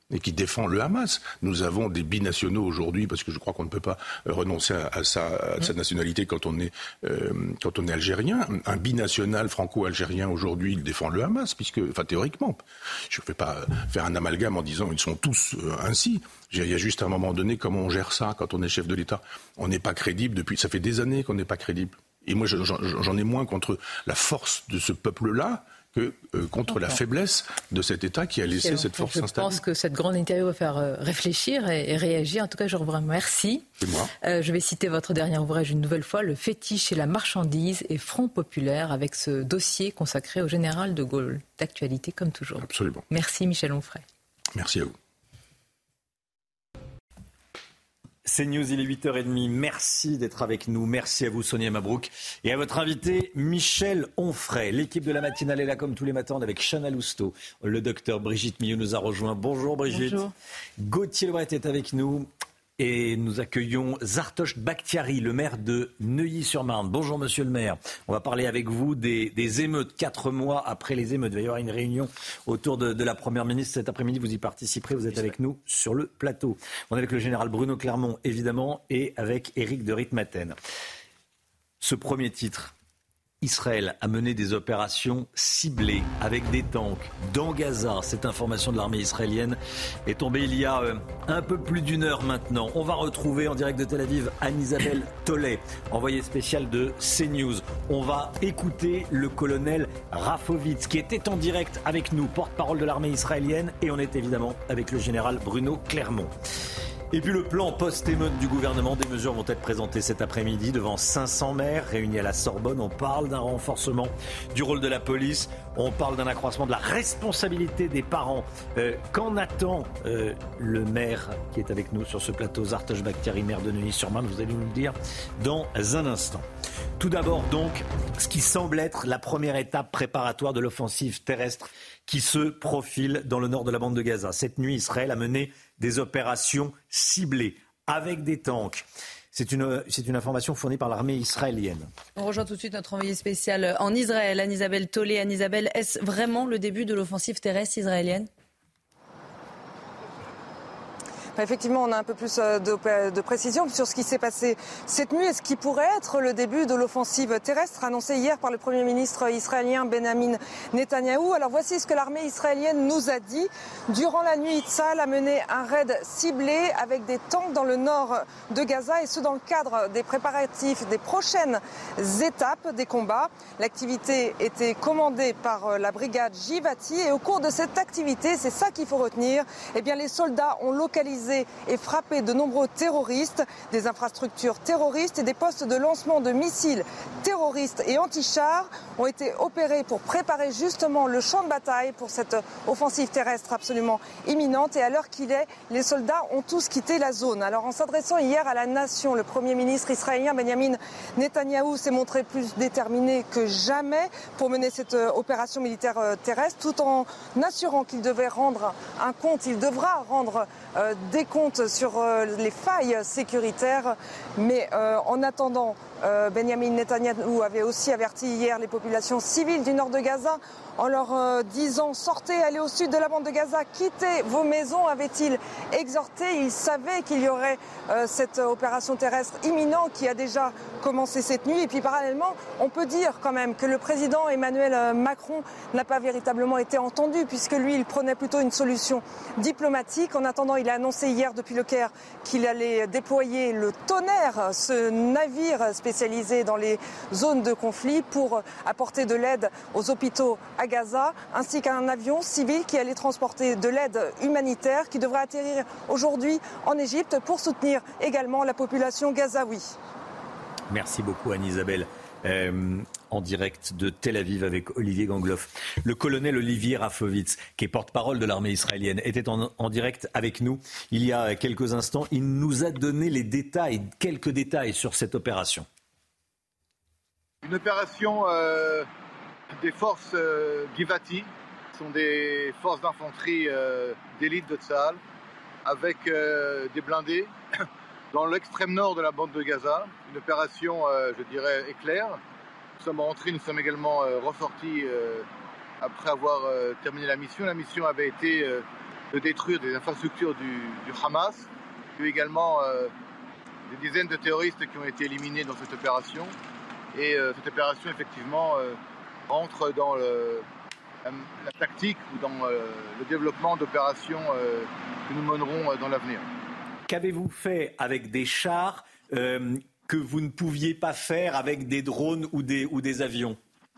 et qui défend le Hamas. Nous avons des binationaux aujourd'hui, parce que je crois qu'on ne peut pas renoncer à sa nationalité quand on est algérien. Un binational franco-algérien aujourd'hui, il défend le Hamas, théoriquement. Je ne vais pas faire un amalgame en disant ils sont tous ainsi. Il y a juste un moment donné, comment on gère ça quand on est chef de l'État. On n'est pas crédible ça fait des années qu'on n'est pas crédible. Et moi, j'en ai moins contre la force de ce peuple-là que contre la faiblesse de cet État qui a laissé cette force s'installer.
Je pense que cette grande interview va faire réfléchir et réagir. En tout cas, je vous remercie.
C'est moi.
Je vais citer votre dernier ouvrage une nouvelle fois, Le fétiche et la marchandise et Front populaire, avec ce dossier consacré au général de Gaulle. D'actualité comme toujours.
Absolument.
Merci Michel Onfray.
Merci à vous.
CNews, il est 8h30. Merci d'être avec nous. Merci à vous, Sonia Mabrouk. Et à votre invité, Michel Onfray. L'équipe de la matinale est là comme tous les matins avec Chana Lousteau. Le docteur Brigitte Millot nous a rejoint. Bonjour Brigitte. Bonjour. Gauthier Lebret est avec nous. Et nous accueillons Zartosh Bakhtiari, le maire de Neuilly-sur-Marne. Bonjour monsieur le maire. On va parler avec vous des émeutes. 4 mois après les émeutes, il va y avoir une réunion autour de la Première ministre. Cet après-midi, vous y participerez. Vous êtes avec nous sur le plateau. On est avec le général Bruno Clermont, évidemment, et avec Éric de Ritmaten. Ce premier titre. Israël a mené des opérations ciblées avec des tanks dans Gaza. Cette information de l'armée israélienne est tombée il y a un peu plus d'une heure maintenant. On va retrouver en direct de Tel Aviv Anne-Isabelle Tollet, envoyée spéciale de CNews. On va écouter le colonel Rafovitz qui était en direct avec nous, porte-parole de l'armée israélienne. Et on est évidemment avec le général Bruno Clermont. Et puis le plan post-émeute du gouvernement, des mesures vont être présentées cet après-midi devant 500 maires réunis à la Sorbonne. On parle d'un renforcement du rôle de la police, on parle d'un accroissement de la responsabilité des parents. Qu'en attend le maire qui est avec nous sur ce plateau, Zartosh Bakhtiari, maire de Neuilly-sur-Marne? Vous allez nous le dire dans un instant. Tout d'abord donc, ce qui semble être la première étape préparatoire de l'offensive terrestre qui se profile dans le nord de la bande de Gaza. Cette nuit, Israël a mené des opérations ciblées avec des tanks. C'est une information fournie par l'armée israélienne.
On rejoint tout de suite notre envoyé spécial en Israël, Anne-Isabelle Tollet. Anne-Isabelle, est-ce vraiment le début de l'offensive terrestre israélienne ?
Effectivement, on a un peu plus de précision sur ce qui s'est passé cette nuit et ce qui pourrait être le début de l'offensive terrestre annoncée hier par le Premier ministre israélien Benjamin Netanyahou. Alors voici ce que l'armée israélienne nous a dit. Durant la nuit, Tsahal a mené un raid ciblé avec des tanks dans le nord de Gaza et ce dans le cadre des préparatifs des prochaines étapes des combats. L'activité était commandée par la brigade Givati et au cours de cette activité, c'est ça qu'il faut retenir, eh bien les soldats ont localisé et frappé de nombreux terroristes, des infrastructures terroristes et des postes de lancement de missiles terroristes et anti-chars ont été opérés pour préparer justement le champ de bataille pour cette offensive terrestre absolument imminente. Et à l'heure qu'il est, les soldats ont tous quitté la zone. Alors en s'adressant hier à la nation, le Premier ministre israélien Benjamin Netanyahou s'est montré plus déterminé que jamais pour mener cette opération militaire terrestre, tout en assurant qu'il devait rendre un compte, il devra rendre des comptes sur les failles sécuritaires. Mais en attendant, Benjamin Netanyahou avait aussi averti hier les populations civiles du nord de Gaza en leur disant « Sortez, allez au sud de la bande de Gaza, quittez vos maisons », avait-il exhorté. Il savait qu'il y aurait cette opération terrestre imminente qui a déjà commencé cette nuit. Et puis parallèlement, on peut dire quand même que le président Emmanuel Macron n'a pas véritablement été entendu puisque lui, il prenait plutôt une solution diplomatique. En attendant, il a annoncé hier depuis le Caire qu'il allait déployer le Tonnerre, ce navire spécialisé dans les zones de conflit pour apporter de l'aide aux hôpitaux à Gaza, ainsi qu'un avion civil qui allait transporter de l'aide humanitaire qui devrait atterrir aujourd'hui en Égypte pour soutenir également la population gazaoui.
Merci beaucoup Anne-Isabelle. En direct de Tel Aviv avec Olivier Gangloff. Le colonel Olivier Rafovitz, qui est porte-parole de l'armée israélienne, était en direct avec nous il y a quelques instants. Il nous a donné les détails, quelques détails sur cette opération.
Une opération des forces Givati, qui sont des forces d'infanterie d'élite de Tsahal, avec des blindés dans l'extrême nord de la bande de Gaza. Une opération, je dirais, éclair. Nous sommes rentrés, nous sommes également ressortis après avoir terminé la mission. La mission avait été de détruire des infrastructures du Hamas. Il y a eu également des dizaines de terroristes qui ont été éliminés dans cette opération. Et cette opération, effectivement, rentre dans la tactique ou dans le développement d'opérations que nous mènerons dans l'avenir.
Qu'avez-vous fait avec des chars que vous ne pouviez pas faire avec des drones ou des avions?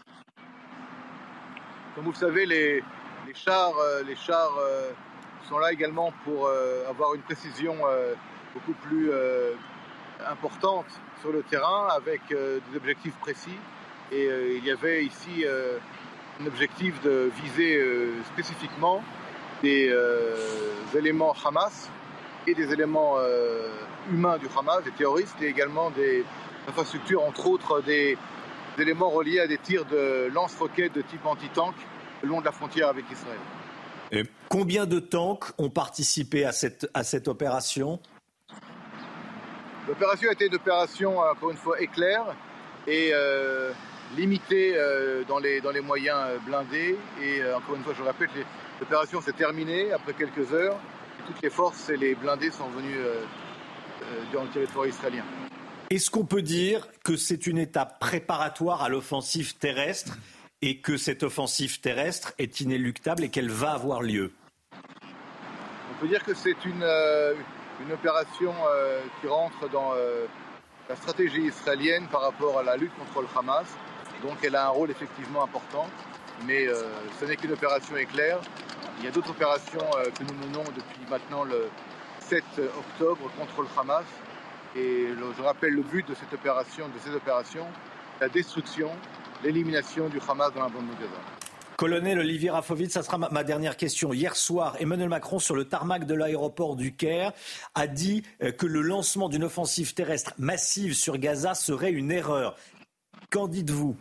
Comme vous le savez, les chars sont là également pour avoir une précision beaucoup plus importante sur le terrain avec des objectifs précis. Et il y avait ici un objectif de viser spécifiquement des éléments Hamas et des éléments humains du Hamas, des terroristes, et également des infrastructures, entre autres des éléments reliés à des tirs de lance-roquettes de type anti-tank le long de la frontière avec Israël.
Et combien de tanks ont participé à cette opération?
L'opération a été une opération, encore une fois, éclair et limitée dans les moyens blindés. Et encore une fois, je répète, l'opération s'est terminée après quelques heures. Et toutes les forces et les blindés sont venus dans le territoire israélien.
Est-ce qu'on peut dire que c'est une étape préparatoire à l'offensive terrestre et que cette offensive terrestre est inéluctable et qu'elle va avoir lieu?
On peut dire que c'est une opération qui rentre dans la stratégie israélienne par rapport à la lutte contre le Hamas. Donc elle a un rôle effectivement important, mais ce n'est qu'une opération éclair. Il y a d'autres opérations que nous menons depuis maintenant le 7 octobre contre le Hamas. Et je rappelle le but de ces opérations, la destruction, l'élimination du Hamas dans la bande de Gaza.
Colonel Olivier Rafovitz, ça sera ma dernière question. Hier soir, Emmanuel Macron, sur le tarmac de l'aéroport du Caire, a dit que le lancement d'une offensive terrestre massive sur Gaza serait une erreur. Qu'en dites-vous?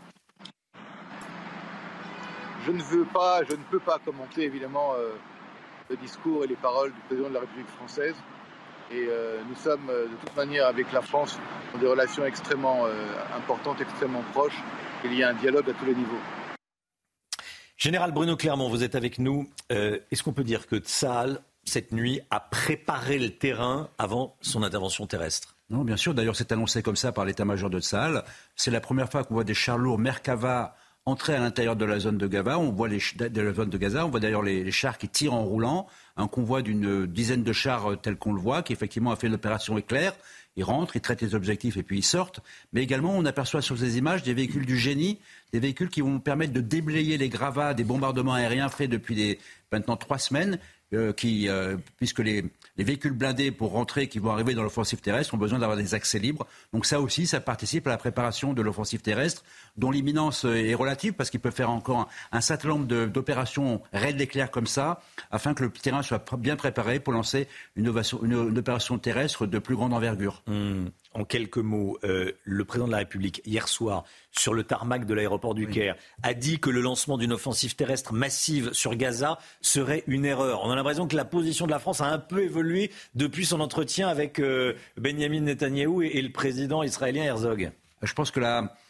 Je ne peux pas commenter évidemment le discours et les paroles du président de la République française. Et nous sommes de toute manière avec la France dans des relations extrêmement importantes, extrêmement proches. Il y a un dialogue à tous les niveaux.
Général Bruno Clermont, vous êtes avec nous. Est-ce qu'on peut dire que Tsahal, cette nuit, a préparé le terrain avant son intervention terrestre?
Non, bien sûr. D'ailleurs, c'est annoncé comme ça par l'état-major de Tsahal. C'est la première fois qu'on voit des chars lourds Merkava entrer à l'intérieur de la zone de Gaza. On voit on voit d'ailleurs les chars qui tirent en roulant. Un convoi d'une dizaine de chars tel qu'on le voit, qui effectivement a fait une opération éclair. Ils rentrent, ils traitent les objectifs et puis ils sortent. Mais également, on aperçoit sur ces images des véhicules du génie, des véhicules qui vont permettre de déblayer les gravats des bombardements aériens faits depuis maintenant 3 semaines, puisque les véhicules blindés pour rentrer, qui vont arriver dans l'offensive terrestre, ont besoin d'avoir des accès libres. Donc ça aussi, ça participe à la préparation de l'offensive terrestre, dont l'imminence est relative, parce qu'il peut faire encore un certain nombre d'opérations raids d'éclair comme ça, afin que le terrain soit bien préparé pour lancer une opération terrestre de plus grande envergure.
En quelques mots, le président de la République, hier soir, sur le tarmac de l'aéroport du Caire, a dit que le lancement d'une offensive terrestre massive sur Gaza serait une erreur. On a l'impression que la position de la France a un peu évolué depuis son entretien avec Benyamin Netanyahou et le président israélien Herzog.
Je pense que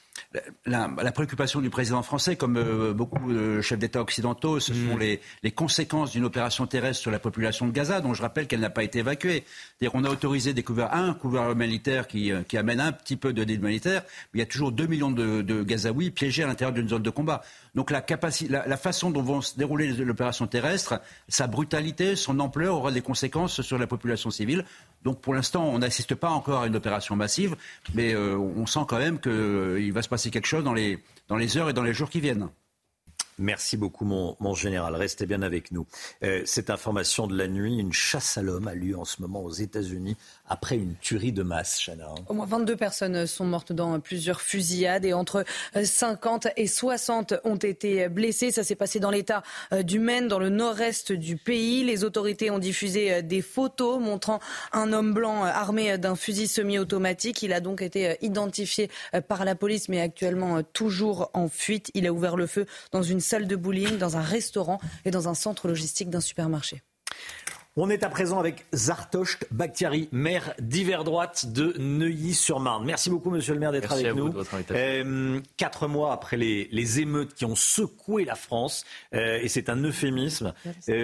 la préoccupation du président français, comme beaucoup de chefs d'État occidentaux, ce sont les conséquences d'une opération terrestre sur la population de Gaza, dont je rappelle qu'elle n'a pas été évacuée. C'est-à-dire qu'on a autorisé un couloir humanitaire qui amène un petit peu d'aide humanitaire, mais il y a toujours 2 millions de Gazaouis piégés à l'intérieur d'une zone de combat. Donc la façon dont vont se dérouler l'opération terrestre, sa brutalité, son ampleur aura des conséquences sur la population civile. Donc pour l'instant, on n'assiste pas encore à une opération massive, mais on sent quand même qu'il va se passer quelque chose dans les heures et dans les jours qui viennent.
Merci beaucoup, mon général. Restez bien avec nous. Cette information de la nuit, une chasse à l'homme a lieu en ce moment aux États-Unis après une tuerie de masse, Chana.
Au moins 22 personnes sont mortes dans plusieurs fusillades et entre 50 et 60 ont été blessées. Ça s'est passé dans l'État du Maine, dans le nord-est du pays. Les autorités ont diffusé des photos montrant un homme blanc armé d'un fusil semi-automatique. Il a donc été identifié par la police, mais actuellement toujours en fuite. Il a ouvert le feu dans une salle de bowling, dans un restaurant et dans un centre logistique d'un supermarché.
On est à présent avec Zartosh Bakhtiari, maire d'hiver droite de Neuilly-sur-Marne. Merci beaucoup, monsieur le maire, d'être avec nous. 4 mois après les émeutes qui ont secoué la France, et c'est un euphémisme,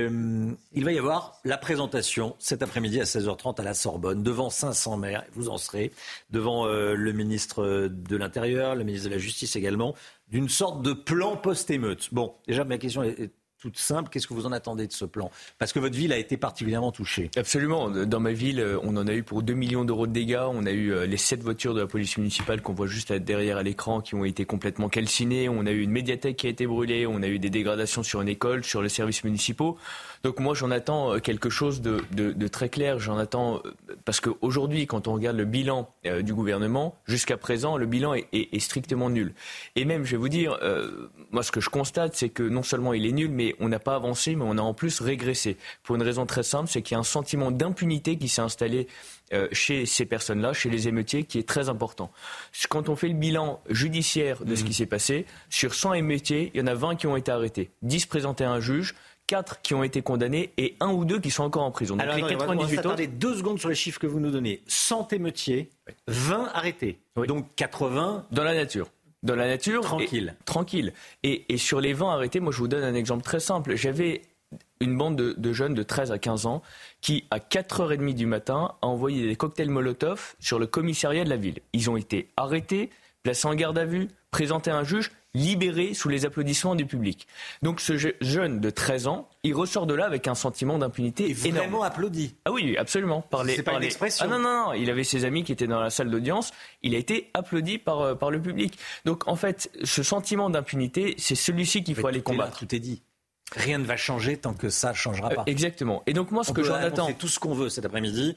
il va y avoir la présentation cet après-midi à 16h30 à la Sorbonne, devant 500 maires, vous en serez, devant le ministre de l'Intérieur, le ministre de la Justice également, d'une sorte de plan post-émeute. Bon, déjà, ma question est toute simple, qu'est-ce que vous en attendez de ce plan ? Parce que votre ville a été particulièrement touchée.
Absolument. Dans ma ville, on en a eu pour 2 millions d'euros de dégâts. On a eu les 7 voitures de la police municipale qu'on voit juste derrière à l'écran qui ont été complètement calcinées. On a eu une médiathèque qui a été brûlée. On a eu des dégradations sur une école, sur les services municipaux. Donc moi, j'en attends quelque chose de très clair. J'en attends parce qu'aujourd'hui, quand on regarde le bilan du gouvernement, jusqu'à présent, le bilan est strictement nul. Et même, je vais vous dire, moi, ce que je constate, c'est que non seulement il est nul, mais on n'a pas avancé, mais on a en plus régressé. Pour une raison très simple, c'est qu'il y a un sentiment d'impunité qui s'est installé chez ces personnes-là, chez les émeutiers, qui est très important. Quand on fait le bilan judiciaire de ce qui s'est passé, sur 100 émeutiers, il y en a 20 qui ont été arrêtés, 10 présentés à un juge, 4 qui ont été condamnés et 1 ou 2 qui sont encore en prison. Donc
alors,
les 98
on va s'attarder 2 secondes sur les chiffres que vous nous donnez. 100 émeutiers, 20 arrêtés, donc 80
dans la nature. Dans la nature. Tranquille. Et sur les 20 arrêtés, moi je vous donne un exemple très simple. J'avais une bande de jeunes de 13 à 15 ans qui, à 4h30 du matin, a envoyé des cocktails Molotov sur le commissariat de la ville. Ils ont été arrêtés, placés en garde à vue, présentés à un juge, libérés sous les applaudissements du public. Donc ce jeune de 13 ans, il ressort de là avec un sentiment d'impunité énorme.
Vraiment applaudi.
Ah oui, absolument.
C'est pas une expression.
Ah non, il avait ses amis qui étaient dans la salle d'audience, il a été applaudi par le public. Donc en fait, ce sentiment d'impunité, c'est celui-ci qu'il faut aller combattre.
Tout est dit. Rien ne va changer tant que ça ne changera pas.
Exactement. Et donc moi, ce que j'en attends...
C'est tout ce qu'on veut cet après-midi.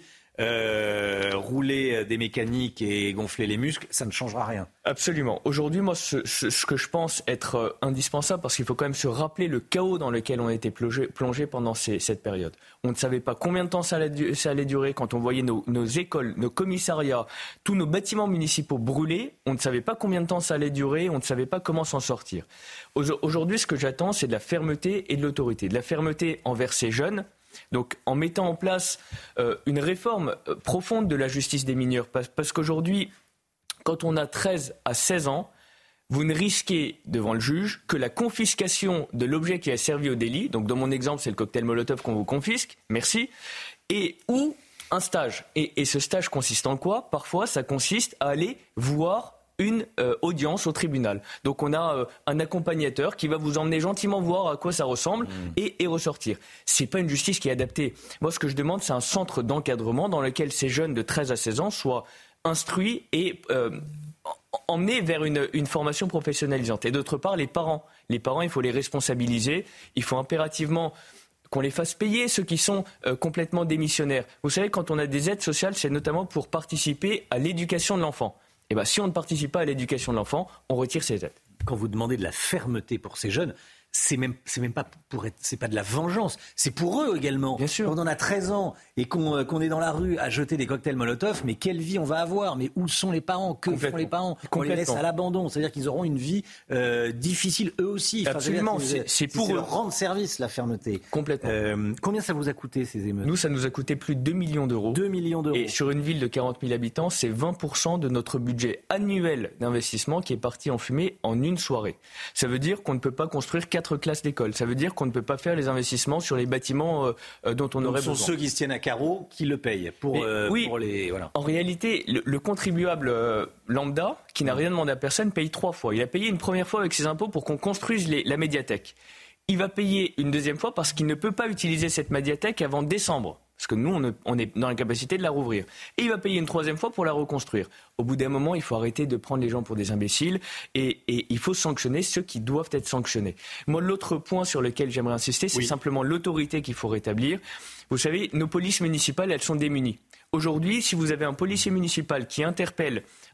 Rouler des mécaniques et gonfler les muscles, ça ne changera rien.
Absolument. Aujourd'hui, moi, ce que je pense être indispensable, parce qu'il faut quand même se rappeler le chaos dans lequel on a été plongé pendant cette période. On ne savait pas combien de temps ça allait durer. Quand on voyait nos écoles, nos commissariats, tous nos bâtiments municipaux brûlés, on ne savait pas combien de temps ça allait durer, on ne savait pas comment s'en sortir. Aujourd'hui, ce que j'attends, c'est de la fermeté et de l'autorité. De la fermeté envers ces jeunes. Donc en mettant en place une réforme profonde de la justice des mineurs. Parce qu'aujourd'hui, quand on a 13 à 16 ans, vous ne risquez devant le juge que la confiscation de l'objet qui a servi au délit. Donc dans mon exemple, c'est le cocktail Molotov qu'on vous confisque, merci, et ou un stage. Et ce stage consiste en quoi ? Parfois, ça consiste à aller voir une audience au tribunal. Donc on a un accompagnateur qui va vous emmener gentiment voir à quoi ça ressemble et ressortir. C'est pas une justice qui est adaptée. Moi, ce que je demande, c'est un centre d'encadrement dans lequel ces jeunes de 13 à 16 ans soient instruits et emmenés vers une formation professionnalisante. Et d'autre part, les parents, il faut les responsabiliser. Il faut impérativement qu'on les fasse payer, ceux qui sont complètement démissionnaires. Vous savez, quand on a des aides sociales, c'est notamment pour participer à l'éducation de l'enfant. Eh bien, si on ne participe pas à l'éducation de l'enfant, on retire ses aides.
Quand vous demandez de la fermeté pour ces jeunes, c'est même pas c'est pas de la vengeance, c'est pour eux également.
Bien sûr.
Quand on a 13 ans et qu'on est dans la rue à jeter des cocktails Molotov, mais quelle vie on va avoir ? Mais où sont les parents ? Que font les parents ? On les laisse à l'abandon, c'est-à-dire qu'ils auront une vie difficile eux aussi.
Absolument, c'est pour eux.
Leur rendre service, la fermeté.
Complètement.
Combien ça vous a coûté ces émeutes ?
Nous, ça nous a coûté plus de 2 millions d'euros.
2 millions d'euros.
Et sur une ville de 40 000 habitants, c'est 20% de notre budget annuel d'investissement qui est parti en fumée en une soirée. Ça veut dire qu'on ne peut pas construire 4 classes d'école. Ça veut dire qu'on ne peut pas faire les investissements sur les bâtiments dont on aurait besoin.
Ce sont ceux qui se tiennent à carreau qui le payent pour les... Voilà.
En réalité, le contribuable lambda, qui n'a rien demandé à personne, paye 3 fois. Il a payé une première fois avec ses impôts pour qu'on construise la médiathèque. Il va payer une deuxième fois parce qu'il ne peut pas utiliser cette médiathèque avant décembre. Parce que nous, on est dans la capacité de la rouvrir. Et il va payer une troisième fois pour la reconstruire. Au bout d'un moment, il faut arrêter de prendre les gens pour des imbéciles et il faut sanctionner ceux qui doivent être sanctionnés. Moi, l'autre point sur lequel j'aimerais insister, c'est simplement l'autorité qu'il faut rétablir. Vous savez, nos polices municipales, elles sont démunies. Aujourd'hui, si vous avez un policier municipal qui interpelle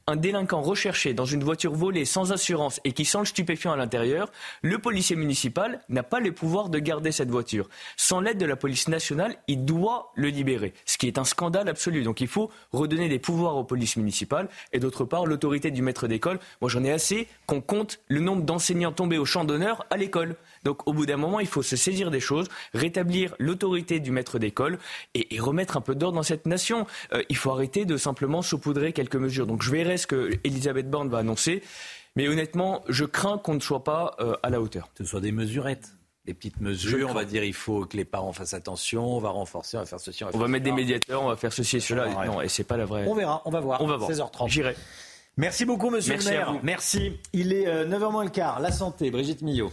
un délinquant recherché dans une voiture volée sans assurance et qui sent le stupéfiant à l'intérieur, le policier municipal n'a pas les pouvoirs de garder cette voiture. Sans l'aide de la police nationale, il doit le libérer, ce qui est un scandale absolu. Donc il faut redonner des pouvoirs aux polices municipales et d'autre part l'autorité du maître d'école. Moi j'en ai assez qu'on compte le nombre d'enseignants tombés au champ d'honneur à l'école. Donc au bout d'un moment, il faut se saisir des choses, rétablir l'autorité du maître d'école et remettre un peu d'ordre dans cette nation. Il faut arrêter de simplement saupoudrer quelques mesures. Donc je verrai ce que Elisabeth Borne va annoncer. Mais honnêtement, je crains qu'on ne soit pas à la hauteur.
Que ce soit des mesurettes. Des petites mesures, on va dire il faut que les parents fassent attention, on va renforcer, on va faire ceci,
on va mettre des médiateurs, on va faire ceci et cela. Non, et c'est pas la vraie.
On verra, on va voir. 16h30.
J'irai.
Merci beaucoup, monsieur le maire. Merci. Il est 9h moins le quart. La santé, Brigitte Millot.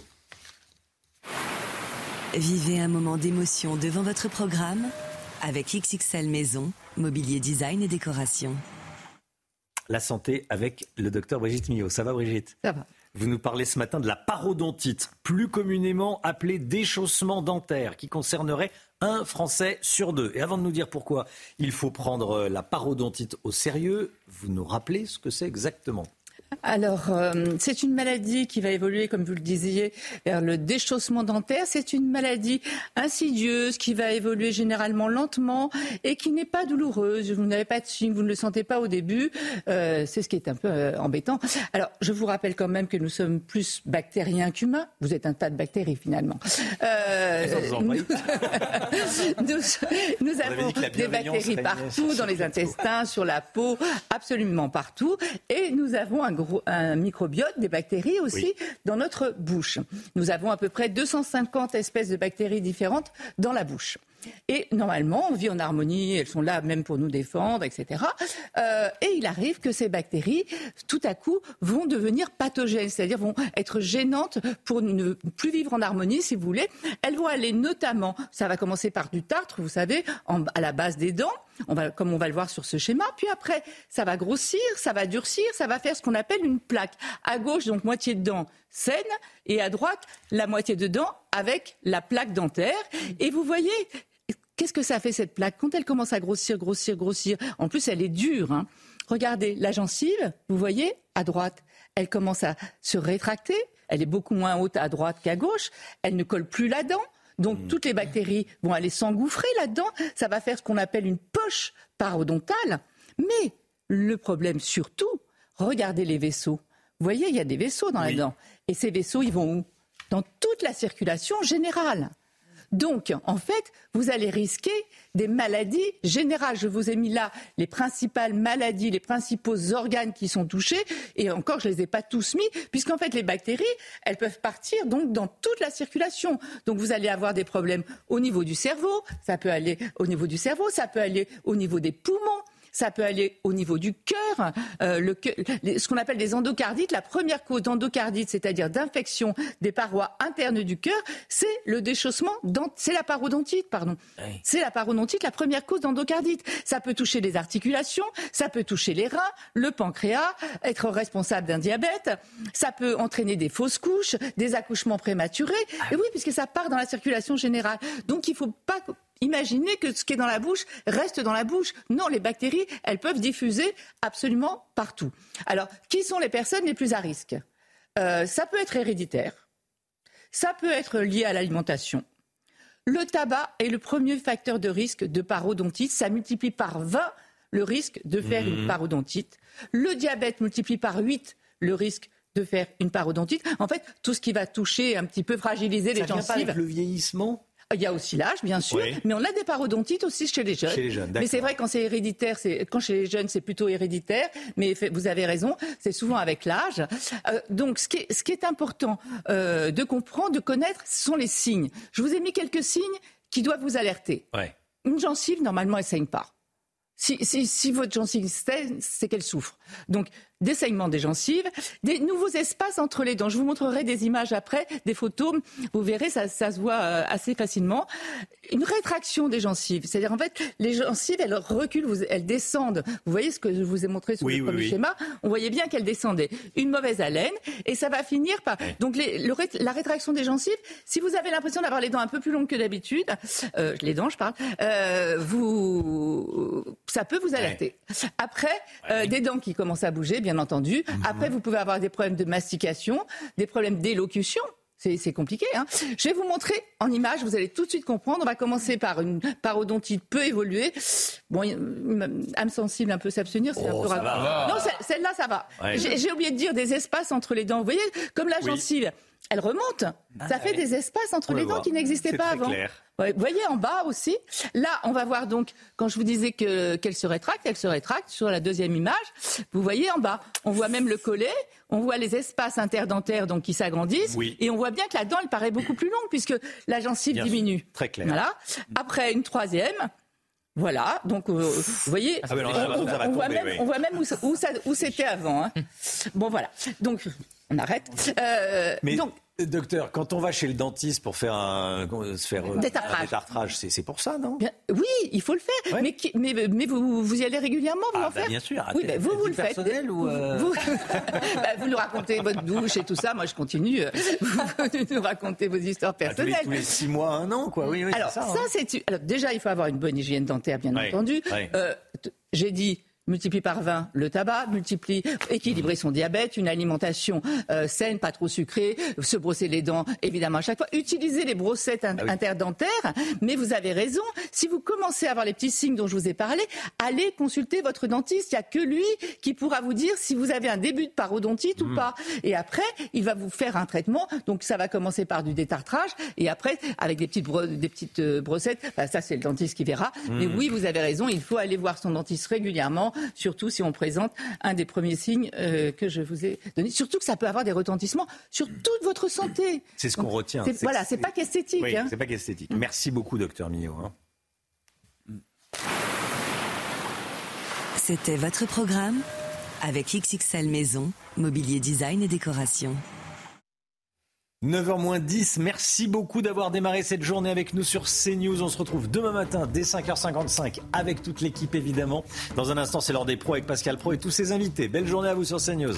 Vivez un moment d'émotion devant votre programme avec XXL Maison, mobilier design et décoration.
La santé avec le docteur Brigitte Millot. Ça va, Brigitte ?
Ça va.
Vous nous parlez ce matin de la parodontite, plus communément appelée déchaussement dentaire, qui concernerait un Français sur 2. Et avant de nous dire pourquoi il faut prendre la parodontite au sérieux, vous nous rappelez ce que c'est exactement ?
Alors, c'est une maladie qui va évoluer, comme vous le disiez, vers le déchaussement dentaire. C'est une maladie insidieuse qui va évoluer généralement lentement et qui n'est pas douloureuse. Vous n'avez pas de signes, vous ne le sentez pas au début. C'est ce qui est un peu embêtant. Alors, je vous rappelle quand même que nous sommes plus bactériens qu'humains. Vous êtes un tas de bactéries, finalement. Nous avons des bactéries partout, dans les intestins, sur la peau, absolument partout. Et nous avons un microbiote, des bactéries aussi, dans notre bouche. Nous avons à peu près 250 espèces de bactéries différentes dans la bouche. Et normalement, on vit en harmonie, elles sont là même pour nous défendre, etc. Et il arrive que ces bactéries, tout à coup, vont devenir pathogènes, c'est-à-dire vont être gênantes pour ne plus vivre en harmonie, si vous voulez. Elles vont aller notamment, ça va commencer par du tartre, vous savez, à la base des dents, comme on va le voir sur ce schéma. Puis après, ça va grossir, ça va durcir, ça va faire ce qu'on appelle une plaque. À gauche, donc moitié de dents saine, et à droite, la moitié de dents avec la plaque dentaire. Et vous voyez... Qu'est-ce que ça fait cette plaque ? Quand elle commence à grossir, en plus elle est dure. Hein. Regardez, la gencive, vous voyez, à droite, elle commence à se rétracter. Elle est beaucoup moins haute à droite qu'à gauche. Elle ne colle plus la dent. Donc toutes les bactéries vont aller s'engouffrer là-dedans. Ça va faire ce qu'on appelle une poche parodontale. Mais le problème surtout, regardez les vaisseaux. Vous voyez, il y a des vaisseaux dans la dent. Et ces vaisseaux, ils vont où ? Dans toute la circulation générale. Donc, en fait, vous allez risquer des maladies générales. Je vous ai mis là les principales maladies, les principaux organes qui sont touchés. Et encore, je ne les ai pas tous mis, puisqu'en fait, les bactéries, elles peuvent partir donc dans toute la circulation. Donc, vous allez avoir des problèmes au niveau du cerveau. Ça peut aller au niveau du cerveau, ça peut aller au niveau des poumons. Ça peut aller au niveau du cœur, ce qu'on appelle des endocardites. La première cause d'endocardite, c'est-à-dire d'infection des parois internes du cœur, c'est le déchaussement, c'est la parodontite, pardon. Oui. C'est la parodontite, la première cause d'endocardite. Ça peut toucher les articulations, ça peut toucher les reins, le pancréas, être responsable d'un diabète. Ça peut entraîner des fausses couches, des accouchements prématurés. Et oui, puisque ça part dans la circulation générale. Donc il ne faut pas... Imaginez que ce qui est dans la bouche reste dans la bouche. Non, les bactéries, elles peuvent diffuser absolument partout. Alors, qui sont les personnes les plus à risque ? Ça peut être héréditaire. Ça peut être lié à l'alimentation. Le tabac est le premier facteur de risque de parodontite. Ça multiplie par 20 le risque de faire une parodontite. Le diabète multiplie par 8 le risque de faire une parodontite. En fait, tout ce qui va toucher, un petit peu fragiliser les gencives. Ça vient pas avec le
vieillissement ?
Il y a aussi l'âge, bien sûr, mais on a des parodontites aussi chez les jeunes. Mais c'est vrai, quand c'est héréditaire, quand chez les jeunes, c'est plutôt héréditaire, mais vous avez raison, c'est souvent avec l'âge. Donc, ce qui est important de comprendre, de connaître, ce sont les signes. Je vous ai mis quelques signes qui doivent vous alerter. Ouais. Une gencive, normalement, elle ne saigne pas. Si votre gencive saigne, c'est qu'elle souffre. Donc, des saignements des gencives, des nouveaux espaces entre les dents. Je vous montrerai des images après, des photos. Vous verrez, ça se voit assez facilement. Une rétraction des gencives. C'est-à-dire, en fait, les gencives, elles reculent, elles descendent. Vous voyez ce que je vous ai montré sur le premier schéma ? On voyait bien qu'elles descendaient. Une mauvaise haleine, et ça va finir par... Donc, la rétraction des gencives, si vous avez l'impression d'avoir les dents un peu plus longues que d'habitude, les dents, je parle, ça peut vous alerter. Après, des dents qui commencent à bouger, bien entendu. Après, vous pouvez avoir des problèmes de mastication, des problèmes d'élocution. C'est compliqué. Hein. Je vais vous montrer en image, vous allez tout de suite comprendre. On va commencer par une parodontite peu évoluée. Bon, âme sensible, un peu s'abstenir, c'est un peu rare. Non, celle-là, ça va. Ouais. J'ai oublié de dire des espaces entre les dents. Vous voyez, comme la gencive, elle remonte. Ça fait des espaces entre les dents qui n'existaient pas avant. Clair. Ouais, vous voyez en bas aussi. Là, on va voir donc, quand je vous disais qu'elle se rétracte sur la deuxième image. Vous voyez en bas, on voit même le collet, on voit les espaces interdentaires donc qui s'agrandissent, et on voit bien que la dent, elle paraît beaucoup plus longue puisque la gencive diminue.
Sûr. Très clair.
Voilà. Après, une troisième. Voilà, donc vous voyez, on voit même où c'était avant. Hein. Bon, voilà. Donc, on arrête.
Docteur, quand on va chez le dentiste pour faire un détartrage, c'est pour ça, non ?
Oui, il faut le faire. Ouais. Mais vous y allez régulièrement, vous en faites ?
Bien sûr.
Oui, vous le faites.
Ou
vous nous racontez votre douche et tout ça. Moi, je continue. Vous nous racontez vos histoires personnelles.
Tous les 6 mois, 1 an, quoi. Oui,
alors,
c'est ça.
Alors, déjà, il faut avoir une bonne hygiène dentaire, bien entendu. Oui. J'ai dit... Multiplie par 20 le tabac, équilibrer son diabète, une alimentation saine, pas trop sucrée, se brosser les dents évidemment à chaque fois, utiliser les brossettes interdentaires, mais vous avez raison, si vous commencez à avoir les petits signes dont je vous ai parlé, allez consulter votre dentiste, il n'y a que lui qui pourra vous dire si vous avez un début de parodontite ou pas. Et après, il va vous faire un traitement, donc ça va commencer par du détartrage, et après, avec des petites brossettes, ça c'est le dentiste qui verra, mais oui, vous avez raison, il faut aller voir son dentiste régulièrement, surtout si on présente un des premiers signes que je vous ai donné. Surtout que ça peut avoir des retentissements sur toute votre santé.
C'est ce qu'on retient.
C'est pas qu'esthétique.
Oui, c'est pas qu'esthétique. Merci beaucoup, docteur Millot.
C'était votre programme avec XXL Maison, mobilier design et décoration.
9h-10, merci beaucoup d'avoir démarré cette journée avec nous sur CNews. On se retrouve demain matin dès 5h55 avec toute l'équipe évidemment. Dans un instant, c'est l'heure des pros avec Pascal Praud et tous ses invités. Belle journée à vous sur CNews.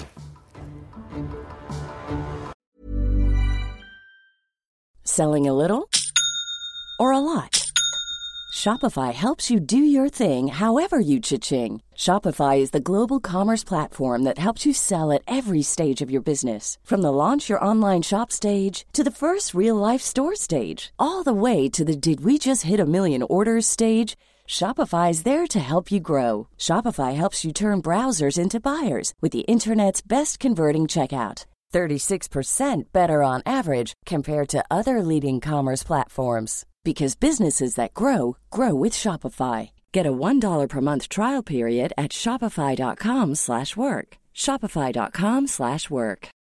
Selling a little or a lot? Shopify helps you do your thing however you cha-ching. Shopify is the global commerce platform that helps you sell at every stage of your business. From the launch your online shop stage to the first real-life store stage, all the way to the did we just hit a million orders stage. Shopify is there to help you grow. Shopify helps you turn browsers into buyers with the internet's best converting checkout. 36% better on average compared to other leading commerce platforms. Because businesses that grow, grow with Shopify. Get a $1 per month trial period at shopify.com/work. Shopify.com/work.